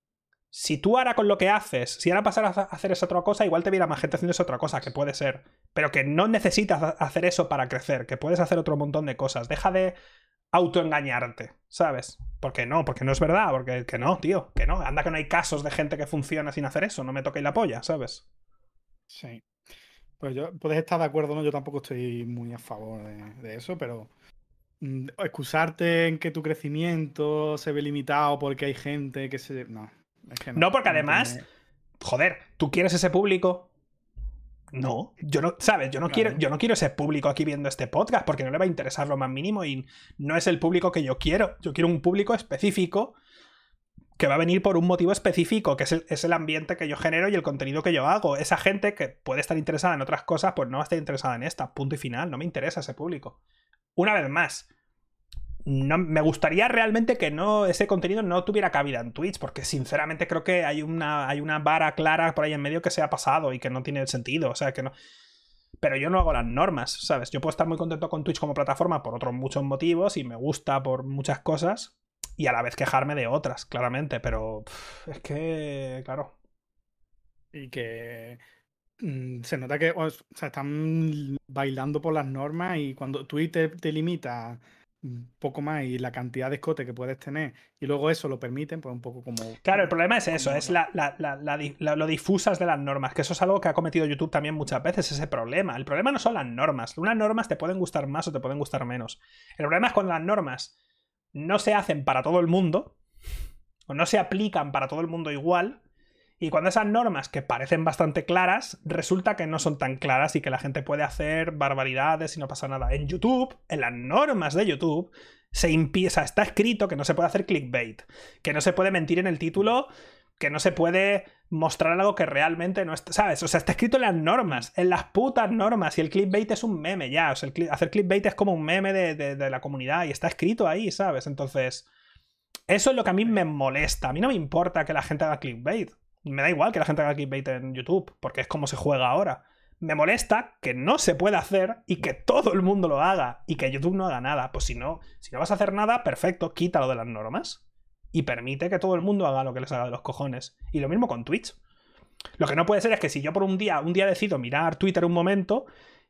si tú ahora con lo que haces, si ahora pasar a hacer esa otra cosa, igual te viera más gente haciendo esa otra cosa, que puede ser, pero que no necesitas hacer eso para crecer, que puedes hacer otro montón de cosas. Deja de autoengañarte, ¿sabes? Porque no es verdad, porque que no, tío, que no. Anda que no hay casos de gente que funciona sin hacer eso, no me toquéis la polla, ¿sabes?
Sí. Pues puedes estar de acuerdo, ¿no? Yo tampoco estoy muy a favor de eso, pero excusarte en que tu crecimiento se ve limitado porque hay gente que se... No, es que no.
No, porque además, joder, ¿tú quieres ese público? No, yo no, ¿sabes? Yo no quiero ese público aquí viendo este podcast porque no le va a interesar lo más mínimo y no es el público que yo quiero. Yo quiero un público específico que va a venir por un motivo específico, que es el ambiente que yo genero y el contenido que yo hago. Esa gente que puede estar interesada en otras cosas, pues no va a estar interesada en esta. Punto y final. No me interesa ese público. Una vez más, no, me gustaría realmente que ese contenido no tuviera cabida en Twitch, porque sinceramente creo que hay una vara clara por ahí en medio que se ha pasado y que no tiene sentido. O sea, que no... Pero yo no hago las normas, ¿sabes? Yo puedo estar muy contento con Twitch como plataforma por otros muchos motivos y me gusta por muchas cosas. Y a la vez quejarme de otras, claramente, pero es que, claro.
Y que se nota que están bailando por las normas y cuando Twitter te limita un poco más y la cantidad de escote que puedes tener y luego eso lo permiten, pues un poco como...
Claro, el problema es eso, es lo difusas de las normas, que eso es algo que ha cometido YouTube también muchas veces, ese problema. El problema no son las normas. Unas normas te pueden gustar más o te pueden gustar menos. El problema es cuando las normas no se hacen para todo el mundo, o no se aplican para todo el mundo igual, y cuando esas normas que parecen bastante claras, resulta que no son tan claras y que la gente puede hacer barbaridades y no pasa nada. En YouTube, en las normas de YouTube, está escrito que no se puede hacer clickbait, que no se puede mentir en el título, que no se puede mostrar algo que realmente no está, ¿sabes? O sea, está escrito en las normas, en las putas normas, y el clickbait es un meme ya, o sea, hacer clickbait es como un meme de la comunidad y está escrito ahí, ¿sabes? Entonces, eso es lo que a mí me molesta. A mí no me importa que la gente haga clickbait. Me da igual que la gente haga clickbait en YouTube, porque es como se juega ahora. Me molesta que no se pueda hacer y que todo el mundo lo haga y que YouTube no haga nada. Pues si no vas a hacer nada, perfecto, quítalo de las normas y permite que todo el mundo haga lo que les haga de los cojones. Y lo mismo con Twitch. Lo que no puede ser es que si yo por un día decido mirar Twitter un momento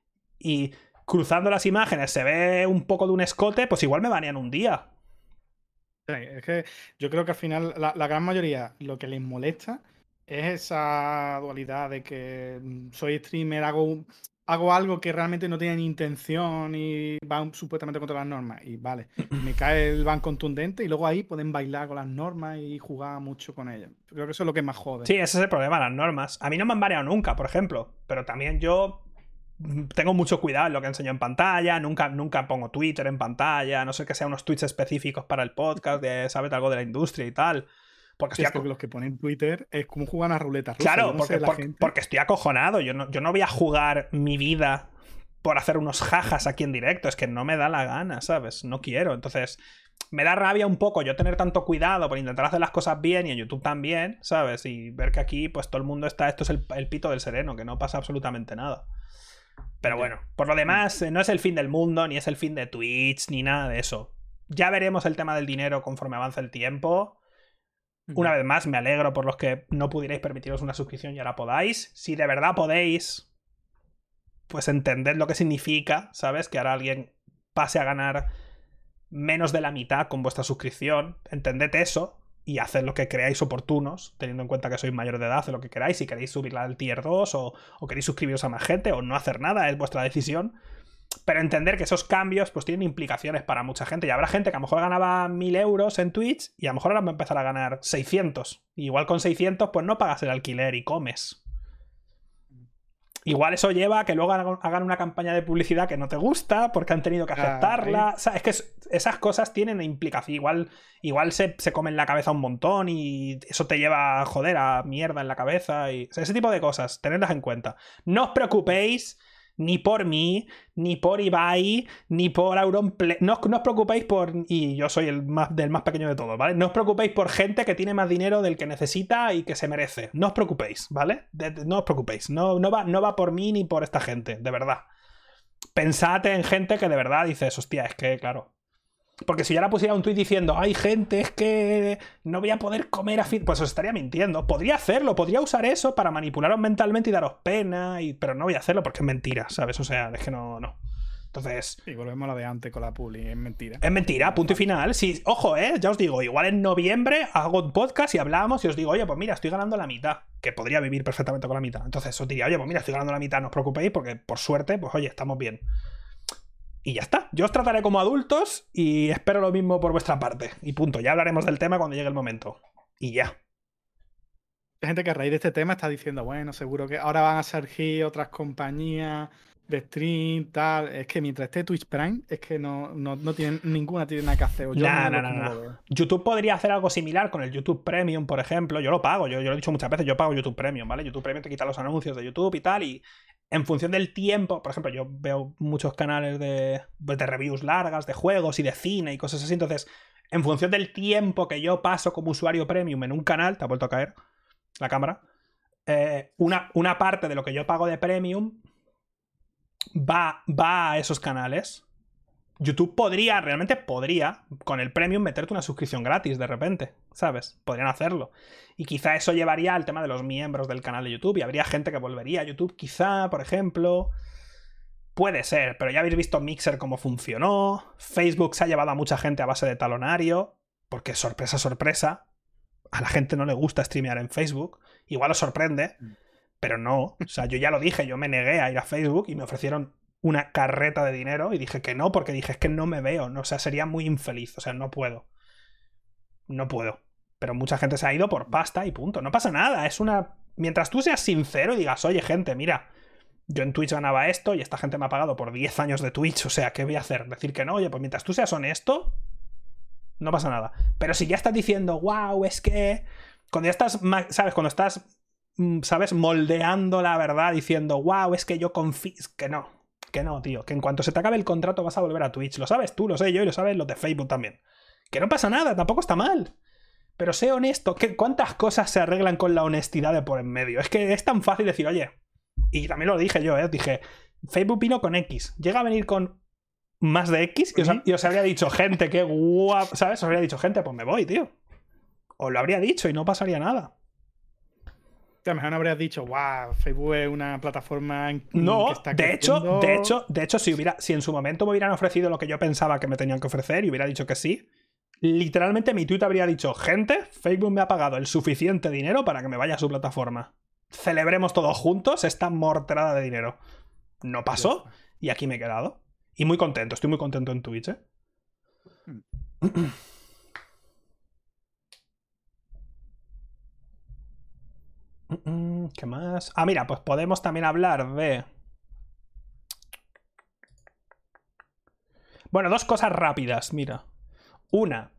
y cruzando las imágenes se ve un poco de un escote, pues igual me banean un día.
Sí, es que yo creo que al final la gran mayoría lo que les molesta es esa dualidad de que soy streamer, hago algo que realmente no tiene ni intención y va supuestamente contra las normas. Y vale, me cae el ban contundente y luego ahí pueden bailar con las normas y jugar mucho con ellas. Creo que eso es lo que más jode.
Sí, ese es el problema, las normas. A mí no me han baneado nunca, por ejemplo, pero también yo tengo mucho cuidado en lo que enseño en pantalla, nunca pongo Twitter en pantalla, no sé que sean unos tweets específicos para el podcast, sabes algo de la industria y tal. Porque
es que los que ponen Twitter es como juegan a ruleta rusa.
Claro, porque estoy acojonado. Yo no voy a jugar mi vida por hacer unos jajas aquí en directo. Es que no me da la gana, ¿sabes? No quiero. Entonces, me da rabia un poco yo tener tanto cuidado por intentar hacer las cosas bien y en YouTube también, ¿sabes? Y ver que aquí, pues todo el mundo está... Esto es el pito del sereno, que no pasa absolutamente nada. Pero bueno, por lo demás, no es el fin del mundo, ni es el fin de Twitch, ni nada de eso. Ya veremos el tema del dinero conforme avance el tiempo. Una vez más, me alegro por los que no pudierais permitiros una suscripción y ahora podáis. Si de verdad podéis, pues entended lo que significa, ¿sabes? Que ahora alguien pase a ganar menos de la mitad con vuestra suscripción. Entended eso y haced lo que creáis oportunos, teniendo en cuenta que sois mayor de edad, haced lo que queráis. Si queréis subirla al tier 2 o queréis suscribiros a más gente o no hacer nada, es vuestra decisión. Pero entender que esos cambios pues tienen implicaciones para mucha gente. Y habrá gente que a lo mejor ganaba 1.000 euros en Twitch y a lo mejor ahora va a empezar a ganar 600. Y igual con 600 pues no pagas el alquiler y comes. Igual eso lleva a que luego hagan una campaña de publicidad que no te gusta porque han tenido que aceptarla. O sea, es que esas cosas tienen implicación. Igual se comen la cabeza un montón y eso te lleva, joder, a mierda en la cabeza. O sea, ese tipo de cosas, tenedlas en cuenta. No os preocupéis ni por mí, ni por Ibai, ni por Auronplay. No os preocupéis por... Y yo soy del más pequeño de todos, ¿vale? No os preocupéis por gente que tiene más dinero del que necesita y que se merece. No os preocupéis, ¿vale? No os preocupéis. No va por mí ni por esta gente, de verdad. Pensad en gente que de verdad dices, hostia, es que, claro... Porque si yo ahora pusiera un tuit diciendo, hay gente, es que no voy a poder comer a fin... Pues os estaría mintiendo. Podría hacerlo, podría usar eso para manipularos mentalmente y daros pena, pero no voy a hacerlo porque es mentira, ¿sabes? O sea, es que no. Entonces...
Y volvemos a lo de antes con la publi, es mentira.
Es mentira, punto y final. Sí, ojo, ya os digo, igual en noviembre hago un podcast y hablamos y os digo, oye, pues mira, estoy ganando la mitad, que podría vivir perfectamente con la mitad. Entonces os diría, oye, pues mira, estoy ganando la mitad, no os preocupéis porque por suerte, pues oye, estamos bien. Y ya está. Yo os trataré como adultos y espero lo mismo por vuestra parte. Y punto. Ya hablaremos del tema cuando llegue el momento. Y ya.
Hay gente que a raíz de este tema está diciendo, bueno, seguro que ahora van a surgir otras compañías de stream, tal. Es que mientras esté Twitch Prime, es que no tienen, ninguna tiene nada que hacer.
No. YouTube podría hacer algo similar con el YouTube Premium, por ejemplo. Yo lo pago. Yo lo he dicho muchas veces, yo pago YouTube Premium, ¿vale? YouTube Premium te quita los anuncios de YouTube y tal. Y en función del tiempo, por ejemplo, yo veo muchos canales de reviews largas, de juegos y de cine y cosas así. Entonces, en función del tiempo que yo paso como usuario premium en un canal, te ha vuelto a caer la cámara, una parte de lo que yo pago de premium va a esos canales. YouTube realmente podría, con el premium, meterte una suscripción gratis de repente, ¿sabes? Podrían hacerlo. Y quizá eso llevaría al tema de los miembros del canal de YouTube y habría gente que volvería a YouTube, quizá, por ejemplo. Puede ser, pero ya habéis visto Mixer cómo funcionó. Facebook se ha llevado a mucha gente a base de talonario, porque sorpresa, sorpresa, a la gente no le gusta streamear en Facebook. Igual os sorprende, pero no. O sea, yo ya lo dije, yo me negué a ir a Facebook y me ofrecieron una carreta de dinero y dije que no, porque dije, es que no me veo, ¿no? O sea, sería muy infeliz, o sea, no puedo. Pero mucha gente se ha ido por pasta y punto. No pasa nada, es una... Mientras tú seas sincero y digas, oye, gente, mira, yo en Twitch ganaba esto y esta gente me ha pagado por 10 años de Twitch, o sea, ¿qué voy a hacer? Decir que no, oye, pues mientras tú seas honesto, no pasa nada. Pero si ya estás diciendo, wow, es que... Cuando ya estás, ¿sabes? Cuando estás, ¿sabes? Moldeando la verdad diciendo, wow, es que yo confío... Que no, tío. Que en cuanto se te acabe el contrato vas a volver a Twitch. Lo sabes tú, lo sé yo y lo saben los de Facebook también. Que no pasa nada, tampoco está mal. Pero sé honesto. ¿Cuántas cosas se arreglan con la honestidad de por en medio? Es que es tan fácil decir, oye... Y también lo dije yo, dije, Facebook vino con X. Llega a venir con más de X y os habría dicho, gente, qué guapo, ¿sabes? Os habría dicho, gente, pues me voy, tío. Os lo habría dicho y no pasaría nada.
A lo mejor no habrías dicho, wow, Facebook es una plataforma
no,
que está
de hecho, si en su momento me hubieran ofrecido lo que yo pensaba que me tenían que ofrecer y hubiera dicho que sí, literalmente mi tweet habría dicho, gente, Facebook me ha pagado el suficiente dinero para que me vaya a su plataforma. Celebremos todos juntos esta morterada de dinero. No pasó y aquí me he quedado. Y muy contento, estoy muy contento en Twitch, ¿Qué más? Ah, mira, pues podemos también hablar de... Bueno, dos cosas rápidas, mira. Una.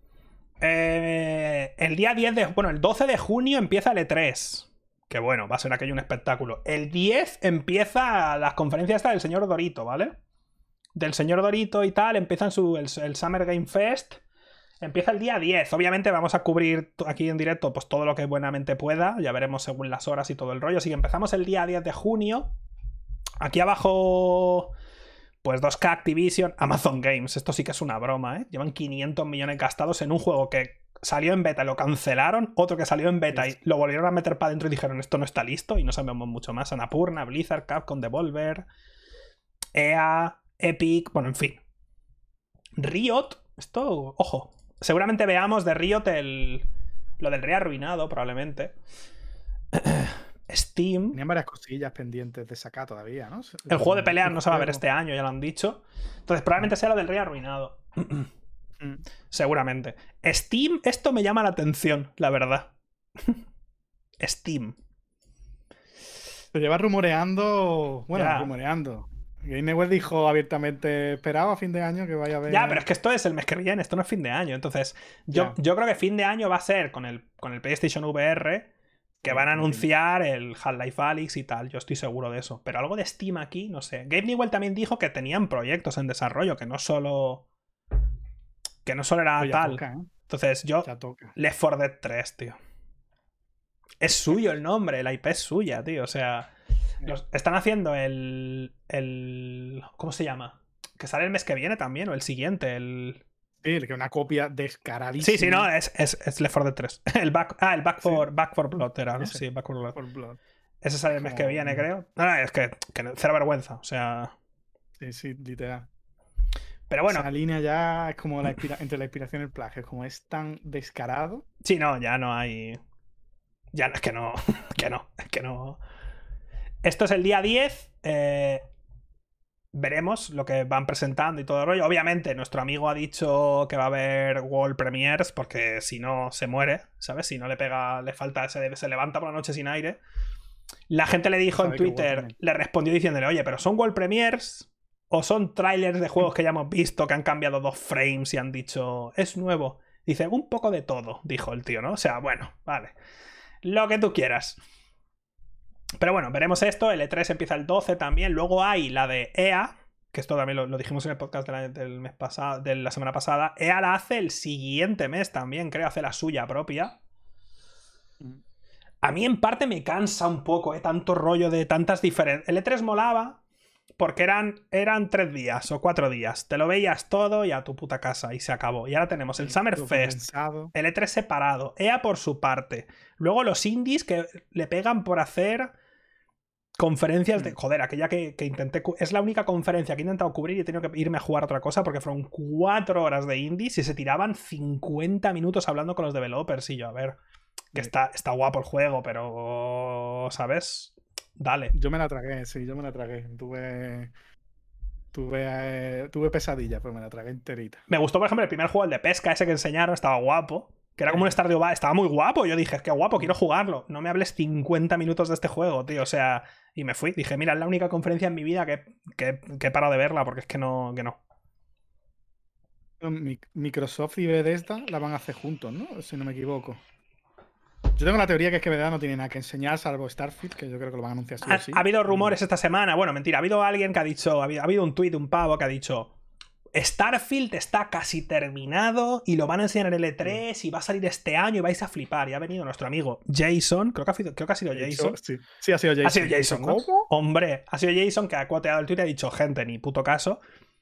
El día 10 de... Bueno, el 12 de junio empieza el E3. Que bueno, va a ser aquello un espectáculo. El 10 empieza las conferencias estas del señor Dorito, ¿vale? Del señor Dorito y tal, empiezan el Summer Game Fest. Empieza el día 10. Obviamente vamos a cubrir aquí en directo pues todo lo que buenamente pueda. Ya veremos según las horas y todo el rollo. Así que empezamos el día 10 de junio. Aquí abajo Pues 2K Activision, Amazon Games. Esto sí que es una broma, ¿eh? Llevan 500 millones gastados en un juego que salió en beta y lo cancelaron. Otro que salió en beta y lo volvieron a meter para adentro y dijeron esto no está listo y no sabemos mucho más. Annapurna, Blizzard, Capcom, Devolver, EA, Epic, bueno, en fin. Riot, esto, ojo. Seguramente veamos de Riot lo del Rey Arruinado, probablemente. Steam.
Tenían varias cosillas pendientes de sacar todavía, ¿no?
El juego de peleas no se va a ver este año, ya lo han dicho. Entonces, probablemente sea lo del Rey Arruinado. Seguramente. Steam, esto me llama la atención, la verdad. Steam.
Se lleva rumoreando. Bueno,
Ya.
rumoreando. GameWare dijo abiertamente: esperaba a fin de año que vaya a ver.
Ya, pero es que esto es el mes que viene, esto no es fin de año. Entonces, yo creo que fin de año va a ser con el PlayStation VR, que van a anunciar el Half-Life Alyx y tal. Yo estoy seguro de eso. Pero algo de Steam aquí, no sé. Gabe Newell también dijo que tenían proyectos en desarrollo, que no solo era
Pues
tal.
toca, ¿eh?
Entonces, yo. Left 4 Dead 3, tío. Es suyo el nombre, la IP es suya, tío. O sea, están haciendo el. ¿Cómo se llama? Que sale el mes que viene también, o el siguiente,
Sí, que una copia descaradísima.
Sí, no, es Left 4 Dead 3. El Back for Blood era, ¿no?
Ese.
Sí, Back for
For Blood.
Ese sale el mes que viene, creo. No, es que cero vergüenza, o sea.
Sí, literal.
Pero bueno.
Esa línea ya es como entre la inspiración y el plagio. Como es tan descarado.
Sí, no, ya no hay. Ya es que no. Es que no. Esto es el día 10. Veremos lo que van presentando y todo el rollo. Obviamente, nuestro amigo ha dicho que va a haber World Premiers, porque si no se muere, ¿sabes? Si no le pega, le falta, se levanta por la noche sin aire. La gente le dijo en Twitter, le respondió diciéndole: oye, pero ¿son World Premiers o son trailers de juegos que ya hemos visto, que han cambiado 2 frames y han dicho es nuevo? Dice, un poco de todo, dijo el tío, ¿no? O sea, bueno, vale. Lo que tú quieras. Pero bueno, veremos esto. El E3 empieza el 12 también. Luego hay la de EA, que esto también lo dijimos en el podcast del mes pasado, de la semana pasada. EA la hace el siguiente mes también, creo, hace la suya propia. A mí en parte me cansa un poco, tanto rollo de tantas diferencias. El E3 molaba porque eran 3 días o 4 días. Te lo veías todo y a tu puta casa y se acabó. Y ahora tenemos el Summer Fest, el E3 separado, EA por su parte. Luego los indies que le pegan por hacer conferencias de... Joder, aquella que intenté... Es la única conferencia que he intentado cubrir y he tenido que irme a jugar a otra cosa porque fueron 4 horas de indies y se tiraban 50 minutos hablando con los developers. Y yo, a ver, que está guapo el juego, pero... ¿Sabes? Dale.
Yo me la tragué, sí, yo me la tragué. Tuve pesadillas, pero me la tragué enterita.
Me gustó, por ejemplo, el primer juego, el de pesca, ese que enseñaron, estaba guapo. Que era como un Stardew Valley, estaba muy guapo. Yo dije, qué guapo, quiero jugarlo. No me hables 50 minutos de este juego, tío. O sea, y me fui. Dije, mira, es la única conferencia en mi vida que he parado de verla, porque es que no.
Microsoft y Bethesda la van a hacer juntos, ¿no? Si no me equivoco. Yo tengo la teoría que es que Bethesda no tiene nada que enseñar, salvo Starfield, que yo creo que lo van a anunciar sí o sí.
Ha habido rumores esta semana. Bueno, mentira, ha habido alguien que ha dicho. Ha habido un tuit de un pavo que ha dicho: Starfield está casi terminado y lo van a enseñar en el E3 y va a salir este año y vais a flipar. Y ha venido nuestro amigo Jason, creo que ha sido Jason.
Sí, ha sido Jason.
Ha sido Jason, ¿no?
¿Cómo?
Hombre, ha sido Jason que ha cuoteado el tweet y ha dicho, gente, ni puto caso.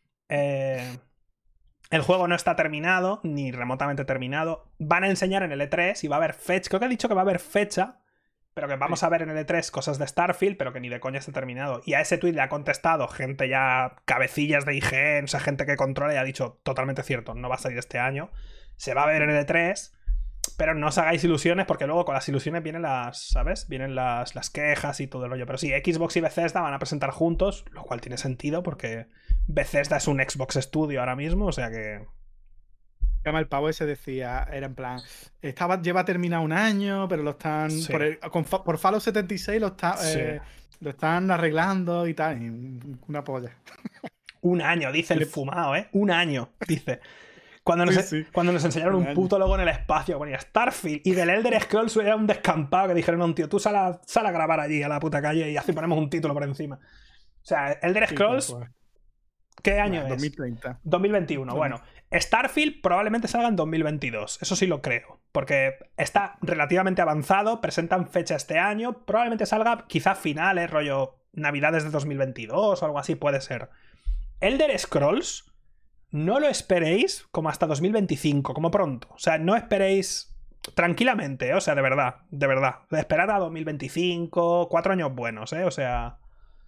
El juego no está terminado, ni remotamente terminado. Van a enseñar en el E3 y va a haber fecha. Creo que ha dicho que va a haber fecha, pero que vamos a ver en el E3 cosas de Starfield, pero que ni de coña está terminado. Y a ese tweet le ha contestado gente ya, cabecillas de IGN, o sea, gente que controla, y ha dicho, totalmente cierto, no va a salir este año. Se va a ver en el E3, pero no os hagáis ilusiones, porque luego con las ilusiones vienen las, ¿sabes? Vienen las quejas y todo el rollo. Pero sí, Xbox y Bethesda van a presentar juntos, lo cual tiene sentido, porque Bethesda es un Xbox Studio ahora mismo, o sea que...
El pavo ese decía, era en plan, lleva terminado un año, pero lo están, sí, por Fallout 76 lo están arreglando y tal, y una polla.
Un año, dice el fumado, ¿eh? Un año, dice. Cuando nos enseñaron un puto logo en el espacio, ponía Starfield, y del Elder Scrolls era un descampado que dijeron a un tío, tú sal a grabar allí a la puta calle y así ponemos un título por encima. O sea, Elder Scrolls... ¿Qué año es?
2030.
2021, bueno. Starfield probablemente salga en 2022, eso sí lo creo, porque está relativamente avanzado, presentan fecha este año, probablemente salga quizá finales, rollo Navidades de 2022 o algo así, puede ser. Elder Scrolls, no lo esperéis como hasta 2025, como pronto. O sea, no esperéis tranquilamente, o sea, de verdad, de verdad. Esperad a 2025, 4 años buenos, o sea...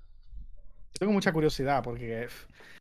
Tengo mucha curiosidad porque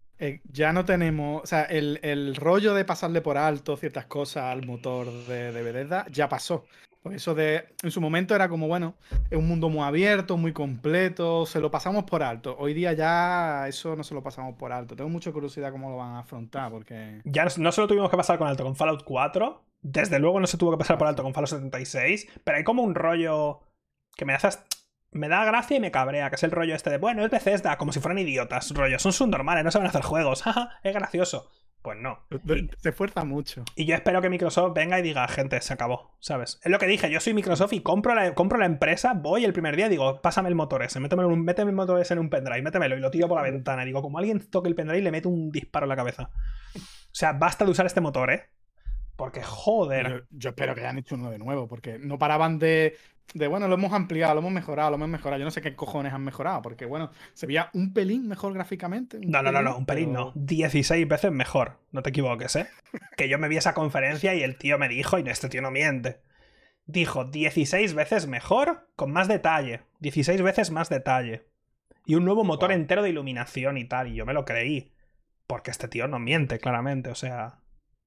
ya no tenemos, o sea, el rollo de pasarle por alto ciertas cosas al motor de Bethesda ya pasó. Por eso en su momento era como, bueno, es un mundo muy abierto, muy completo, se lo pasamos por alto. Hoy día ya eso no se lo pasamos por alto. Tengo mucha curiosidad cómo lo van a afrontar porque...
Ya no se lo tuvimos que pasar con alto con Fallout 4, desde luego no se tuvo que pasar por alto con Fallout 76, pero hay como un rollo que me da gracia y me cabrea, que es el rollo este de, bueno, es Bethesda, como si fueran idiotas, rollo, son subnormales, no saben hacer juegos, jaja, es gracioso. Pues no.
Se esfuerza mucho.
Y yo espero que Microsoft venga y diga, gente, se acabó, ¿sabes? Es lo que dije, yo soy Microsoft y compro la empresa, voy el primer día y digo, pásame el motor ese, méteme el motor ese en un pendrive, métemelo y lo tiro por la ventana. Y digo, como alguien toque el pendrive, le meto un disparo en la cabeza. O sea, basta de usar este motor, ¿eh? Porque, joder.
Yo espero que hayan hecho uno de nuevo, porque no paraban de, bueno, lo hemos ampliado, lo hemos mejorado, lo hemos mejorado. Yo no sé qué cojones han mejorado, porque, bueno, se veía un pelín mejor gráficamente.
No, un pelín
pero...
no. 16 veces mejor. No te equivoques, ¿eh? Que yo me vi esa conferencia y el tío me dijo, y este tío no miente. Dijo 16 veces mejor con más detalle. 16 veces más detalle. Y un nuevo motor entero de iluminación y tal. Y yo me lo creí. Porque este tío no miente, claramente, o sea...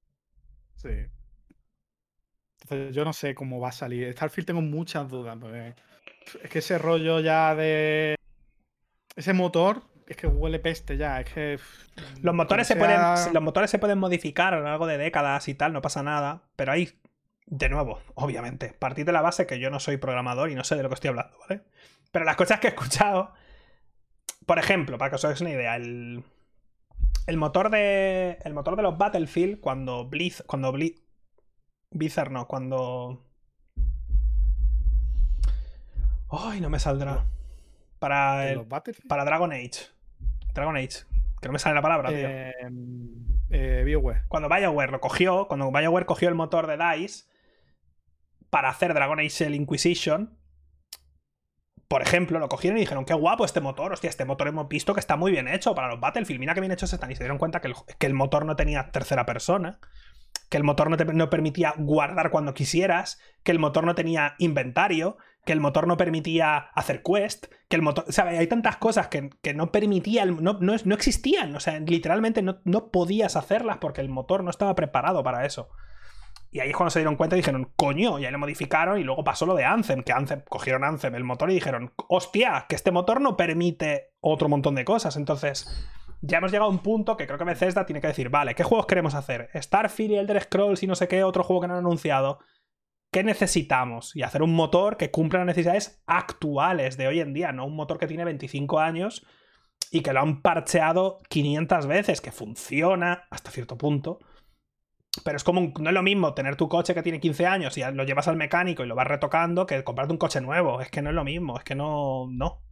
Sí. Entonces yo no sé cómo va a salir. Starfield tengo muchas dudas, porque es que ese rollo ya de... Ese motor, es que huele peste ya, es que...
Los motores se pueden modificar a lo largo de décadas y tal, no pasa nada. Pero hay, de nuevo, obviamente, partir de la base que yo no soy programador y no sé de lo que estoy hablando, ¿vale? Pero las cosas que he escuchado... Por ejemplo, para que os hagáis una idea, el motor de los Battlefield, cuando Blizzard no, cuando... ¡Ay, no me saldrá! Para Dragon Age. Dragon Age. Que no me sale la palabra, tío.
BioWare.
Cuando BioWare cogió el motor de DICE para hacer Dragon Age el Inquisition, por ejemplo, lo cogieron y dijeron, qué guapo este motor, hostia, este motor hemos visto que está muy bien hecho para los Battlefield, mira qué bien hechos están. Y se dieron cuenta que el motor no tenía tercera persona, que el motor no permitía guardar cuando quisieras, que el motor no tenía inventario, que el motor no permitía hacer quest, que el motor... ¿Sabes? Hay tantas cosas que no permitía, no existían, o sea, literalmente no podías hacerlas porque el motor no estaba preparado para eso. Y ahí es cuando se dieron cuenta y dijeron, coño, y ahí lo modificaron y luego pasó lo de Anthem, que cogieron Anthem, el motor, y dijeron, hostia, que este motor no permite otro montón de cosas. Entonces, ya hemos llegado a un punto que creo que Bethesda tiene que decir, vale, ¿qué juegos queremos hacer? Starfield y Elder Scrolls y no sé qué, otro juego que no han anunciado. ¿Qué necesitamos? Y hacer un motor que cumpla las necesidades actuales de hoy en día, no un motor que tiene 25 años y que lo han parcheado 500 veces, que funciona hasta cierto punto. Pero es como no es lo mismo tener tu coche que tiene 15 años y lo llevas al mecánico y lo vas retocando que comprarte un coche nuevo. Es que no es lo mismo, es que no.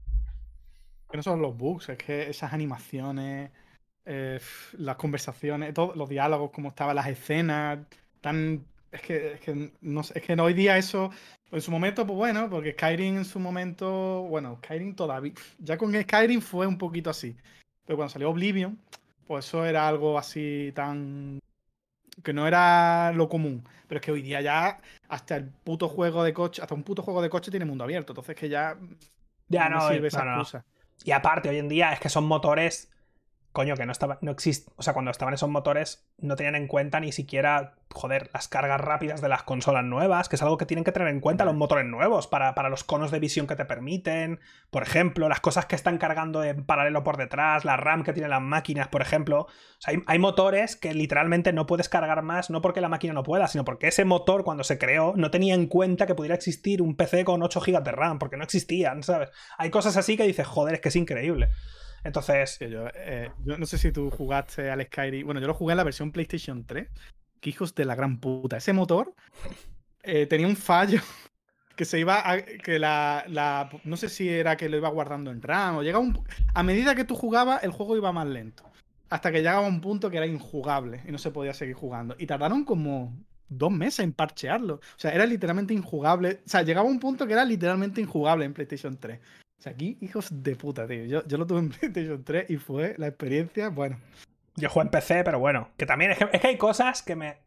Que no son los bugs, es que esas animaciones, las conversaciones, todos los diálogos, cómo estaban las escenas, es que no sé, es que hoy día eso, en su momento, pues bueno, porque Skyrim en su momento, bueno, Skyrim todavía, ya con Skyrim fue un poquito así. Pero cuando salió Oblivion, pues eso era algo así tan... que no era lo común, pero es que hoy día ya hasta un puto juego de coche tiene mundo abierto, entonces que ya
no
me sirve esa excusa.
Y aparte, hoy en día es que son motores, coño, que no existen, o sea, cuando estaban esos motores no tenían en cuenta ni siquiera, joder, las cargas rápidas de las consolas nuevas, que es algo que tienen que tener en cuenta los motores nuevos para los conos de visión que te permiten, por ejemplo, las cosas que están cargando en paralelo por detrás, la RAM que tienen las máquinas, por ejemplo. O sea, hay motores que literalmente no puedes cargar más, no porque la máquina no pueda, sino porque ese motor, cuando se creó, no tenía en cuenta que pudiera existir un PC con 8 GB de RAM, porque no existían, ¿sabes? Hay cosas así que dices, joder, es que es increíble. Entonces...
Sí, yo no sé si tú jugaste al Skyrim. Bueno, yo lo jugué en la versión PlayStation 3. Que hijos de la gran puta. Ese motor tenía un fallo que se iba a... que no sé si era que lo iba guardando en RAM o llegaba a medida que tú jugabas, el juego iba más lento. Hasta que llegaba a un punto que era injugable y no se podía seguir jugando. Y tardaron como 2 meses en parchearlo. O sea, era literalmente injugable. O sea, llegaba a un punto que era literalmente injugable en PlayStation 3. O sea, aquí, hijos de puta, tío. Yo lo tuve en PlayStation 3 y fue la experiencia, bueno.
Yo juego en PC, pero bueno. Que también es que hay cosas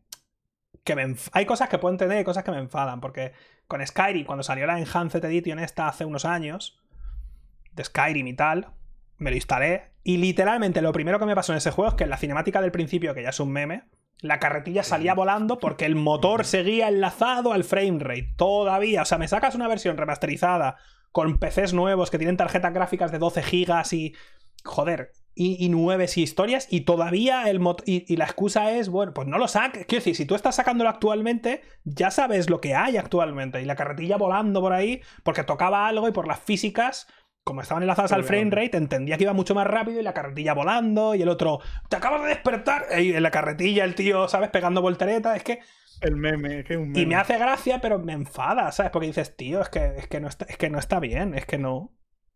hay cosas que puedo entender y cosas que me enfadan. Porque con Skyrim, cuando salió la Enhanced Edition esta hace unos años, de Skyrim y tal, me lo instalé. Y literalmente lo primero que me pasó en ese juego es que en la cinemática del principio, que ya es un meme, la carretilla salía volando porque el motor seguía enlazado al framerate. Todavía. O sea, me sacas una versión remasterizada con PCs nuevos que tienen tarjetas gráficas de 12 gigas y... Joder... Y 9 historias y todavía y la excusa es, bueno, pues no lo saques. Quiero decir, si tú estás sacándolo actualmente, ya sabes lo que hay actualmente. Y la carretilla volando por ahí porque tocaba algo y por las físicas, como estaban enlazadas al framerate, entendía que iba mucho más rápido y la carretilla volando y el otro, te acabas de despertar. Y en la carretilla el tío, ¿sabes? Pegando voltereta. Es que...
El meme, es que es un meme.
Y me hace gracia, pero me enfada, ¿sabes? Porque dices, tío, es que no está bien, es que no...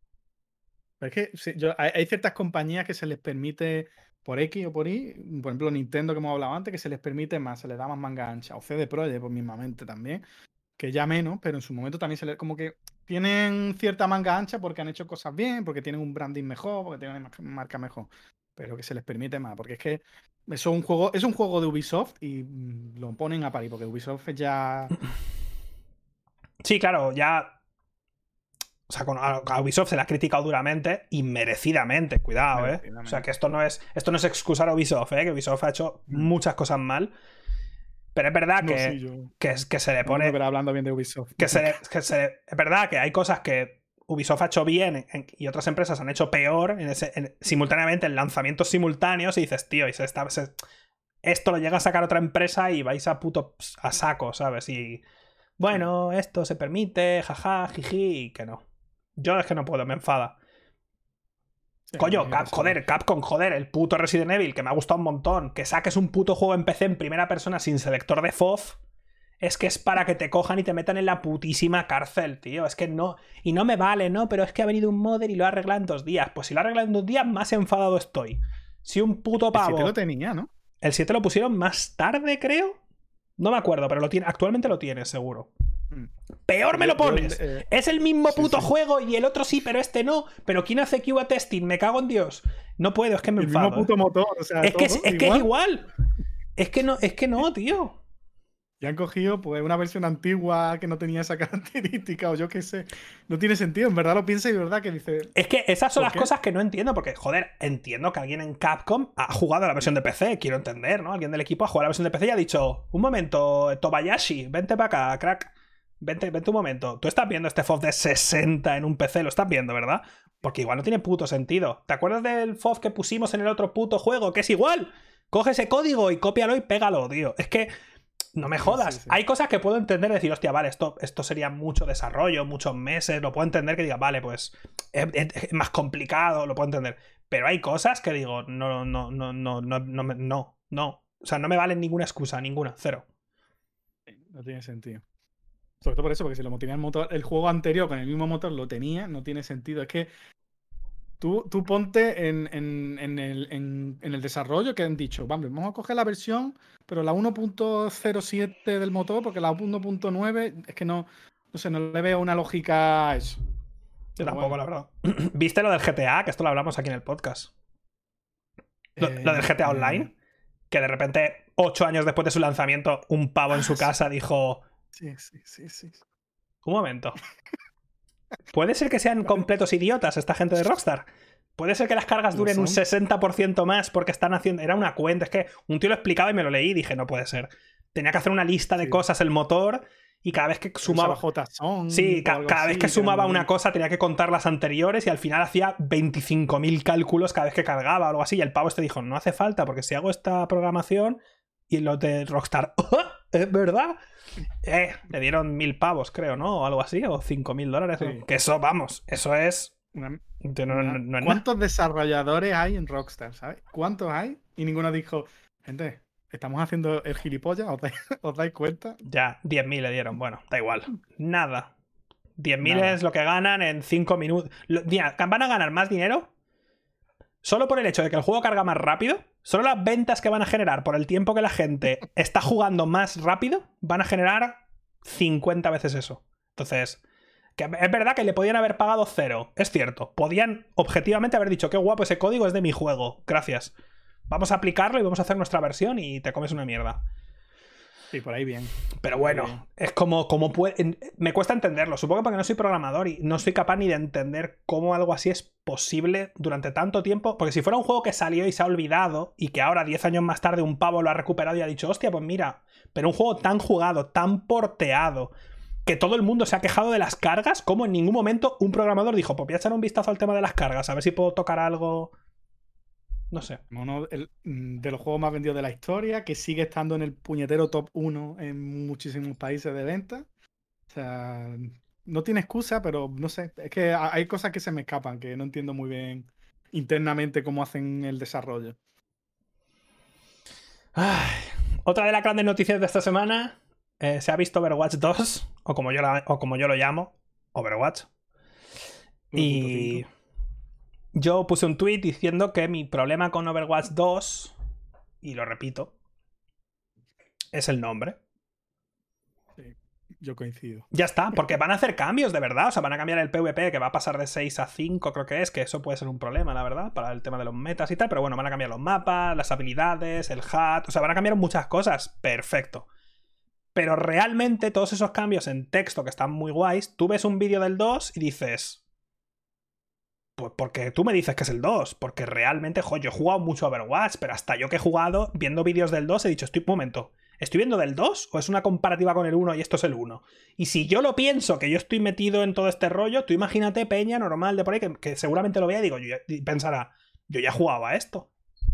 Es que sí, hay ciertas compañías que se les permite por X o por Y, por ejemplo Nintendo que hemos hablado antes, que se les permite más, se les da más manga ancha, o CD Projekt pues mismamente también, que ya menos, pero en su momento también se les, como que tienen cierta manga ancha porque han hecho cosas bien, porque tienen un branding mejor, porque tienen una marca mejor, pero que se les permite más, porque es que eso es un juego de Ubisoft y lo ponen a parir, porque Ubisoft ya...
Sí, claro, ya... O sea, a Ubisoft se le ha criticado duramente y merecidamente, cuidado, ¿eh? O sea, que esto no es excusar a Ubisoft, ¿eh? Que Ubisoft ha hecho muchas cosas mal. Pero es verdad que se le pone...
No, hablando bien de Ubisoft.
Es verdad que hay cosas que Ubisoft ha hecho bien y otras empresas han hecho peor simultáneamente en lanzamientos simultáneos y dices, tío, esto lo llega a sacar otra empresa y vais a puto a saco, ¿sabes? Y bueno, esto se permite, jaja, jiji, y que no. Yo es que no puedo, me enfada. Sí, coño, Capcom, joder, el puto Resident Evil, que me ha gustado un montón. Que saques un puto juego en PC en primera persona sin selector de FOV, es que es para que te cojan y te metan en la putísima cárcel, tío. Es que no. Y no me vale, ¿no? Pero es que ha venido un modder y lo ha arreglado en 2 días. Pues si lo ha arreglado en 2 días, más enfadado estoy. Si un puto pavo...
El 7 lo tenía, ¿no?
El 7 lo pusieron más tarde, creo. No me acuerdo, pero actualmente lo tiene, seguro. Peor me lo pones. Es el mismo puto juego y el otro sí, pero este no. Pero ¿quién hace QA testing? Me cago en Dios. No puedo, es que me enfado.
El mismo puto motor, o sea,
es que es igual. Es que no, tío.
Y han cogido pues una versión antigua que no tenía esa característica o yo qué sé. No tiene sentido, en verdad lo piensa y de verdad que dice...
Es que esas son las cosas que no entiendo porque, joder, entiendo que alguien en Capcom ha jugado a la versión de PC, quiero entender, ¿no? Alguien del equipo ha jugado a la versión de PC y ha dicho, un momento, Tobayashi, vente para acá, crack. Vente un momento. Tú estás viendo este FOV de 60 en un PC, lo estás viendo, ¿verdad? Porque igual no tiene puto sentido. ¿Te acuerdas del FOV que pusimos en el otro puto juego? Que es igual. Coge ese código y cópialo y pégalo, tío. Es que... No me jodas. Sí. Hay cosas que puedo entender, decir, hostia, vale, esto sería mucho desarrollo, muchos meses, lo puedo entender que diga, vale, pues es más complicado, lo puedo entender. Pero hay cosas que digo, no. O sea, no me valen ninguna excusa, ninguna, cero.
No tiene sentido. Sobre todo por eso, porque si lo tenía el juego anterior con el mismo motor lo tenía, no tiene sentido. Es que tú ponte en el desarrollo que han dicho, vamos a coger la versión, pero la 1.07 del motor, porque la 1.9 es que no sé, no le veo una lógica a eso.
Yo tampoco, la verdad. ¿Viste lo del GTA? Que esto lo hablamos aquí en el podcast. Lo del GTA Online. Que de repente, 8 años después de su lanzamiento, un pavo en su casa dijo...
Sí.
Un momento. ¿Puede ser que sean completos idiotas esta gente de Rockstar? ¿Puede ser que las cargas duren un 60% más porque están haciendo... Era una cuenta, es que un tío lo explicaba y me lo leí y dije, no puede ser. Tenía que hacer una lista de cosas el motor y cada vez que sumaba... Sí, cada vez que sumaba una cosa tenía que contar las anteriores y al final hacía 25.000 cálculos cada vez que cargaba o algo así y el pavo este dijo, no hace falta porque si hago esta programación y los de Rockstar... ¿Es verdad? Le dieron 1.000 pavos, creo, ¿no? O algo así, o $5.000. Sí. Que eso, vamos, eso es... No
¿Cuántos desarrolladores hay en Rockstar, sabes? ¿Cuántos hay? Y ninguno dijo, gente, estamos haciendo el gilipollas, ¿os dais cuenta?
Ya, 10.000 le dieron, bueno, da igual. Nada. 10.000 es lo que ganan en 5 minutos. Van a ganar más dinero solo por el hecho de que el juego carga más rápido. Solo las ventas que van a generar por el tiempo que la gente está jugando más rápido van a generar 50 veces eso. Entonces, Que es verdad que le podían haber pagado 0, es cierto. Podían objetivamente haber dicho, qué guapo ese código, es de mi juego, gracias. Vamos a aplicarlo y vamos a hacer nuestra versión y te comes una mierda.
Sí, por ahí bien.
Pero bueno, es como me cuesta entenderlo. Supongo que porque no soy programador y no soy capaz ni de entender cómo algo así es posible durante tanto tiempo. Porque si fuera un juego que salió y se ha olvidado y que ahora, 10 años más tarde, un pavo lo ha recuperado y ha dicho, hostia, pues mira, pero un juego tan jugado, tan porteado, que todo el mundo se ha quejado de las cargas, como en ningún momento un programador dijo, pues voy a echar un vistazo al tema de las cargas, a ver si puedo tocar algo... No sé.
Uno de los juegos más vendidos de la historia, que sigue estando en el puñetero top 1 en muchísimos países de venta. O sea, no tiene excusa, pero no sé. Es que hay cosas que se me escapan, que no entiendo muy bien internamente cómo hacen el desarrollo.
Ay. Otra de las grandes noticias de esta semana, se ha visto Overwatch 2, o como yo lo llamo, Overwatch. Y... yo puse un tweet diciendo que mi problema con Overwatch 2, y lo repito, es el nombre.
Sí, yo coincido.
Ya está, porque van a hacer cambios de verdad. O sea, van a cambiar el PvP, que va a pasar de 6 a 5, creo que eso puede ser un problema, la verdad, para el tema de los metas y tal. Pero bueno, van a cambiar los mapas, las habilidades, el HUD. O sea, van a cambiar muchas cosas. Perfecto. Pero realmente todos esos cambios en texto que están muy guays, tú ves un vídeo del 2 y dices... pues porque tú me dices que es el 2, porque realmente, yo he jugado mucho a Overwatch, pero hasta yo que he jugado, viendo vídeos del 2, he dicho, un momento, ¿estoy viendo del 2 o es una comparativa con el 1 y esto es el 1? Y si yo lo pienso, que yo estoy metido en todo este rollo, tú imagínate peña normal de por ahí, que seguramente lo vea y pensará, yo ya jugaba a esto.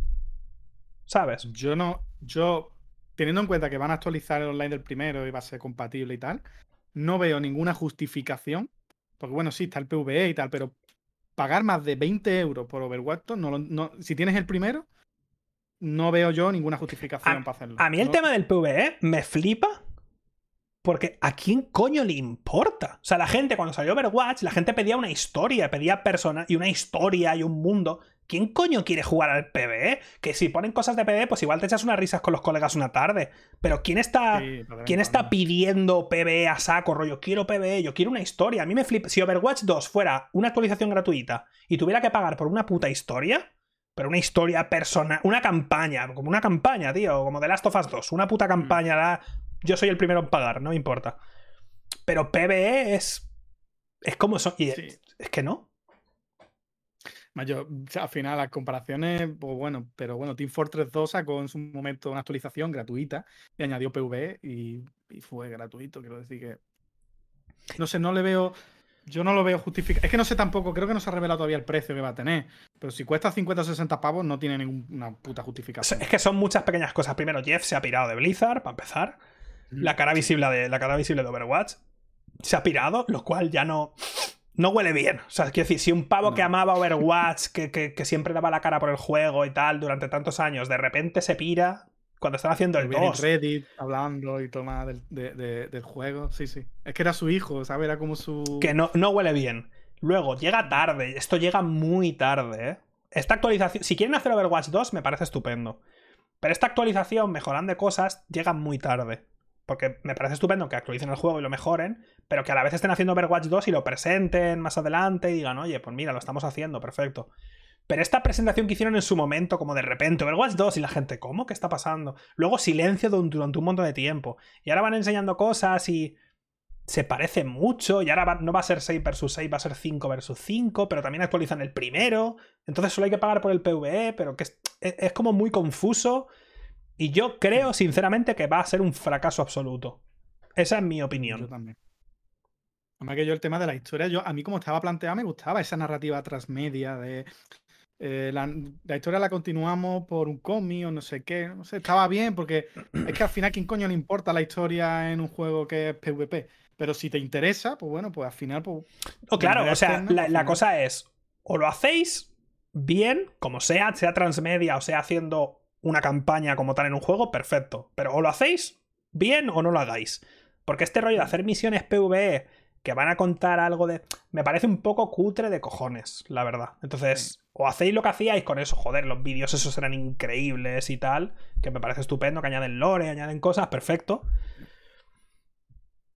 ¿Sabes?
Yo, teniendo en cuenta que van a actualizar el online del primero y va a ser compatible y tal, no veo ninguna justificación, porque bueno, sí, está el PvE y tal, pero... pagar más de 20 euros por Overwatch 2, si tienes el primero, no veo yo ninguna justificación para hacerlo.
A mí el tema del PvE me flipa porque ¿a quién coño le importa? O sea, la gente, cuando salió Overwatch, la gente pedía una historia, pedía personas y una historia y un mundo. ¿Quién coño quiere jugar al PvE? Que si ponen cosas de PvE, pues igual te echas unas risas con los colegas una tarde. Pero ¿quién está pidiendo PvE a saco, rollo? Quiero PvE, yo quiero una historia. A mí me flipa. Si Overwatch 2 fuera una actualización gratuita y tuviera que pagar por una puta historia, pero una historia personal, una campaña, como una campaña, tío, como The Last of Us 2, una puta campaña, yo soy el primero en pagar, no me importa. Pero PvE es como son. Y es que no.
Yo, al final, las comparaciones, pues bueno, pero bueno, Team Fortress 2 sacó en su momento una actualización gratuita y añadió PvE y fue gratuito. Quiero decir que. No sé, no le veo. Yo no lo veo justificado. Es que no sé tampoco, creo que no se ha revelado todavía el precio que va a tener. Pero si cuesta 50 o 60 pavos, no tiene ninguna puta justificación.
Es que son muchas pequeñas cosas. Primero, Jeff se ha pirado de Blizzard, para empezar. La cara visible de Overwatch se ha pirado, lo cual ya no huele bien. O sea, quiero decir, si un pavo que amaba Overwatch, que siempre daba la cara por el juego y tal durante tantos años, de repente se pira cuando están haciendo el 2.
Reddit hablando y toma del juego. Sí, sí. Es que era su hijo, ¿sabes? Era como su...
Que no huele bien. Luego, llega tarde. Esto llega muy tarde, ¿eh? Esta actualización... Si quieren hacer Overwatch 2, me parece estupendo. Pero esta actualización, mejorando cosas, llega muy tarde. Porque me parece estupendo que actualicen el juego y lo mejoren, pero que a la vez estén haciendo Overwatch 2 y lo presenten más adelante y digan, oye, pues mira, lo estamos haciendo, perfecto. Pero esta presentación que hicieron en su momento, como de repente, Overwatch 2, y la gente, ¿cómo? ¿Qué está pasando? Luego silencio durante un montón de tiempo. Y ahora van enseñando cosas y se parece mucho. Y ahora no va a ser 6 versus 6, va a ser 5 versus 5, pero también actualizan el primero. Entonces solo hay que pagar por el PvE, pero que es como muy confuso. Y yo creo, sinceramente, que va a ser un fracaso absoluto. Esa es mi opinión.
Yo también. Además que yo el tema de la historia, a mí como estaba planteada me gustaba esa narrativa transmedia de... la historia la continuamos por un cómic o no sé qué. No sé, estaba bien porque es que al final, ¿quién coño le importa la historia en un juego que es PvP? Pero si te interesa, pues bueno, pues al final... Pues,
claro, o sea, la cosa es, o lo hacéis bien, como sea transmedia o sea haciendo una campaña como tal en un juego, perfecto. Pero o lo hacéis bien o no lo hagáis. Porque este rollo de hacer misiones PvE que van a contar algo de... me parece un poco cutre de cojones, la verdad. Entonces, o hacéis lo que hacíais con eso, joder, los vídeos esos eran increíbles y tal, que me parece estupendo, que añaden lore, añaden cosas, perfecto.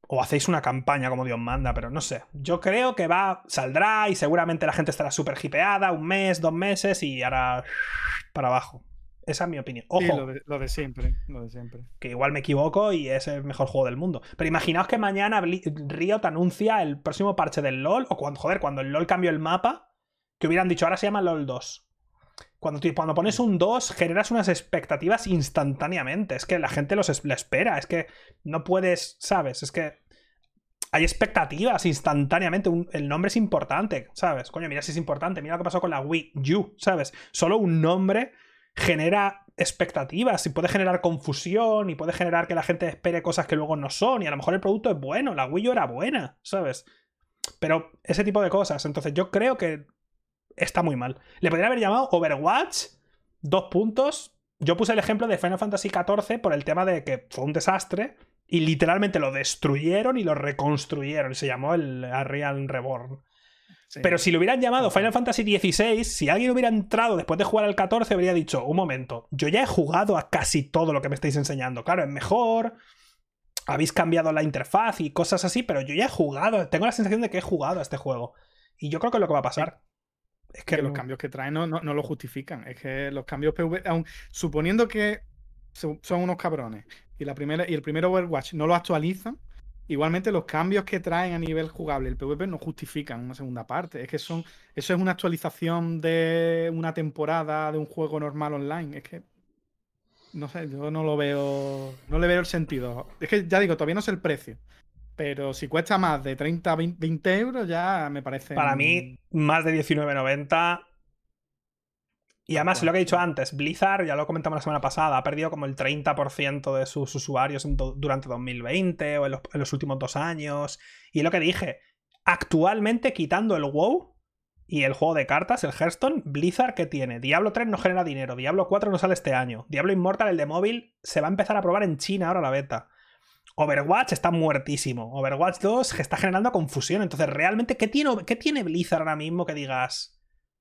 O hacéis una campaña como Dios manda, pero no sé. Yo creo que saldrá y seguramente la gente estará súper hipeada, 1 mes, 2 meses y hará para abajo. Esa es mi opinión.
Sí,
Ojo,
lo de siempre, lo de siempre.
que igual me equivoco y es el mejor juego del mundo. Pero imaginaos que mañana Riot anuncia el próximo parche del LoL, o cuando el LoL cambió el mapa, que hubieran dicho ahora se llama LoL 2. Cuando pones un 2, generas unas expectativas instantáneamente. Es que la gente lo espera. Es que no puedes, ¿sabes? Es que hay expectativas instantáneamente. El nombre es importante, ¿sabes? Coño, mira si es importante. Mira lo que pasó con la Wii U, ¿sabes? Solo un nombre genera expectativas y puede generar confusión y puede generar que la gente espere cosas que luego no son. Y a lo mejor el producto es bueno. La Wii U era buena, ¿sabes? Pero ese tipo de cosas. Entonces yo creo que está muy mal. Le podrían haber llamado Overwatch, 2 puntos. Yo puse el ejemplo de Final Fantasy XIV por el tema de que fue un desastre y literalmente lo destruyeron y lo reconstruyeron. Y se llamó el Realm Reborn. Sí. Pero si lo hubieran llamado Final Fantasy XVI, si alguien hubiera entrado después de jugar al 14, habría dicho, un momento, yo ya he jugado a casi todo lo que me estáis enseñando. Claro, es mejor, habéis cambiado la interfaz y cosas así, pero yo ya he jugado, tengo la sensación de que he jugado a este juego. Y yo creo que es lo que va a pasar.
Es que los cambios que traen no lo justifican. Es que los cambios PvP, aun suponiendo que son unos cabrones y el primer Overwatch no lo actualizan, igualmente los cambios que traen a nivel jugable el PvP no justifican una segunda parte. Es que eso es una actualización de una temporada de un juego normal online. Es que no sé, yo no lo veo, no le veo el sentido. Es que ya digo, todavía no sé el precio. Pero si cuesta más de 30, 20 euros, ya me parece.
Para mí, más de 19,90. Y además, lo que he dicho antes, Blizzard, ya lo comentamos la semana pasada, ha perdido como el 30% de sus usuarios durante 2020 o en los últimos 2 años. Y es lo que dije, actualmente, quitando el WoW y el juego de cartas, el Hearthstone, Blizzard, ¿qué tiene? Diablo 3 no genera dinero, Diablo 4 no sale este año, Diablo Immortal, el de móvil, se va a empezar a probar en China ahora la beta. Overwatch está muertísimo. Overwatch 2 está generando confusión. Entonces, realmente, ¿qué tiene Blizzard ahora mismo que digas?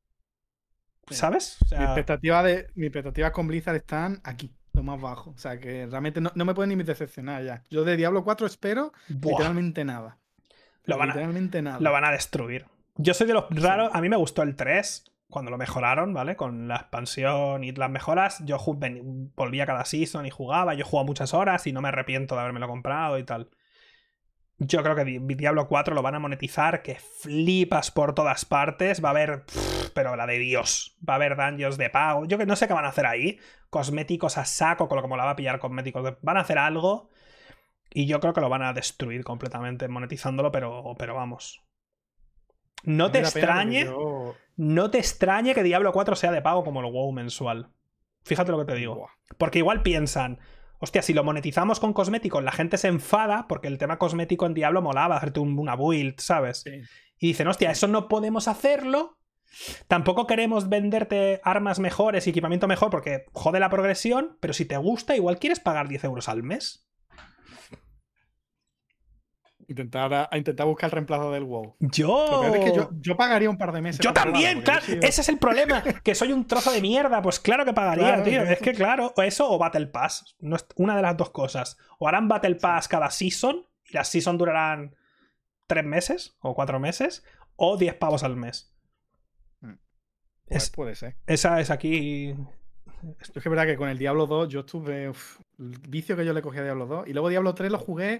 ¿Sabes?
O sea, mi expectativa con Blizzard están aquí, lo más bajo. O sea, que realmente no me pueden ni decepcionar ya. Yo de Diablo 4 espero literalmente nada.
Lo van a destruir. Yo soy de los raros. A mí me gustó el 3 cuando lo mejoraron, ¿vale? Con la expansión y las mejoras. Yo volvía cada season y jugaba. Yo jugaba muchas horas y no me arrepiento de habérmelo comprado y tal. Yo creo que Diablo 4 lo van a monetizar, que flipas por todas partes. Va a haber, pero la de Dios. Va a haber dungeons de pago. Yo que no sé qué van a hacer ahí. Cosméticos a saco, como la va a pillar cosméticos. Van a hacer algo y yo creo que lo van a destruir completamente monetizándolo, pero vamos. No te extrañe que Diablo 4 sea de pago como el WoW mensual. Fíjate lo que te digo. Porque igual piensan, hostia, si lo monetizamos con cosméticos, la gente se enfada porque el tema cosmético en Diablo molaba, hacerte una build, ¿sabes? Sí. Y dicen, hostia, eso no podemos hacerlo. Tampoco queremos venderte armas mejores y equipamiento mejor porque jode la progresión, pero si te gusta, igual quieres pagar 10 euros al mes.
Intentar buscar el reemplazo del WoW.
Es
que yo pagaría un par de meses.
Yo también, claro. Ese es el problema. Que soy un trozo de mierda. Pues claro que pagaría, claro, tío. Es que claro, eso o Battle Pass. No es una de las dos cosas. O harán Battle Pass cada season y las season durarán 3 meses o 4 meses. O 10 pavos al mes.
Pues puede ser.
Esa es aquí.
Es que es verdad que con el Diablo 2 yo estuve. El vicio que yo le cogí a Diablo 2. Y luego Diablo 3 lo jugué.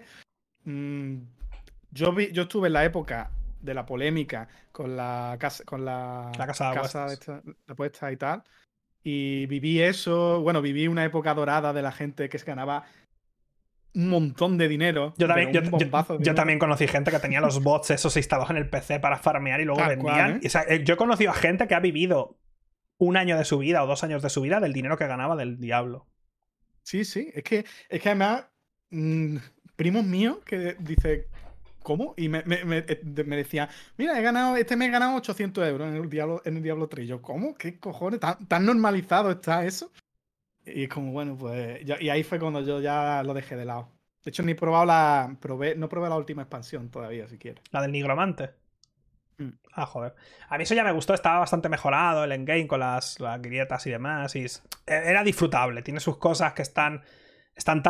Yo estuve en la época de la polémica con la casa de apuestas y tal, y viví eso. Bueno, viví una época dorada de la gente que se ganaba un montón de dinero.
Yo también conocí gente que tenía los bots esos instalados en el PC para farmear y luego vendían. O sea, yo he conocido a gente que ha vivido 1 año de su vida o 2 años de su vida del dinero que ganaba del Diablo.
Sí, es que además primos míos que dice, ¿cómo? Y me decía, mira, este mes he ganado 800 euros en el Diablo 3. Yo, ¿cómo? ¿Qué cojones? ¿Tan normalizado está eso? Y es como, bueno, pues. Y ahí fue cuando yo ya lo dejé de lado. De hecho, no probé la última expansión todavía, siquiera.
¿La del Nigromante? Ah, joder. A mí eso ya me gustó, estaba bastante mejorado el endgame con las grietas y demás. Y era disfrutable. Tiene sus cosas que están tan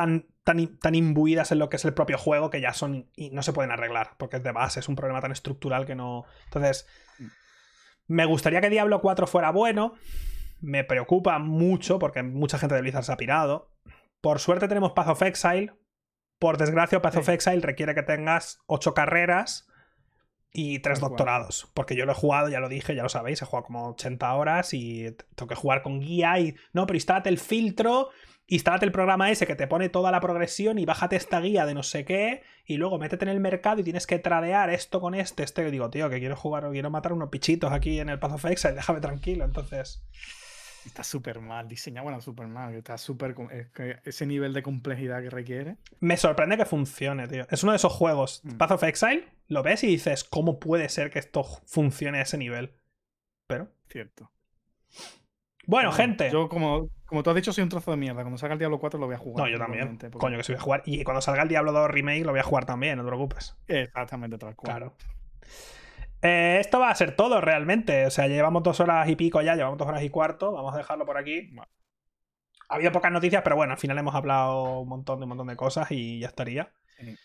tan imbuidas en lo que es el propio juego que ya son y no se pueden arreglar, porque es de base, es un problema tan estructural que no... Entonces, me gustaría que Diablo 4 fuera bueno, me preocupa mucho porque mucha gente de Blizzard se ha pirado. Por suerte tenemos Path of Exile, por desgracia Path of Exile requiere que tengas 8 carreras y 3 doctorados, porque yo lo he jugado, ya lo dije, ya lo sabéis, he jugado como 80 horas y tengo que jugar con guía y... No, pero instálate el filtro, instálate el programa ese que te pone toda la progresión y bájate esta guía de no sé qué y luego métete en el mercado y tienes que tradear esto con este. Digo, tío, que quiero jugar o quiero matar unos pichitos aquí en el Path of Exile, déjame tranquilo, entonces...
Está súper mal diseñado, bueno, súper mal, está súper... Ese nivel de complejidad que requiere.
Me sorprende que funcione, tío. Es uno de esos juegos, Path of Exile, lo ves y dices, ¿cómo puede ser que esto funcione a ese nivel? Pero...
Cierto.
Bueno, gente.
Yo, como tú has dicho, soy un trozo de mierda. Cuando salga el Diablo 4 lo voy a jugar.
No, yo también. Coño, que sí voy a jugar. Y cuando salga el Diablo 2 Remake lo voy a jugar también, no te preocupes.
Exactamente, tal cual.
Claro. Esto va a ser todo realmente. O sea, llevamos 2 horas y pico ya, llevamos 2 horas y cuarto. Vamos a dejarlo por aquí.
Vale.
Ha habido pocas noticias, pero bueno, al final hemos hablado un montón de cosas y ya estaría.
Sí.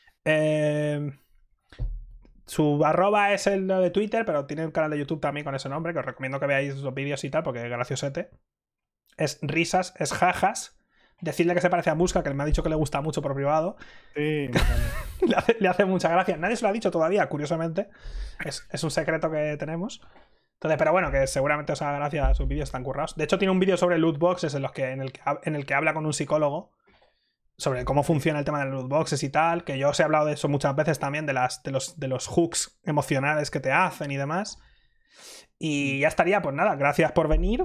Su arroba es el de Twitter, pero tiene un canal de YouTube también con ese nombre, que os recomiendo que veáis los vídeos y tal, porque es graciosete. Es risas, es jajas. Decirle que se parece a Muska, que me ha dicho que le gusta mucho por privado.
Sí,
le hace mucha gracia. Nadie se lo ha dicho todavía, curiosamente. Es un secreto que tenemos. Entonces, pero bueno, que seguramente os haga gracia, sus vídeos están currados. De hecho, tiene un vídeo sobre loot boxes en el que habla con un psicólogo sobre cómo funciona el tema de los loot boxes y tal, que yo os he hablado de eso muchas veces también, de los hooks emocionales que te hacen y demás. Y ya estaría, pues nada, gracias por venir.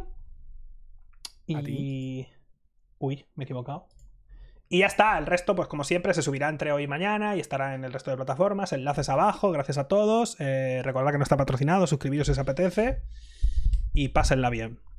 Y... Uy, me he equivocado. Y ya está, el resto, pues como siempre, se subirá entre hoy y mañana y estará en el resto de plataformas. Enlaces abajo, gracias a todos. Recordad que no está patrocinado, suscribiros si os apetece. Y pásenla bien.